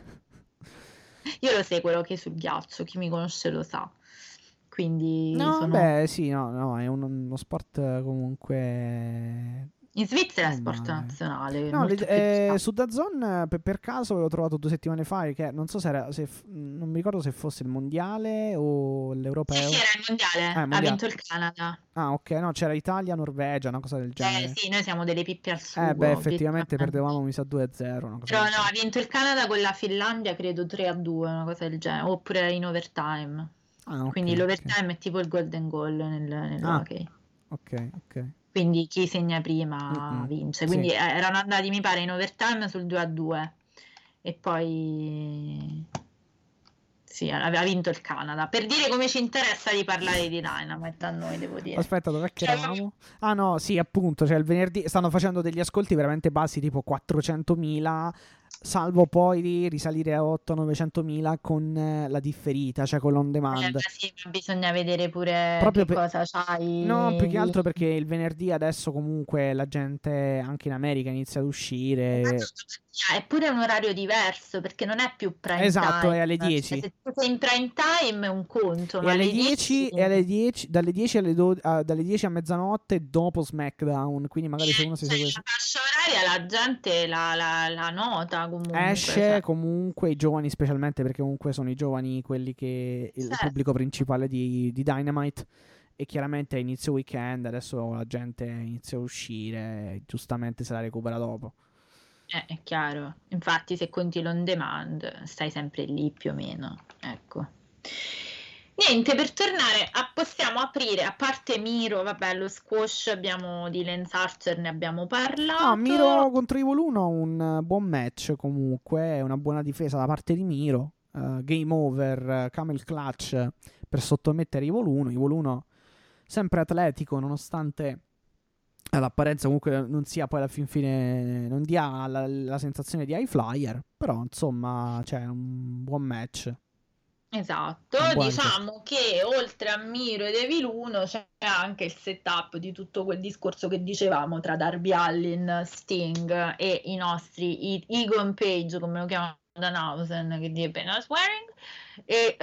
Io lo seguo l'hockey sul ghiaccio, chi mi conosce lo sa. Quindi No, sono... beh, sì, no, è uno sport comunque In Svizzera è sport normale. nazionale, No, molto più di su DAZN per caso avevo trovato 2 settimane fa che non so se era, non mi ricordo se fosse il mondiale o Sì, l'europeo. era il mondiale, ha Mondiale. vinto il Canada. Ah, ok, no, c'era Italia, Norvegia, una cosa del genere. Sì, noi siamo delle pippe al Beh, sugo, effettivamente obiettivamente. perdevamo, mi sa 2-0, una cosa Però del no, ha genere. vinto il Canada con la Finlandia, credo 3-2, una cosa del genere, oppure in overtime. Ah, ok, Quindi ok. l'overtime è tipo il golden goal Ah, nell'hockey. ok. Quindi chi segna prima Mm-mm. vince. Sì. Quindi erano andati, mi pare, in overtime sul 2-2. E poi sì, aveva vinto il Canada. Per dire come ci interessa di parlare di Dynamite a noi, devo dire. Aspetta, dov'è che Cioè, eravamo? Ah no, sì, appunto, cioè il venerdì stanno facendo degli ascolti veramente bassi, tipo 400.000, salvo poi risalire a 800-900.000 con la differita, cioè con l'on demand. sì, ma bisogna vedere pure Proprio che cosa c'hai No, più che altro di... perché il venerdì adesso comunque la gente anche in America inizia ad uscire. È pure un orario diverso perché non è più prime Esatto, time. è alle Cioè, 10. se tu sei in prime time è un conto, E ma alle alle 10, 10 e alle 10 dalle 10 dalle 10 a mezzanotte dopo SmackDown. Quindi magari se uno si cioè, segue. la fascia oraria la gente la nota comunque. Esce Cioè. comunque i giovani, specialmente perché comunque sono i giovani quelli che il Sì. pubblico principale di Dynamite. E chiaramente a inizio weekend adesso la gente inizia a uscire, e giustamente se la recupera dopo. È chiaro. Infatti, se conti l'on demand, stai sempre lì più o meno. Ecco. Niente, per tornare, possiamo aprire, a parte Miro, vabbè, lo squash abbiamo di Lance Archer, ne abbiamo No, parlato. Miro contro Evil 1 un buon match comunque, è una buona difesa da parte di Miro. Game over, camel clutch per sottomettere Evil 1. Evil 1 sempre atletico nonostante all'apparenza comunque non sia poi alla fin fine, non dia la sensazione di high flyer, però insomma c'è un buon match. Esatto, Una buona difesa. diciamo che oltre a Miro ed Evil 1 c'è anche il setup di tutto quel discorso che dicevamo tra Darby Allin, Sting e i nostri Egon Page, come lo chiamano Danhausen, che dice appena swearing, e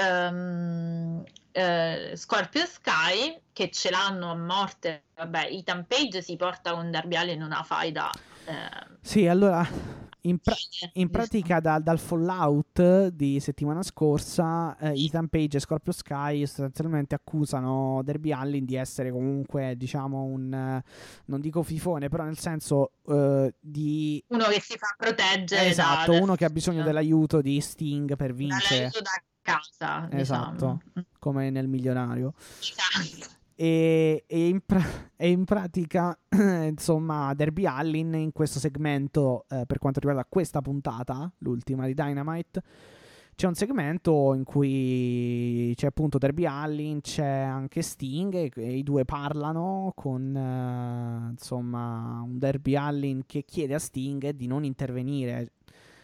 Scorpio Sky, che ce l'hanno a morte. Vabbè, Ethan Page si porta con Darby Allin in una faida. Sì, allora in pratica dal Fallout di settimana scorsa Ethan Page e Scorpio Sky sostanzialmente accusano Darby Allin di essere comunque diciamo non dico fifone, però nel senso di uno che si fa proteggere esatto, uno che ha bisogno dell'aiuto di Sting per vincere, dall'aiuto da casa, esatto, diciamo. come nel Milionario. Esatto. E in pratica, insomma, Darby Allin in questo segmento, per quanto riguarda questa puntata, l'ultima di Dynamite, c'è un segmento in cui c'è appunto Darby Allin, c'è anche Sting e i due parlano con, insomma, un Darby Allin che chiede a Sting di non intervenire.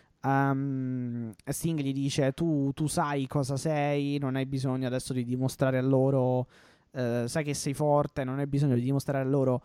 Sting gli dice tu sai cosa sei, non hai bisogno adesso di dimostrare a loro... sai che sei forte, non hai bisogno di dimostrare a loro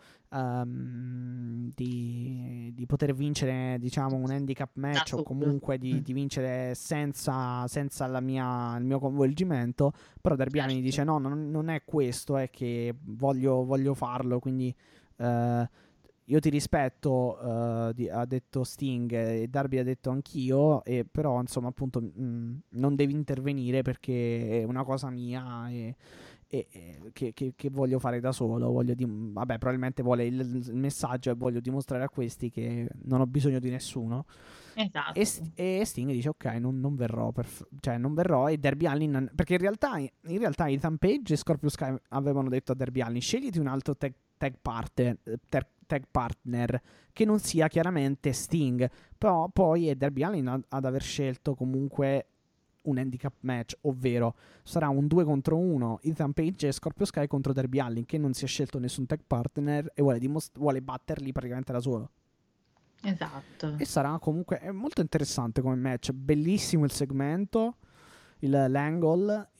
di poter vincere, diciamo, un handicap match o comunque di vincere senza il mio coinvolgimento. Però Darby Allin dice no, non è questo, è che voglio farlo, quindi io ti rispetto, ha detto Sting, e Darby ha detto anch'io, però insomma appunto non devi intervenire perché è una cosa mia che voglio fare da solo. Vabbè, probabilmente vuole il messaggio e voglio dimostrare a questi che non ho bisogno di nessuno. Esatto. E Sting dice ok, non verrò, cioè non verrò. E Darby Allin, perché in realtà Ethan Page e Scorpio Sky avevano detto a Darby Allin scegliti un altro tag partner che non sia chiaramente Sting, però poi è Darby Allin ad aver scelto comunque un handicap match, ovvero sarà un 2 contro 1 Ethan Page e Scorpio Sky contro Darby Allin, che non si è scelto nessun tag partner e vuole batterli praticamente da solo. Esatto. E sarà comunque è molto interessante come match, bellissimo il segmento. l'angle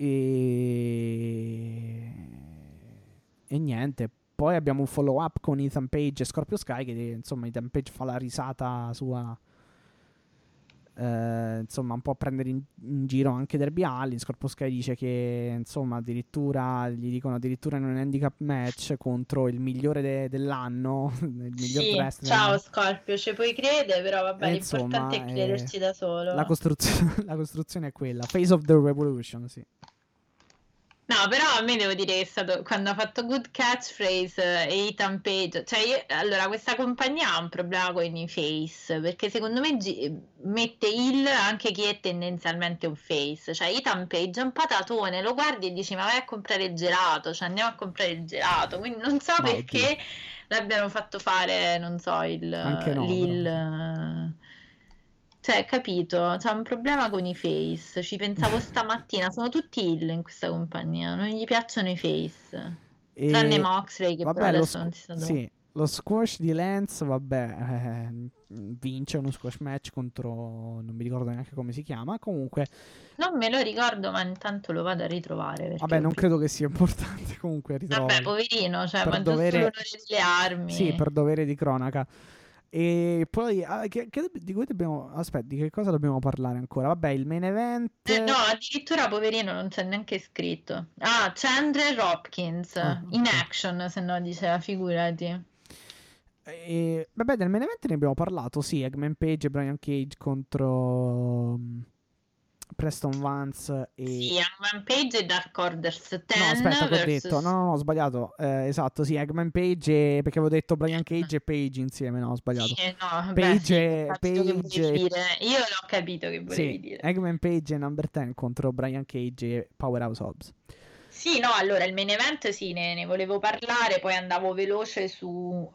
e niente. Poi abbiamo un follow up con Ethan Page e Scorpio Sky, che insomma Ethan Page fa la risata sua, insomma un po' a prendere in giro anche Darby Allin. Scorpio Sky dice che insomma addirittura gli dicono addirittura in un handicap match contro il migliore dell'anno, il miglior Sì, wrestler. ciao Scorpio, ci puoi credere, però vabbè, insomma, l'importante è crederci da solo. La costruzione è quella, Face of the Revolution, sì. No, però a me devo dire che è stato quando ha fatto Good Catchphrase e Ethan Page, cioè allora questa compagnia ha un problema con i face, perché secondo me mette heel anche chi è tendenzialmente un face, cioè Ethan Page è un patatone, lo guardi e dici ma vai a comprare il gelato, cioè andiamo a comprare il gelato, quindi non so perché l'abbiano fatto fare, non so, l'heel. Cioè, capito? C'è un problema con i face. Ci pensavo stamattina. Sono tutti heel in questa compagnia. Non gli piacciono i face. Tranne Moxley, che però adesso non si sa dove. Sì, lo squash di Lance, vabbè, vince uno squash match contro... non mi ricordo neanche come si chiama. Comunque... non me lo ricordo, ma intanto lo vado a ritrovare. Vabbè, non credo che sia importante comunque ritrovare. Vabbè, poverino, cioè, per ma dovere... giusto l'onore delle armi. Sì, per dovere di cronaca. E poi di cui dobbiamo... aspetta, di che cosa dobbiamo parlare ancora? Vabbè, il main event... no, addirittura poverino non c'è neanche scritto. Ah, Chandler Hopkins in action, se no diceva, figurati. Vabbè, del main event ne abbiamo parlato, sì, Eggman Page e Brian Cage contro Preston Vance e... sì, Eggman Page e Dark Orders 10 no, aspetta, che ho versus... detto, no, ho sbagliato, esatto, sì, Eggman Page perché avevo detto Brian Cage e Page insieme, no, ho sbagliato. Sì, no, Page, io l'ho capito che volevi dire. Eggman Page e Number 10 contro Brian Cage e Powerhouse Hobbs. Sì, no, allora il main event sì, ne volevo parlare, poi andavo veloce su...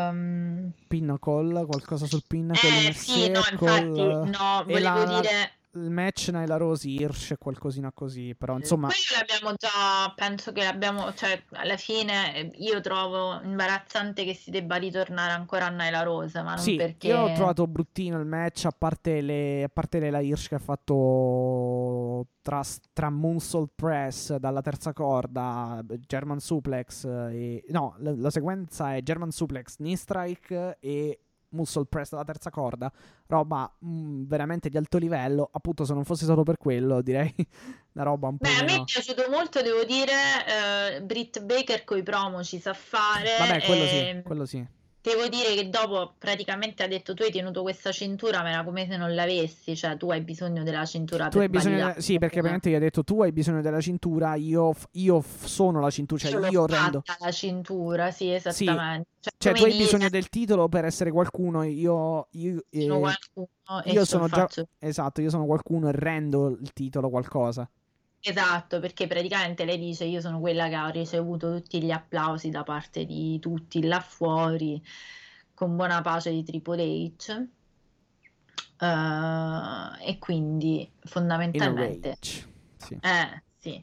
Pinnacle, qualcosa sul Pinnacle. Sì, no, infatti, no, volevo dire... il match Nyla Rose Hirsch, qualcosina così, però insomma... quello l'abbiamo già, penso che l'abbiamo, cioè alla fine io trovo imbarazzante che si debba ritornare ancora a Nyla Rose, ma non sì, perché... io ho trovato bruttino il match, a parte la Hirsch che ha fatto tra Moonsault Press dalla terza corda, German Suplex, no, la sequenza è German Suplex, Knee Strike e... Muscle Press dalla terza corda, roba veramente di alto livello. Appunto, se non fosse solo per quello, direi una roba un po'. Beh, a me è piaciuto molto, devo dire. Britt Baker coi promo ci sa fare. Vabbè, quello sì. Devo dire che dopo praticamente ha detto: tu hai tenuto questa cintura, ma era come se non l'avessi. Cioè, tu hai bisogno della cintura tu per hai bisogno validare. sì, perché praticamente gli ha detto: tu hai bisogno della cintura, io sono la cintura, cioè io rendo la cintura, sì, esattamente. Sì. Cioè tu hai bisogno del titolo per essere qualcuno, io sono già esatto, io sono qualcuno e rendo il titolo qualcosa. Esatto, perché praticamente lei dice: io sono quella che ha ricevuto tutti gli applausi da parte di tutti là fuori, con buona pace di Triple H, e quindi fondamentalmente sì. Sì.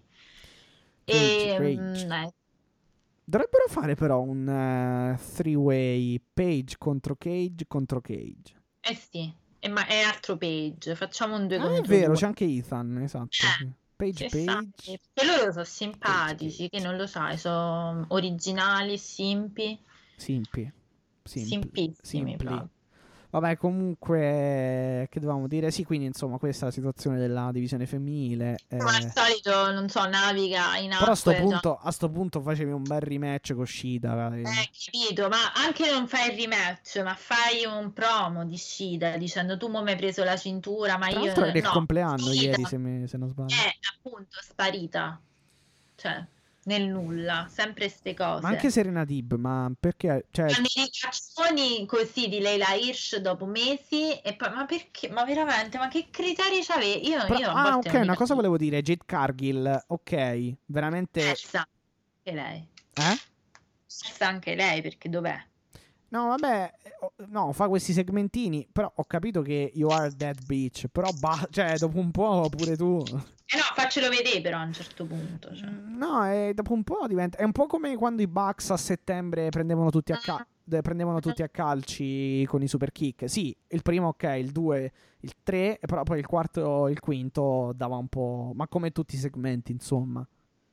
Dovrebbero fare però un three-way Page contro Cage. Sì, ma è altro Page, facciamo un 2 contro è vero, 2. C'è anche Ethan, esatto. Sì. Page. E loro sono simpatici, che non lo sai, sono originali, simpissimi proprio. Vabbè, comunque, che dovevamo dire? Sì, quindi insomma, questa è la situazione della divisione femminile. Ma al solito, non so, naviga in però acqua. a sto punto facevi un bel rematch con Shida. Capito, ma anche non fai il rematch, ma fai un promo di Shida dicendo: tu mo mi hai preso la cintura, ma tra io... l'altro era il no, compleanno Shida ieri, se non sbaglio. è appunto sparita. Cioè... nel nulla, sempre ste cose. Ma anche Serena Deeb, ma perché? Cioè... fanno i ricaccioni così di Leila Hirsch dopo mesi e poi, ma perché? Ma veramente, ma che criteri c'avevi? Io a volte ok, una cosa volevo dire, Jade Cargill, ok, veramente... persa anche lei. Persa anche lei, perché dov'è? No, vabbè, no, fa questi segmentini, però ho capito che you are dead bitch, però cioè, dopo un po' pure tu... no, faccelo vedere però a un certo punto. Cioè. No, dopo un po' diventa... È un po' come quando i Bucks a settembre prendevano tutti a prendevano tutti a calci con i super kick. Sì, il primo ok, il 2, il 3, però poi il quarto, il quinto dava un po'... Ma come tutti i segmenti, insomma.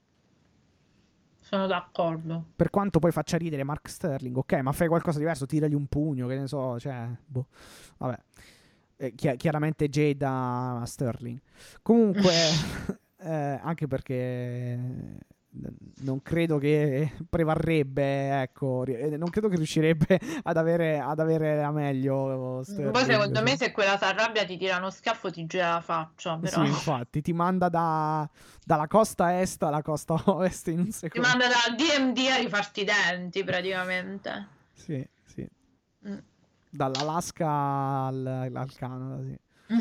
Sono d'accordo. Per quanto poi faccia ridere Mark Sterling, ok, ma fai qualcosa di diverso, tiragli un pugno, che ne so, cioè... Boh. Vabbè. Chiaramente Jada Sterling. Comunque... anche perché non credo che prevarrebbe, ecco, non credo che riuscirebbe ad avere la meglio Sterling. Poi secondo me se quella si arrabbia ti tira uno schiaffo, ti gira la faccia, però. Sì, infatti, ti manda dalla costa est alla costa ovest in un Ti secondo. manda dal DMD a rifarti i denti, praticamente. Sì, sì. Mm. Dall'Alaska al Canada, sì.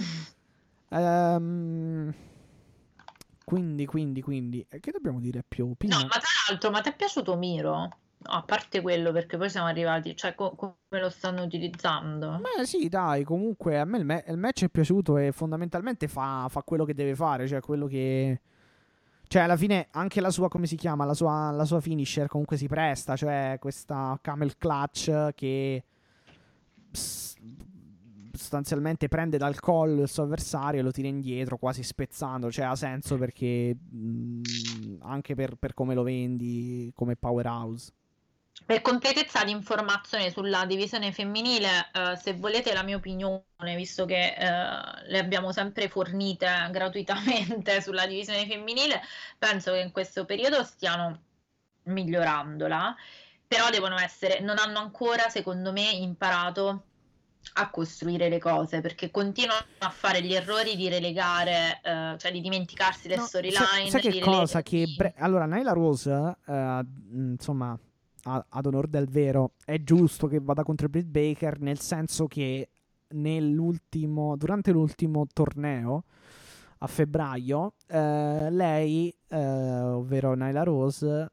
Quindi, che dobbiamo dire più? No, ma tra l'altro, ma ti è piaciuto Miro? No, a parte quello, perché poi siamo arrivati, cioè come lo stanno utilizzando? Beh, sì, dai, comunque a me il match è piaciuto e fondamentalmente fa quello che deve fare, cioè quello che... Cioè, alla fine anche la sua, come si chiama, la sua finisher comunque si presta, cioè questa camel clutch che sostanzialmente prende dal collo il suo avversario e lo tira indietro quasi spezzando, cioè ha senso perché anche per come lo vendi come powerhouse. Per completezza di informazione sulla divisione femminile, se volete la mia opinione, visto che le abbiamo sempre fornite gratuitamente sulla divisione femminile, penso che in questo periodo stiano migliorandola, però non hanno ancora, secondo me, imparato a costruire le cose, perché continuano a fare gli errori di relegare, cioè di dimenticarsi le No, storyline. sai che cosa? Allora, Nyla Rose, insomma, ad onor del vero, è giusto che vada contro Britt Baker, nel senso che durante l'ultimo torneo a febbraio, lei, ovvero Nyla Rose,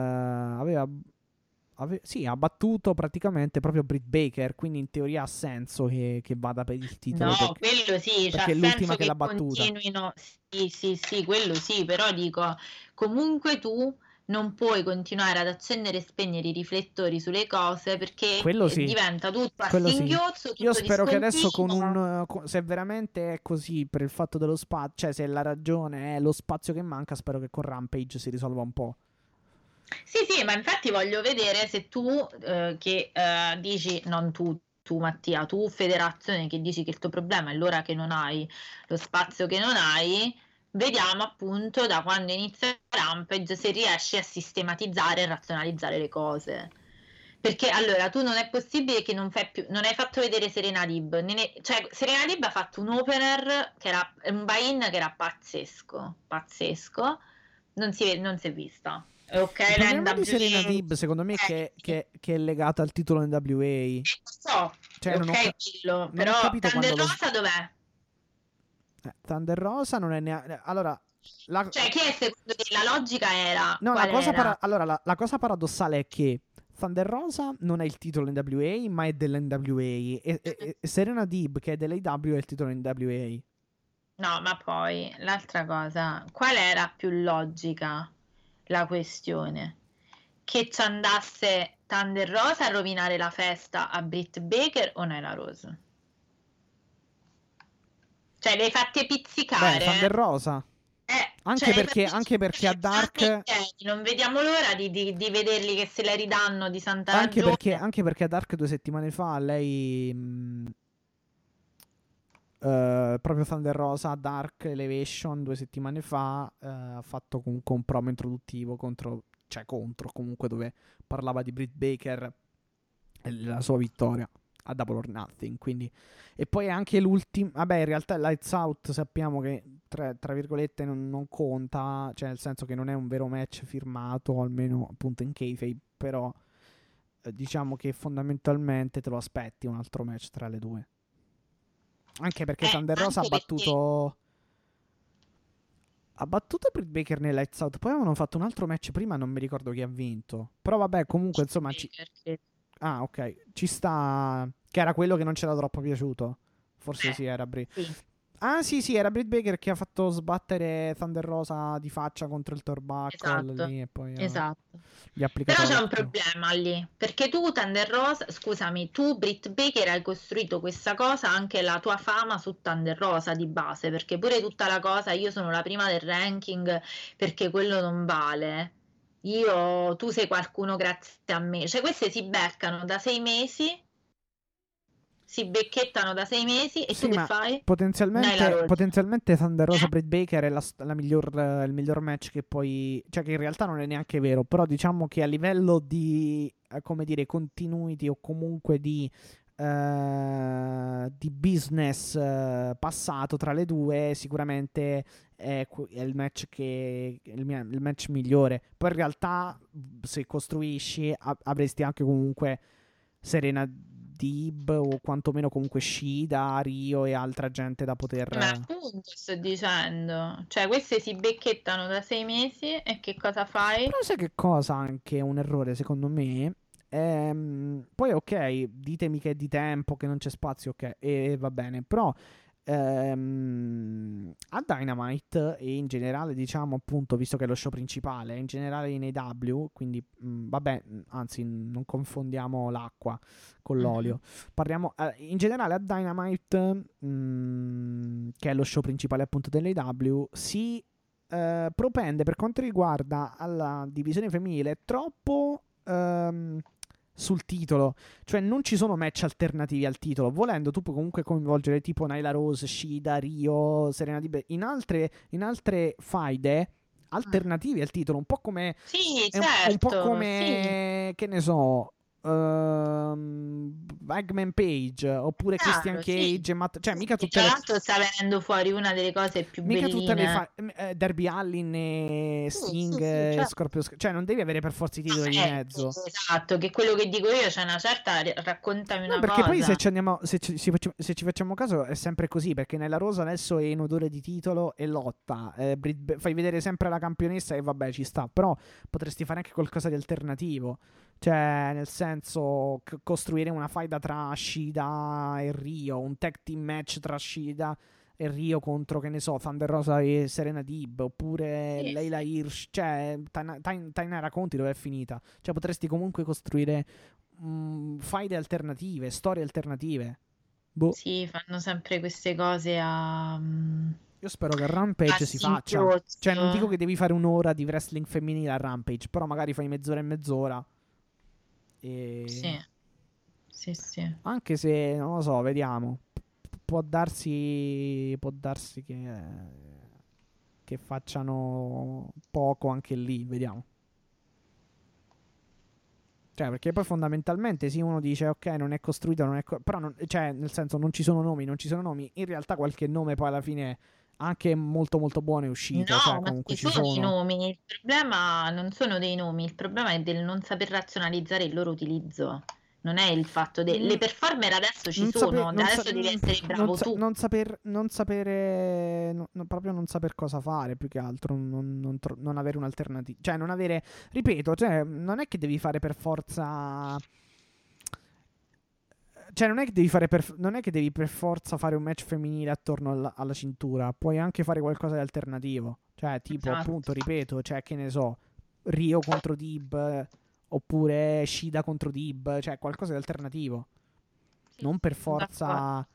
ha battuto praticamente proprio Britt Baker, quindi in teoria ha senso che vada per il titolo. No, quello sì, perché è c'ha l'ultima senso che l'ha battuta. continuino. Sì, quello sì, però dico, comunque tu non puoi continuare ad accendere e spegnere i riflettori sulle cose, perché Quello sì. diventa tutto a Quello sì. singhiozzo, tutto Io spero che adesso discontinuo. se veramente è così per il fatto dello spazio, cioè se la ragione è lo spazio che manca, spero che con Rampage si risolva un po'. Sì, ma infatti voglio vedere se tu che dici, non tu Mattia, tu federazione che dici che il tuo problema è l'ora che non hai, lo spazio che non hai, vediamo appunto da quando inizia Rampage se riesci a sistematizzare e razionalizzare le cose. Perché allora tu non è possibile che non hai fatto vedere Serena Dib, cioè Serena Dib ha fatto un opener che era un buy-in che era pazzesco, non si è vista. Ok, Il la problema di NWA, Serena Dib, secondo me, che è legato al titolo NWA. so, Cioè, non ho quello, però però capito Thunder quando Rosa dov'è? Thunder Rosa non è neanche... Allora... Cioè, chi è secondo te? La logica era... No, qual era? allora, la cosa paradossale è che Thunder Rosa non è il titolo NWA, ma è dell'NWA. E Serena Dib, che è dell'AW, è il titolo NWA. No, ma poi, l'altra cosa, qual era più logica la questione? Che ci andasse Thunder Rosa a rovinare la festa a Britt Baker o Nyla Rose? Cioè, le hai fatte pizzicare. Beh, Thunder Rosa. Anche perché a Dark... Non vediamo l'ora di vederli che se la ridanno di santa ragione. Anche perché a Dark 2 settimane fa lei... proprio Thunder Rosa a Dark Elevation 2 settimane fa ha fatto un compromo introduttivo contro comunque, dove parlava di Britt Baker e la sua vittoria a Double or Nothing, quindi. E poi anche l'ultimo, vabbè, in realtà Lights Out sappiamo che tra virgolette non conta, cioè nel senso che non è un vero match firmato, almeno appunto in kayfabe, però diciamo che fondamentalmente te lo aspetti un altro match tra le due, anche perché Thunder Rosa ha battuto Britt Baker nei Lights Out, poi avevano fatto un altro match prima, non mi ricordo chi ha vinto, però vabbè, comunque insomma ah, ok, ci sta, che era quello che non c'era troppo piaciuto, forse sì era Britt. Sì. Ah, sì, era Britt Baker che ha fatto sbattere Thunder Rosa di faccia contro il turnbuckle Esatto, lì e poi esatto. gli ha applicato Però c'è la un problema lì, perché tu, Thunder Rosa, scusami, tu, Britt Baker, hai costruito questa cosa, anche la tua fama su Thunder Rosa di base, perché pure tutta la cosa, io sono la prima del ranking perché quello non vale. Tu sei qualcuno grazie a me. Cioè, queste si beccano da 6 mesi, si becchettano da 6 mesi e tu Sì, che ma fai? Nyla potenzialmente, Rose. potenzialmente Thunder Rosa Eh? Britt Baker è il miglior match che poi. Cioè, che in realtà non è neanche vero. Però diciamo che a livello di, come dire, continuity o comunque di business passato tra le due, sicuramente è il match il match migliore. Poi in realtà, se costruisci, avresti anche comunque Serena Dib o quantomeno comunque Shida, Rio e altra gente da Ma poter. appunto sto dicendo, cioè queste si becchettano da 6 mesi e che cosa fai? Però sai che cosa? Anche un errore secondo me. Poi ok, ditemi che è di tempo, che non c'è spazio, ok, e va bene. Però a Dynamite e in generale, diciamo appunto, visto che è lo show principale, in generale in AEW, quindi vabbè, anzi non confondiamo l'acqua con Mhm. l'olio. Parliamo in generale a Dynamite, che è lo show principale appunto dell'AEW, si propende per quanto riguarda alla divisione femminile troppo sul titolo, cioè non ci sono match alternativi al titolo. Volendo tu puoi comunque coinvolgere tipo Nyla Rose, Shida, Rio, Serena Dib in altre faide Mm. alternativi al titolo, un po' come Sì, è un po' certo, sì, come che ne so, Eggman Page oppure Christian chiaro, sì. Cage, cioè Sì, mica sì, tutte tra le l'altro sta venendo fuori una delle cose più Mica tutte le belline. Darby Allin e Sì, Sting sì, sì, e certo. Scorpio cioè non devi avere per forza i titoli di mezzo. Esatto, che quello che dico io c'è una certa, raccontami No, una perché poi se cosa. ci andiamo se ci facciamo caso è sempre così, perché nella Rosa adesso è in odore di titolo e lotta. Fai vedere sempre la campionessa e vabbè, ci sta, però potresti fare anche qualcosa di alternativo. Cioè, nel senso, costruire una faida tra Shida e Rio, un tag team match tra Shida e Rio contro, che ne so, Thunder Rosa e Serena Dib, oppure Sì, Leila sì. Hirsch, cioè Tainara Conti dove è finita. Cioè potresti comunque costruire faide alternative, storie alternative. Boh. Sì, fanno sempre queste cose Io spero che a Rampage si faccia. Cioè, non dico singhiozzo. che devi fare un'ora di wrestling femminile a Rampage, però magari fai mezz'ora e mezz'ora. E Sì, sì, sì. anche se non lo so, vediamo. Può darsi che facciano poco anche lì, vediamo. Cioè, perché poi fondamentalmente sì, uno dice ok, non è costruito, non è però cioè, nel senso non ci sono nomi, non ci sono nomi. In realtà qualche nome poi alla fine anche molto molto buono è uscito, cioè No, ma comunque ci ci sono i sono. nomi. Il problema non sono dei nomi, il problema è del non saper razionalizzare il loro utilizzo. Non è il fatto le Mm, performer adesso ci non sape- sono, non sa- adesso devi essere bravo tu. non sapere, proprio non saper cosa fare più che altro, non avere un'alternativa, cioè non avere, ripeto, cioè non è che devi fare per forza, cioè non è che devi per forza fare un match femminile attorno alla cintura, puoi anche fare qualcosa di alternativo, cioè tipo Esatto. appunto, ripeto, cioè che ne so, Rio contro Dib, oppure Shida contro Dib, cioè qualcosa di alternativo. Sì, Non sì, per sono d'accordo. forza.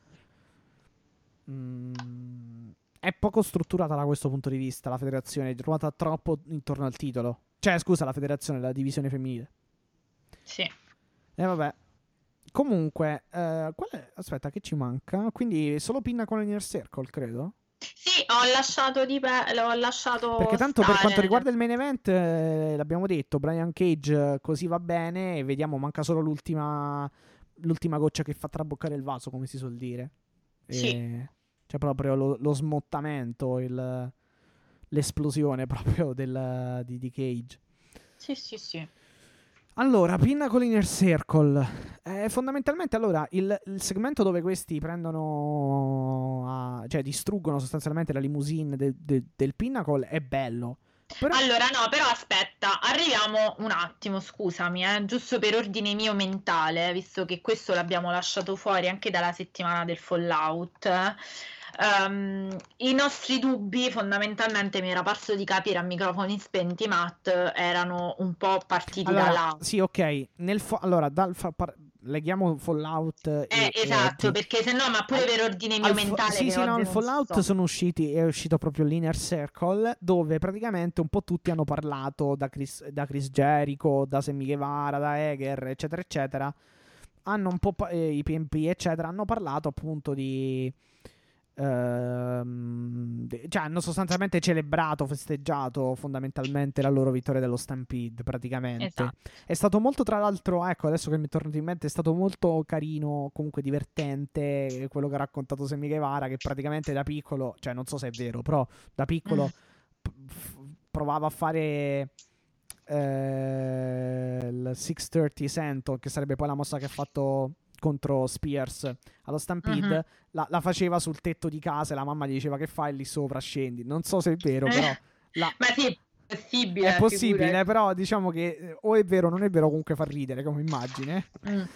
È poco strutturata da questo punto di vista. La federazione è ruota troppo intorno al titolo. Cioè, scusa, la federazione, la divisione femminile. Sì. E vabbè. Comunque, aspetta, che ci manca? Quindi solo Pinnacle Inner Circle, credo. Sì, ho lasciato l'ho lasciato Perché tanto per quanto stare. riguarda il main event, l'abbiamo detto, Brian Cage così va bene. E vediamo, manca solo l'ultima goccia che fa traboccare il vaso, come si suol dire. Sì, C'è proprio lo smottamento, l'esplosione proprio di Cage. sì, sì, sì. Allora, Pinnacle Inner Circle. Fondamentalmente, allora, il segmento dove questi cioè distruggono sostanzialmente la limousine del Pinnacle è bello. Però, Allora, no, però aspetta, arriviamo un attimo, scusami, giusto per ordine mio mentale, visto che questo l'abbiamo lasciato fuori anche dalla settimana del Fallout. I nostri dubbi, fondamentalmente, mi era parso di capire a microfoni spenti, Matt, erano un po' partiti da là. Sì, ok. Allora, leghiamo Fallout esatto, perché se no, ma pure per ordine mio mentale. Sì, che no, oggi in non Fallout so. è uscito proprio l'Inner Circle, dove praticamente un po' tutti hanno parlato, da Chris Jericho, da Sammy Guevara, da Hager, eccetera, eccetera. Hanno un po' i PMP, eccetera, hanno parlato appunto di... cioè hanno sostanzialmente celebrato, festeggiato fondamentalmente la loro vittoria dello Stampede, praticamente. Esatto. È stato molto, tra l'altro, ecco, adesso che mi è tornato in mente, è stato molto carino, comunque divertente quello che ha raccontato Sammy Guevara, che praticamente da piccolo, cioè non so se è vero, però da piccolo provava a fare il 630 Senton, che sarebbe poi la mossa che ha fatto contro Spears allo Stampede. La faceva sul tetto di casa e la mamma gli diceva: che fai lì sopra, scendi. Non so se è vero, però ma sì, è possibile. È possibile, però diciamo che o è vero o non è vero, comunque fa ridere come immagine.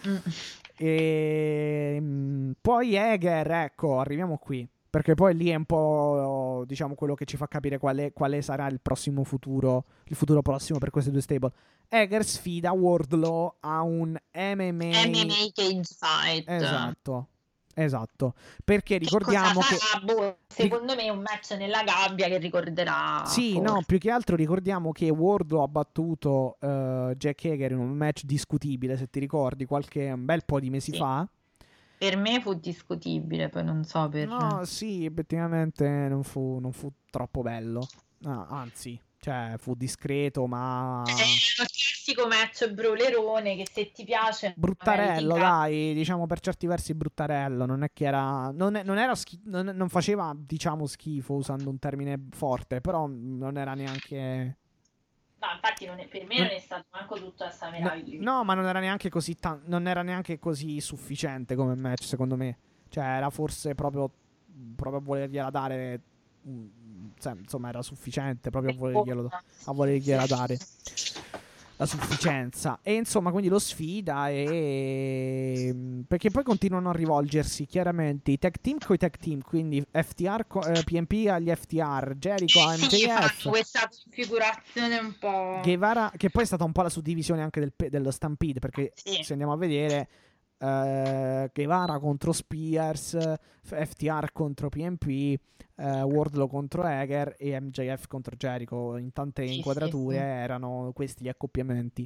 E poi Hager, ecco, arriviamo qui, perché poi lì è un po', diciamo, quello che ci fa capire quale sarà il prossimo futuro, il futuro prossimo per queste due stable. Hager sfida Wardlow a un MMA cage fight. Esatto, perché ricordiamo che secondo me è un match nella gabbia che ricorderà. Sì, forse. no, più che altro ricordiamo che Wardlow ha battuto Jack Hager in un match discutibile, se ti ricordi, un bel po' di mesi fa. Per me fu discutibile, poi non so per... No, sì, effettivamente non fu troppo bello. No, anzi, cioè, fu discreto, ma... È un classico match brawlerone che se ti piace... Bruttarello, dai, diciamo per certi versi bruttarello. Non è che era... Non faceva, diciamo, schifo, usando un termine forte, però non era neanche... No, infatti per me non è stato manco tutta questa meraviglia. No, ma non era neanche così non era neanche così sufficiente come match, secondo me. Cioè, era forse proprio a volergliela dare. Insomma, era sufficiente proprio a volergliela dare la sufficienza. E insomma, quindi lo sfida perché poi continuano a rivolgersi chiaramente i tag team con i tag team, quindi FTR PMP agli FTR, Jericho a MJF. Questa configurazione un po'... Guevara, che poi è stata un po' la suddivisione anche dello Stampede, perché se andiamo a vedere Guevara contro Spears, FTR contro PMP, Wardlow contro Hager e MJF contro Jericho. In tante inquadrature erano questi gli accoppiamenti.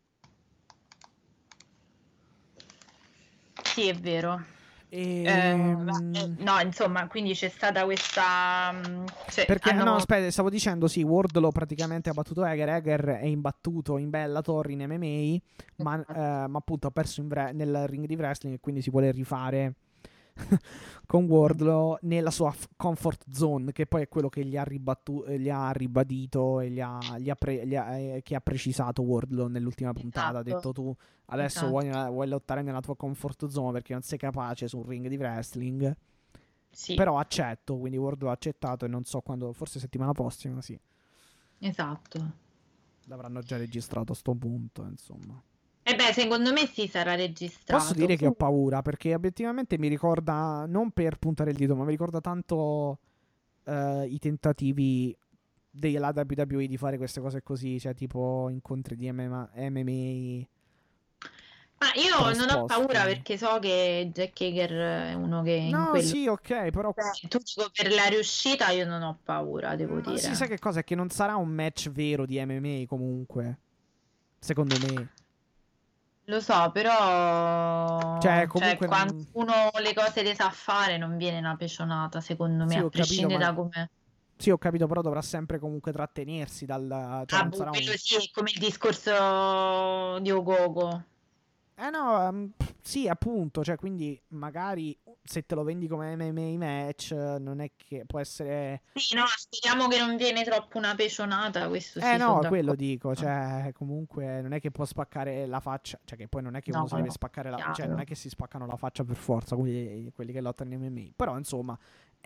Sì, è vero. No, insomma, quindi c'è stata questa... perché no, aspetta, stavo dicendo, sì, Wardlow praticamente ha battuto Hager è imbattuto in Bellator in MMA, ma appunto ha perso nel ring di wrestling, e quindi si vuole rifare con Wardlow nella sua comfort zone, che poi è quello che gli ha ribadito e che ha precisato Wardlow nell'ultima puntata. Ha detto: tu adesso vuoi lottare nella tua comfort zone perché non sei capace su un ring di wrestling. Però accetto, quindi Wardlow ha accettato, e non so quando, forse settimana prossima, sì. Esatto. L'avranno già registrato a sto punto, insomma. Secondo me sì, sarà registrato. Posso dire che ho paura, perché obiettivamente mi ricorda, non per puntare il dito, ma mi ricorda tanto i tentativi della WWE di fare queste cose così, cioè tipo incontri di MMA. Ma io non ho paura, perché so che Jack Hager è uno che... No, sì, ok, però... per la riuscita io non ho paura, devo dire. Sì, sai che cosa? È che non sarà un match vero di MMA comunque, secondo me. Lo so, però comunque quando uno le cose le sa fare non viene una pecionata, secondo me, a prescindere da come... Sì, ho capito, però dovrà sempre comunque trattenersi dal... quello sì, è come il discorso di Ogogo. No, sì, appunto, cioè, quindi magari se te lo vendi come MMA match, non è che può essere... Sì, no, speriamo che non viene troppo una pecionata, questo sì. No, quello dico, cioè, comunque non è che può spaccare la faccia, cioè che poi non è che uno si deve spaccare la... Cioè, non è che si spaccano la faccia per forza, quelli che lottano in MMA, però, insomma,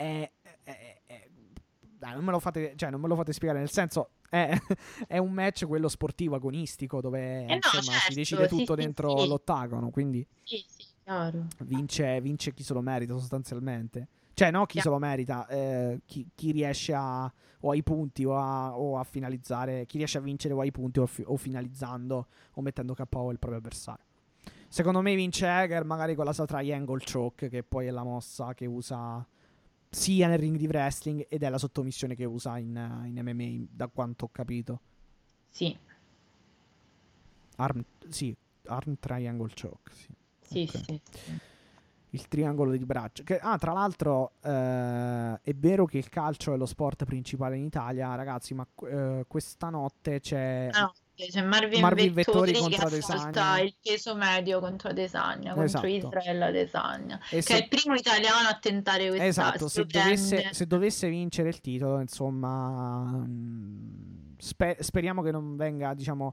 dai, non me lo fate spiegare, nel senso... È un match, quello sportivo agonistico, dove insomma si decide tutto dentro l'ottagono, quindi sì, chiaro. vince chi se lo merita sostanzialmente. Cioè, no, chi se lo merita, chi riesce o ai punti o a finalizzare, chi riesce a vincere o ai punti o finalizzando o mettendo KO il proprio avversario. Secondo me vince Hager magari con la sua triangle choke, che poi è la mossa che usa sia nel ring di wrestling ed è la sottomissione che usa in MMA, da quanto ho capito. Sì. Arm triangle choke, sì. Sì, Okay. sì. Il triangolo di braccia. Tra l'altro, è vero che il calcio è lo sport principale in Italia, ragazzi, ma questa notte c'è C'è Marvin Vettori Vettori che contro affronta Adesanya. il peso medio contro Adesanya, contro Esatto. Israele Adesanya, E che è il primo italiano a tentare questa esatto, se stupenda. dovesse vincere il titolo, insomma, speriamo che non venga, diciamo,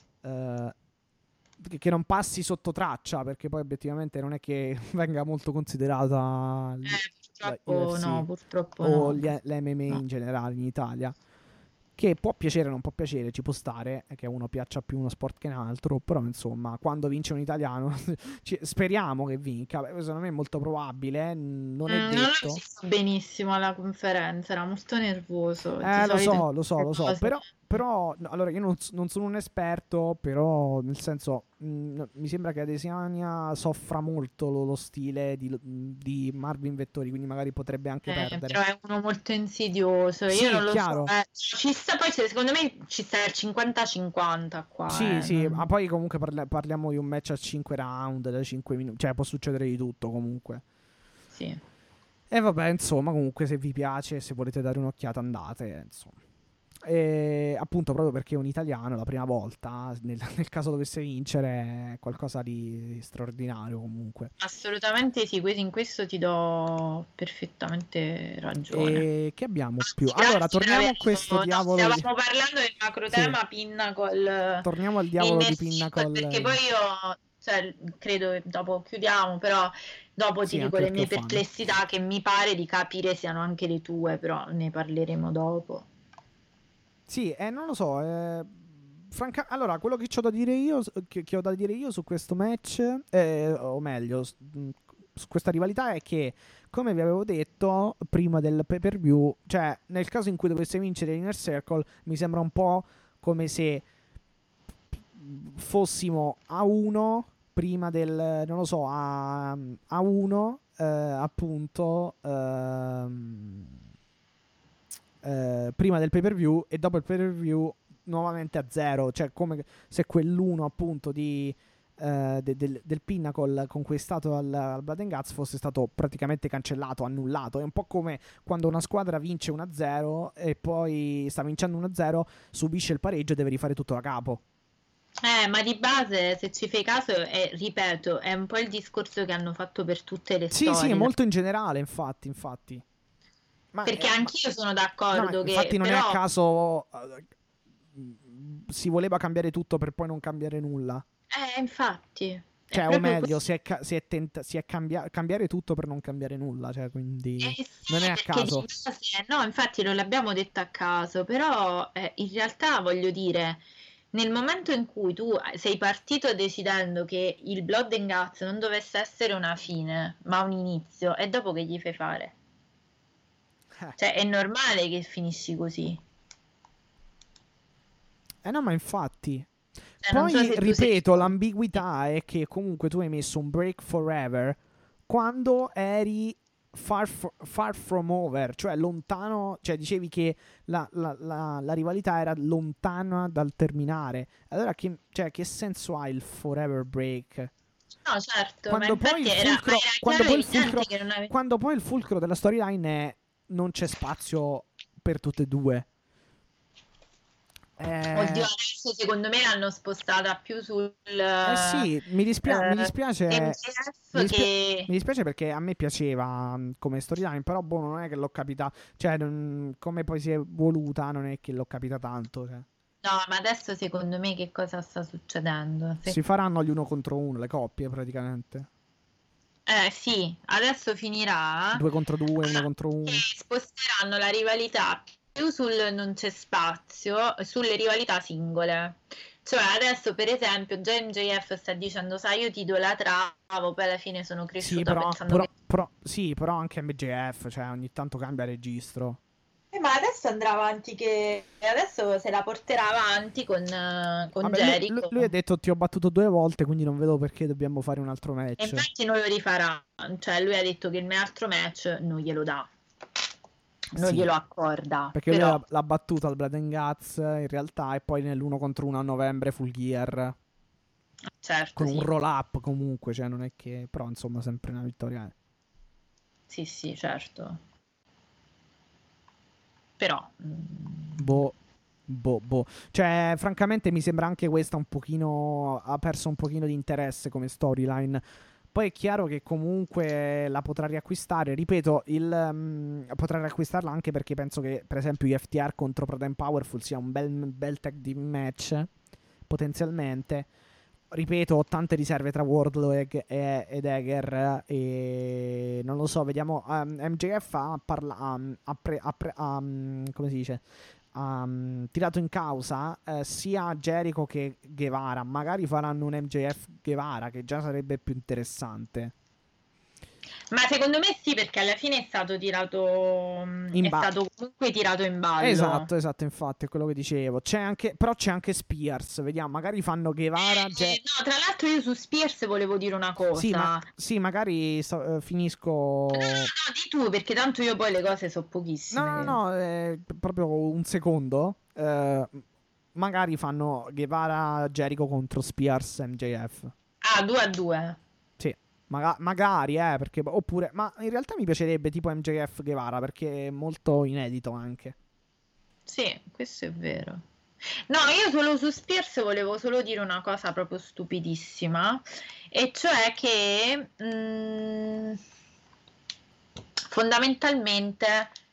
che non passi sotto traccia, perché poi obiettivamente non è che venga molto considerata Purtroppo UFC no, purtroppo o no. l'MMA No. in generale in Italia. Che può piacere o non può piacere, ci può stare che a uno piaccia più uno sport che un altro, però insomma, quando vince un italiano speriamo che vinca. Secondo me è molto probabile, non è Non l'ho detto. visto benissimo alla conferenza, era molto nervoso. Di Lo solito so, cose. però no, allora io non sono un esperto, però nel senso mi sembra che Adesanya soffra molto lo stile di Marvin Vettori, quindi magari potrebbe anche perdere. Però è uno molto insidioso, Sì, io non lo chiaro. so. Ci sta, poi secondo me ci sta il 50-50 qua. Sì, non- ma poi comunque parliamo di un match a 5 round, da 5 minuti, cioè può succedere di tutto comunque. Sì. E vabbè, insomma, comunque se vi piace, se volete dare un'occhiata andate, insomma. E appunto proprio perché è un italiano la prima volta, nel caso dovesse vincere, è qualcosa di straordinario comunque. Assolutamente sì, in questo ti do perfettamente ragione. E che abbiamo più? Grazie Allora, per torniamo a averlo- questo no, diavolo di... stavamo parlando del macro Sì. tema Pinnacle Torniamo al diavolo di Pinnacle. perché poi io credo che dopo chiudiamo, però dopo Sì, ti dico anche le perché mie ho fame. perplessità che mi pare di capire siano anche le tue, però ne parleremo dopo. Sì, non lo so. Allora, quello che ho da dire io, che ho da dire io su questo match, o meglio, su questa rivalità, è che, come vi avevo detto prima del pay-per-view, cioè, nel caso in cui dovesse vincere l'Inner Circle, mi sembra un po' come se fossimo a 1 prima del, non lo so, a 1, appunto, prima del pay-per-view e dopo il pay-per-view nuovamente a 0, cioè come se quell'1 appunto del Pinnacle conquistato al Blood and Guts fosse stato praticamente cancellato, annullato. È un po' come quando una squadra vince 1-0 e poi sta vincendo 1-0, subisce il pareggio e deve rifare tutto da capo. Ma di base, se ci fai caso, ripeto, è un po' il discorso che hanno fatto per tutte le storie. Sì, è molto in generale, infatti. Ma perché anch'io sono no, d'accordo che infatti non però... è a caso si voleva cambiare tutto per poi non cambiare nulla. infatti. Cioè, o proprio meglio, questo. si è cambiare tutto per non cambiare nulla. Cioè, quindi Sì, non è a perché caso. di base, no, infatti non l'abbiamo detto a caso, però in realtà voglio dire, nel momento in cui tu sei partito decidendo che il Blood and Guts non dovesse essere una fine, ma un inizio, e dopo che gli fai fare? Cioè, è normale che finisci così. No, ma infatti. Cioè, non so Poi, se tu ripeto, sei... l'ambiguità è che comunque tu hai messo un break forever quando eri far from over, cioè lontano, cioè dicevi che la rivalità era lontana dal terminare. Allora che senso ha il forever break? No, certo, Quando ma poi infatti il fulcro, era chiaro e evidente che non avevi... quando poi il fulcro della storyline è non c'è spazio per tutte e due. Oddio, adesso secondo me l'hanno spostata più sul... Sì, mi dispiace. MJF che... Mi dispiace perché a me piaceva come storyline, però boh, non è che l'ho capita, cioè come poi si è voluta, non è che l'ho capita tanto, cioè. No, ma adesso secondo me che cosa sta succedendo? Si faranno gli 1 contro 1, le coppie praticamente. Sì, adesso finirà 2 contro 2, 1 contro 1. che sposteranno la rivalità più sul non c'è spazio, sulle rivalità singole. Cioè adesso per esempio già MJF sta dicendo, sai, io ti idolatravo, poi alla fine sono Sì, cresciuta però, pensando che... sì, però anche MJF, cioè ogni tanto cambia registro. Ma adesso andrà avanti, che adesso se la porterà avanti con Vabbè, Jericho. lui ha detto ti ho battuto 2 volte, quindi non vedo perché dobbiamo fare un altro E match. infatti non lo rifarà, cioè lui ha detto che il mio altro match non glielo dà, non Sì, glielo accorda, perché lui però l'ha battuto al Blood and Guts in realtà e poi nell'1 contro 1 a novembre Full Gear certo con un sì, roll up comunque, cioè non è che però insomma sempre una vittoria. sì sì certo, però Boh. Cioè, francamente mi sembra anche questa un pochino ha perso un pochino di interesse come storyline. Poi è chiaro che comunque la potrà riacquistare. Ripeto, potrà riacquistarla anche perché penso che, per esempio, IFTR contro Proton Powerful sia un bel tag team match. Potenzialmente. Ripeto, ho tante riserve tra Wardlow ed Eger. E non lo so, vediamo. MJF come si dice? Ha tirato in causa sia Jericho che Guevara. Magari faranno un MJF Guevara che già sarebbe più interessante. ma secondo me sì, perché alla fine è stato tirato è stato comunque tirato in ballo. Esatto, infatti, è quello che dicevo. Però c'è anche Spears, vediamo, magari fanno Guevara. No, tra l'altro io su Spears volevo dire una cosa. Sì, magari finisco. No, di tu, perché tanto io poi le cose so pochissime. No, proprio un secondo. Magari fanno Guevara Jericho contro Spears MJF. Ah, 2-2. Sì, magari, perché oppure, ma in realtà mi piacerebbe tipo MJF Guevara perché è molto inedito anche. Sì, questo è vero. No, io solo su Spears volevo solo dire una cosa proprio stupidissima, e cioè che fondamentalmente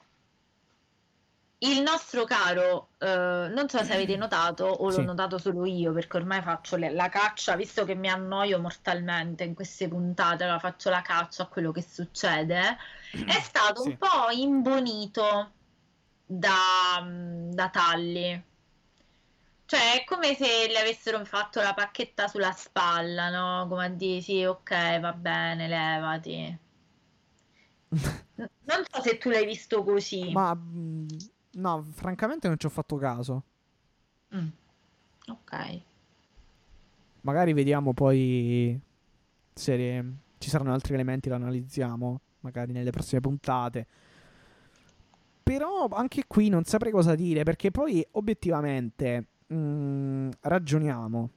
il nostro caro, non so se avete notato o l'ho Sì. notato solo io, perché ormai faccio la caccia, visto che mi annoio mortalmente in queste puntate, allora faccio la caccia a quello che succede, è stato Sì. un po' imbonito da Tully. Cioè, è come se le avessero fatto la pacchetta sulla spalla, no? Come a dire, sì, ok, va bene, levati. Non so se tu l'hai visto così. Ma no, francamente non ci ho fatto caso. Ok. Magari vediamo poi se ci saranno altri elementi, lo analizziamo magari nelle prossime puntate. Però anche qui non saprei cosa dire perché poi obiettivamente ragioniamo.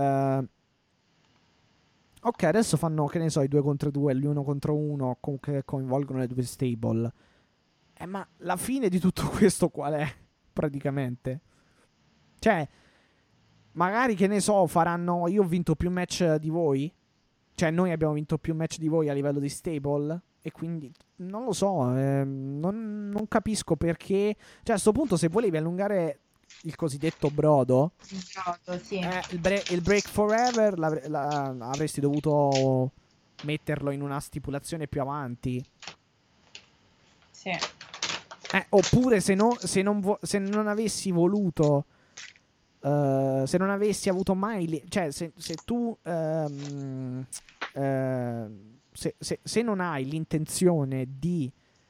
Ok, adesso fanno, che ne so, i 2 contro 2, gli 1 contro 1 che coinvolgono le due stable. Ma la fine di tutto questo qual è? Praticamente. Cioè, magari, che ne so, faranno... Io ho vinto più match di voi. Cioè, noi abbiamo vinto più match di voi a livello di stable. E quindi, non lo so, non capisco perché... Cioè, a sto punto, se volevi allungare il cosiddetto brodo... Sì. Il break forever avresti dovuto metterlo in una stipulazione più avanti. Sì. Oppure se non avessi voluto, se non avessi avuto mai, cioè se tu se non hai l'intenzione di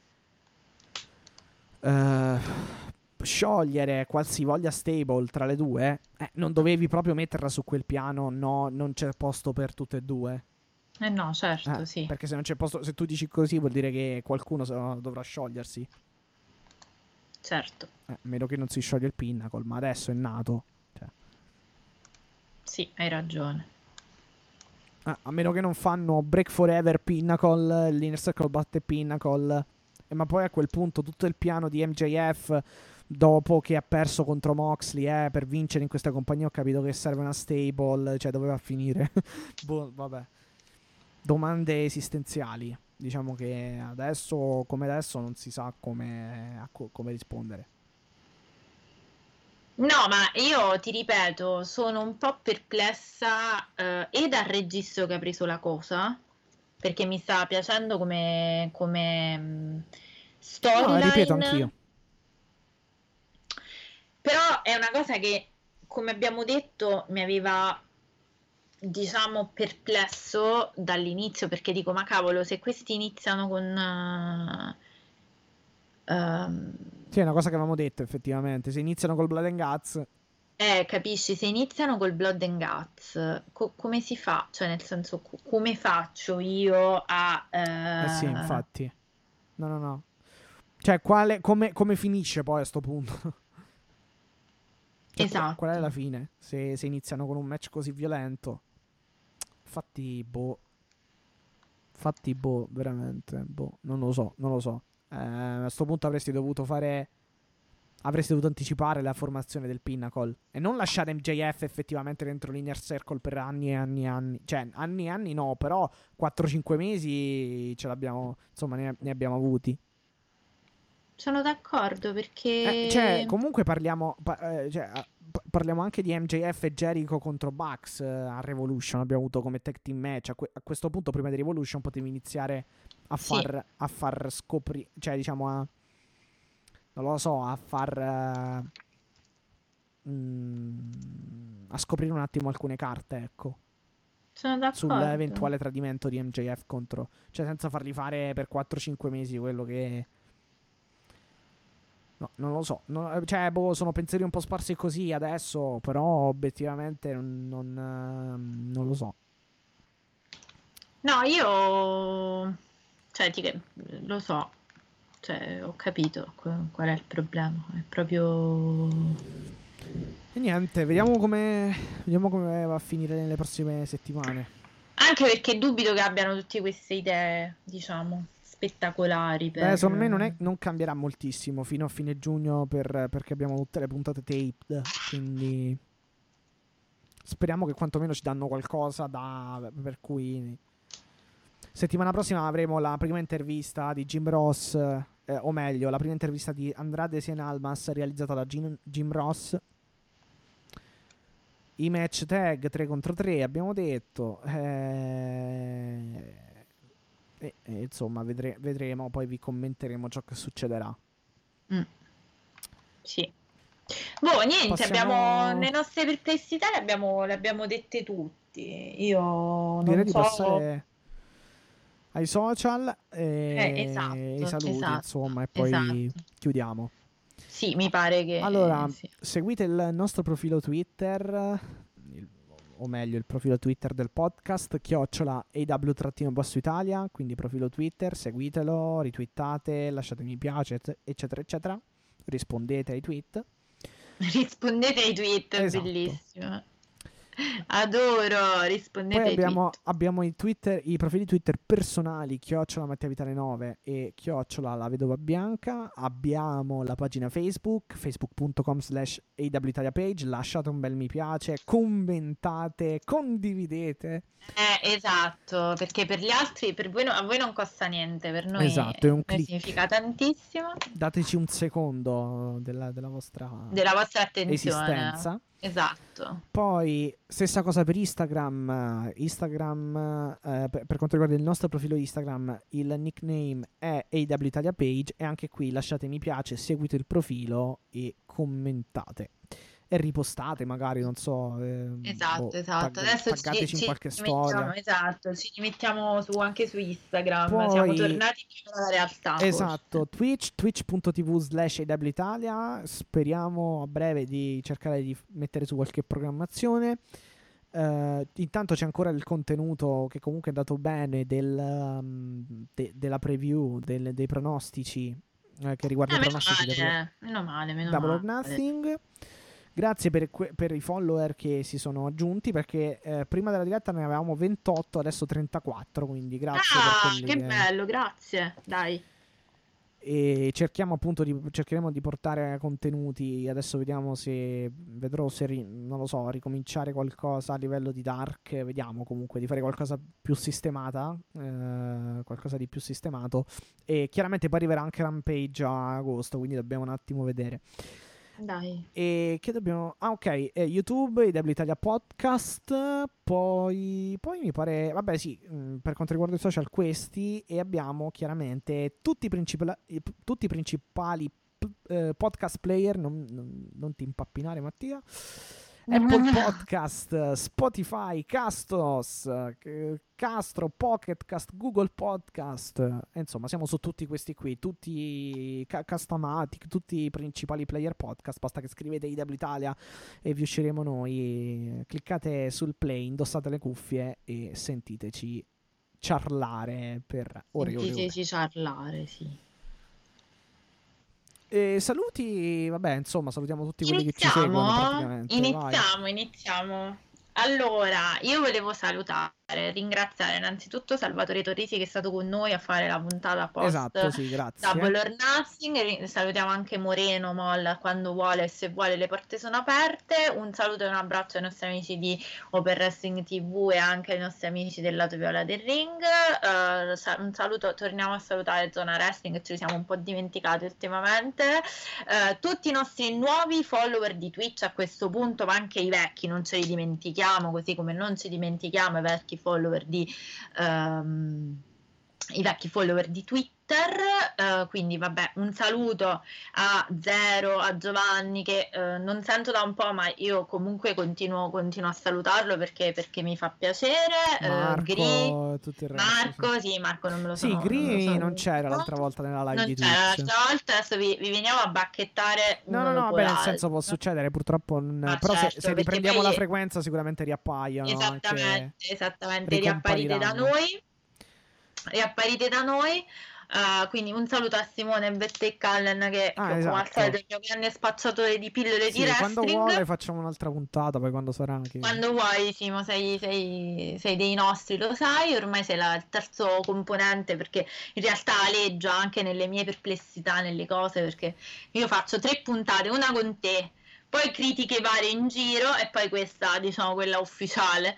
sciogliere qualsivoglia stable tra le due, non dovevi proprio metterla su quel piano. No, non c'è posto per tutte e due. No, certo, sì. Perché se non c'è posto, se tu dici così vuol dire che qualcuno dovrà sciogliersi. Certo. A meno che non si scioglie il Pinnacle, ma adesso è nato. Cioè. Sì, hai ragione. A meno che non fanno Break Forever Pinnacle, l'Inner Circle batte Pinnacle. Ma poi a quel punto tutto il piano di MJF, dopo che ha perso contro Moxley, per vincere in questa compagnia, ho capito che serve una stable, cioè doveva finire. Boh, vabbè. Domande esistenziali. Diciamo che adesso, come adesso, non si sa come rispondere. No, ma io ti ripeto, sono un po' perplessa e dal registro che ha preso la cosa, perché mi sta piacendo come storyline. No, ripeto anch'io. Però è una cosa che come abbiamo detto, mi aveva, diciamo, perplesso dall'inizio, perché dico, ma cavolo, se questi iniziano con... Sì, è una cosa che avevamo detto effettivamente. Se iniziano col Blood and Guts, capisci, se iniziano col Blood and Guts, come si fa? Cioè, nel senso, come faccio io a... sì, infatti. No. Cioè, come finisce poi a sto punto? Cioè, Esatto. qual è la fine? Se iniziano con un match così violento. Fatti, veramente. Non lo so. A sto punto avresti dovuto anticipare la formazione del Pinnacle e non lasciare MJF effettivamente dentro l'Inner Circle per anni e anni e anni. Cioè, anni e anni no, però 4-5 mesi ce l'abbiamo, insomma, ne abbiamo avuti. Sono d'accordo perché... Cioè, comunque parliamo anche di MJF e Jericho contro Bucks a Revolution. Abbiamo avuto come tag team match. A questo punto, prima di Revolution, potevi iniziare a far scoprire, cioè, diciamo, non lo so, a scoprire un attimo alcune carte, ecco. Sono d'accordo. Sull'eventuale tradimento di MJF contro, cioè, senza fargli fare per 4-5 mesi quello che... No, non lo so. Cioè, sono pensieri un po' sparsi così adesso, però obiettivamente non lo so. No, io... Cioè, lo so. Cioè, ho capito qual è il problema. È proprio... E niente, vediamo come va a finire nelle prossime settimane. Anche perché dubito che abbiano tutte queste idee, diciamo, spettacolari. Secondo me non cambierà moltissimo fino a fine giugno perché abbiamo tutte le puntate taped, quindi speriamo che quantomeno ci danno qualcosa per cui settimana prossima avremo la prima intervista di Jim Ross, o meglio la prima intervista di Andrade Cien Almas realizzata da Jim Ross. I match tag 3 contro 3 abbiamo detto, insomma vedremo, poi vi commenteremo ciò che succederà. Sì. Niente, abbiamo le nostre perplessità le abbiamo dette tutti. Io non direi so... di passare ai social esatto, e i saluti, esatto, insomma, e poi chiudiamo. Sì, mi pare che... Allora, sì. seguite il nostro profilo Twitter, o meglio il profilo Twitter del podcast, @AW_Basso Italia, quindi profilo Twitter, seguitelo, ritwittate, lasciate mi piace, eccetera, eccetera. Rispondete ai tweet. Rispondete ai tweet, Esatto. Bellissimo. Adoro, rispondete Poi ai tweet. abbiamo i profili Twitter personali, @MattiaVitale9 e @La Vedova Bianca. Abbiamo la pagina facebook.com/AWItaliapage. Lasciate un bel mi piace, commentate, condividete. Esatto, perché per gli altri, per voi a voi non costa niente, per noi, esatto, è un click. Significa tantissimo. Dateci un secondo della vostra attenzione. esistenza. Esatto. Poi stessa cosa per Instagram. Per quanto riguarda il nostro profilo Instagram, il nickname è AWItaliapage e anche qui lasciate mi piace, seguite il profilo e commentate e ripostate magari, non so, esatto. Adesso taggateci in qualche storia. Esatto, ci mettiamo anche su Instagram. Poi, siamo tornati alla realtà. Esatto, twitch.tv/AWItalia. Speriamo a breve di cercare di mettere su qualche programmazione. Intanto c'è ancora il contenuto che comunque è andato bene della preview, dei pronostici che riguarda i pronostici. Meno male. Double or Nothing. Grazie per i follower che si sono aggiunti, perché prima della diretta ne avevamo 28, adesso 34, quindi grazie per quelli che bello, grazie, dai. E cercheremo di portare contenuti. Adesso vediamo vedrò se non lo so, ricominciare qualcosa a livello di Dark, vediamo comunque di fare qualcosa più sistemata, qualcosa di più sistemato, e chiaramente poi arriverà anche Rampage a agosto, quindi dobbiamo un attimo vedere. Dai. E che dobbiamo... ok, YouTube, Italia Podcast, poi mi pare... Vabbè sì, per quanto riguarda i social questi, e abbiamo chiaramente tutti i principali podcast player, non ti impappinare Mattia, Apple Podcast, Spotify, Castro, Pocket Cast, Google Podcast, insomma siamo su tutti questi qui, tutti Castamatic, tutti i principali player podcast. Basta che scrivete IW Italia e vi usciremo noi, cliccate sul play, indossate le cuffie e sentiteci ciarlare per ore e ore. Sentiteci ciarlare, sì. E saluti, vabbè, insomma, salutiamo tutti quelli che ci seguono praticamente. Iniziamo. Allora, io volevo ringraziare innanzitutto Salvatore Torrisi che è stato con noi a fare la puntata post. Esatto, sì, grazie. Double or Nothing. Salutiamo anche Moreno, Molla, quando vuole e se vuole le porte sono aperte. Un saluto e un abbraccio ai nostri amici di Open Wrestling TV e anche ai nostri amici del lato viola del ring. Un saluto, torniamo a salutare Zona Wrestling, che ci siamo un po' dimenticati ultimamente. Tutti i nostri nuovi follower di Twitch a questo punto, ma anche i vecchi, non ce li dimentichiamo, così come non ci dimentichiamo i vecchi follower di Twitter. Quindi vabbè, un saluto a Zero, a Giovanni che non sento da un po', ma io comunque continuo a salutarlo perché mi fa piacere. Marco, tutto il resto, Marco, sì, Marco non me lo so. Sì, Gri non c'era l'altra volta nella live non di Twitch. Non c'era l'altra volta, adesso vi veniamo a bacchettare. No, beh, nel senso può succedere, purtroppo però certo, se riprendiamo la frequenza sicuramente riappaiono. Esattamente, riapparite da noi. Quindi un saluto a Simone Bette Callen che come al solito è il mio grande spacciatore di pillole di wrestling. Quando vuole facciamo un'altra puntata, poi quando sarà quando vuoi, Simo, sei dei nostri, lo sai, ormai sei il terzo componente, perché in realtà aleggia anche nelle mie perplessità nelle cose, perché io faccio 3 puntate, una con te, poi critiche varie in giro e poi questa, diciamo, quella ufficiale.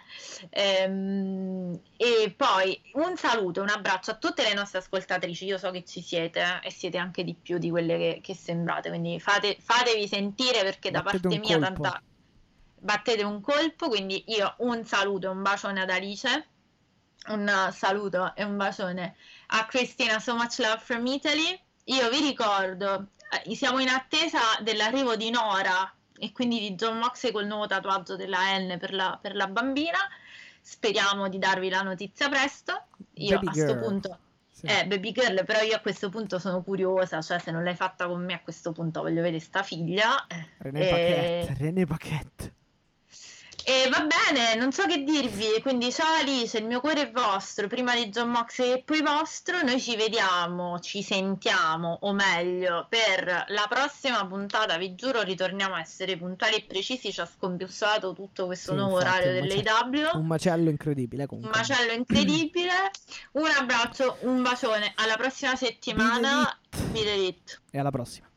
E poi un saluto, un abbraccio a tutte le nostre ascoltatrici. Io so che ci siete e siete anche di più di quelle che sembrate, quindi fatevi sentire, perché da parte mia battete un colpo. Quindi io un saluto e un bacione ad Alice, un saluto e un bacione a Cristina, so much love from Italy. Io vi ricordo, siamo in attesa dell'arrivo di Nora e quindi di John Moxley col nuovo tatuaggio della N per la bambina. Speriamo di darvi la notizia presto. Io Baby a questo girl. punto Sì. Baby girl, però io a questo punto sono curiosa, cioè se non l'hai fatta con me a questo punto voglio vedere sta figlia. René Paquette. E va bene, non so che dirvi, quindi ciao Alice, il mio cuore è vostro, prima di John Moxley e poi vostro. Noi ci vediamo, ci sentiamo, o meglio, per la prossima puntata, vi giuro ritorniamo a essere puntuali e precisi. Ci ha scompiussato tutto questo nuovo orario dell'AEW. Un macello incredibile comunque. Un macello incredibile. Un abbraccio, un bacione, alla prossima settimana. E alla prossima.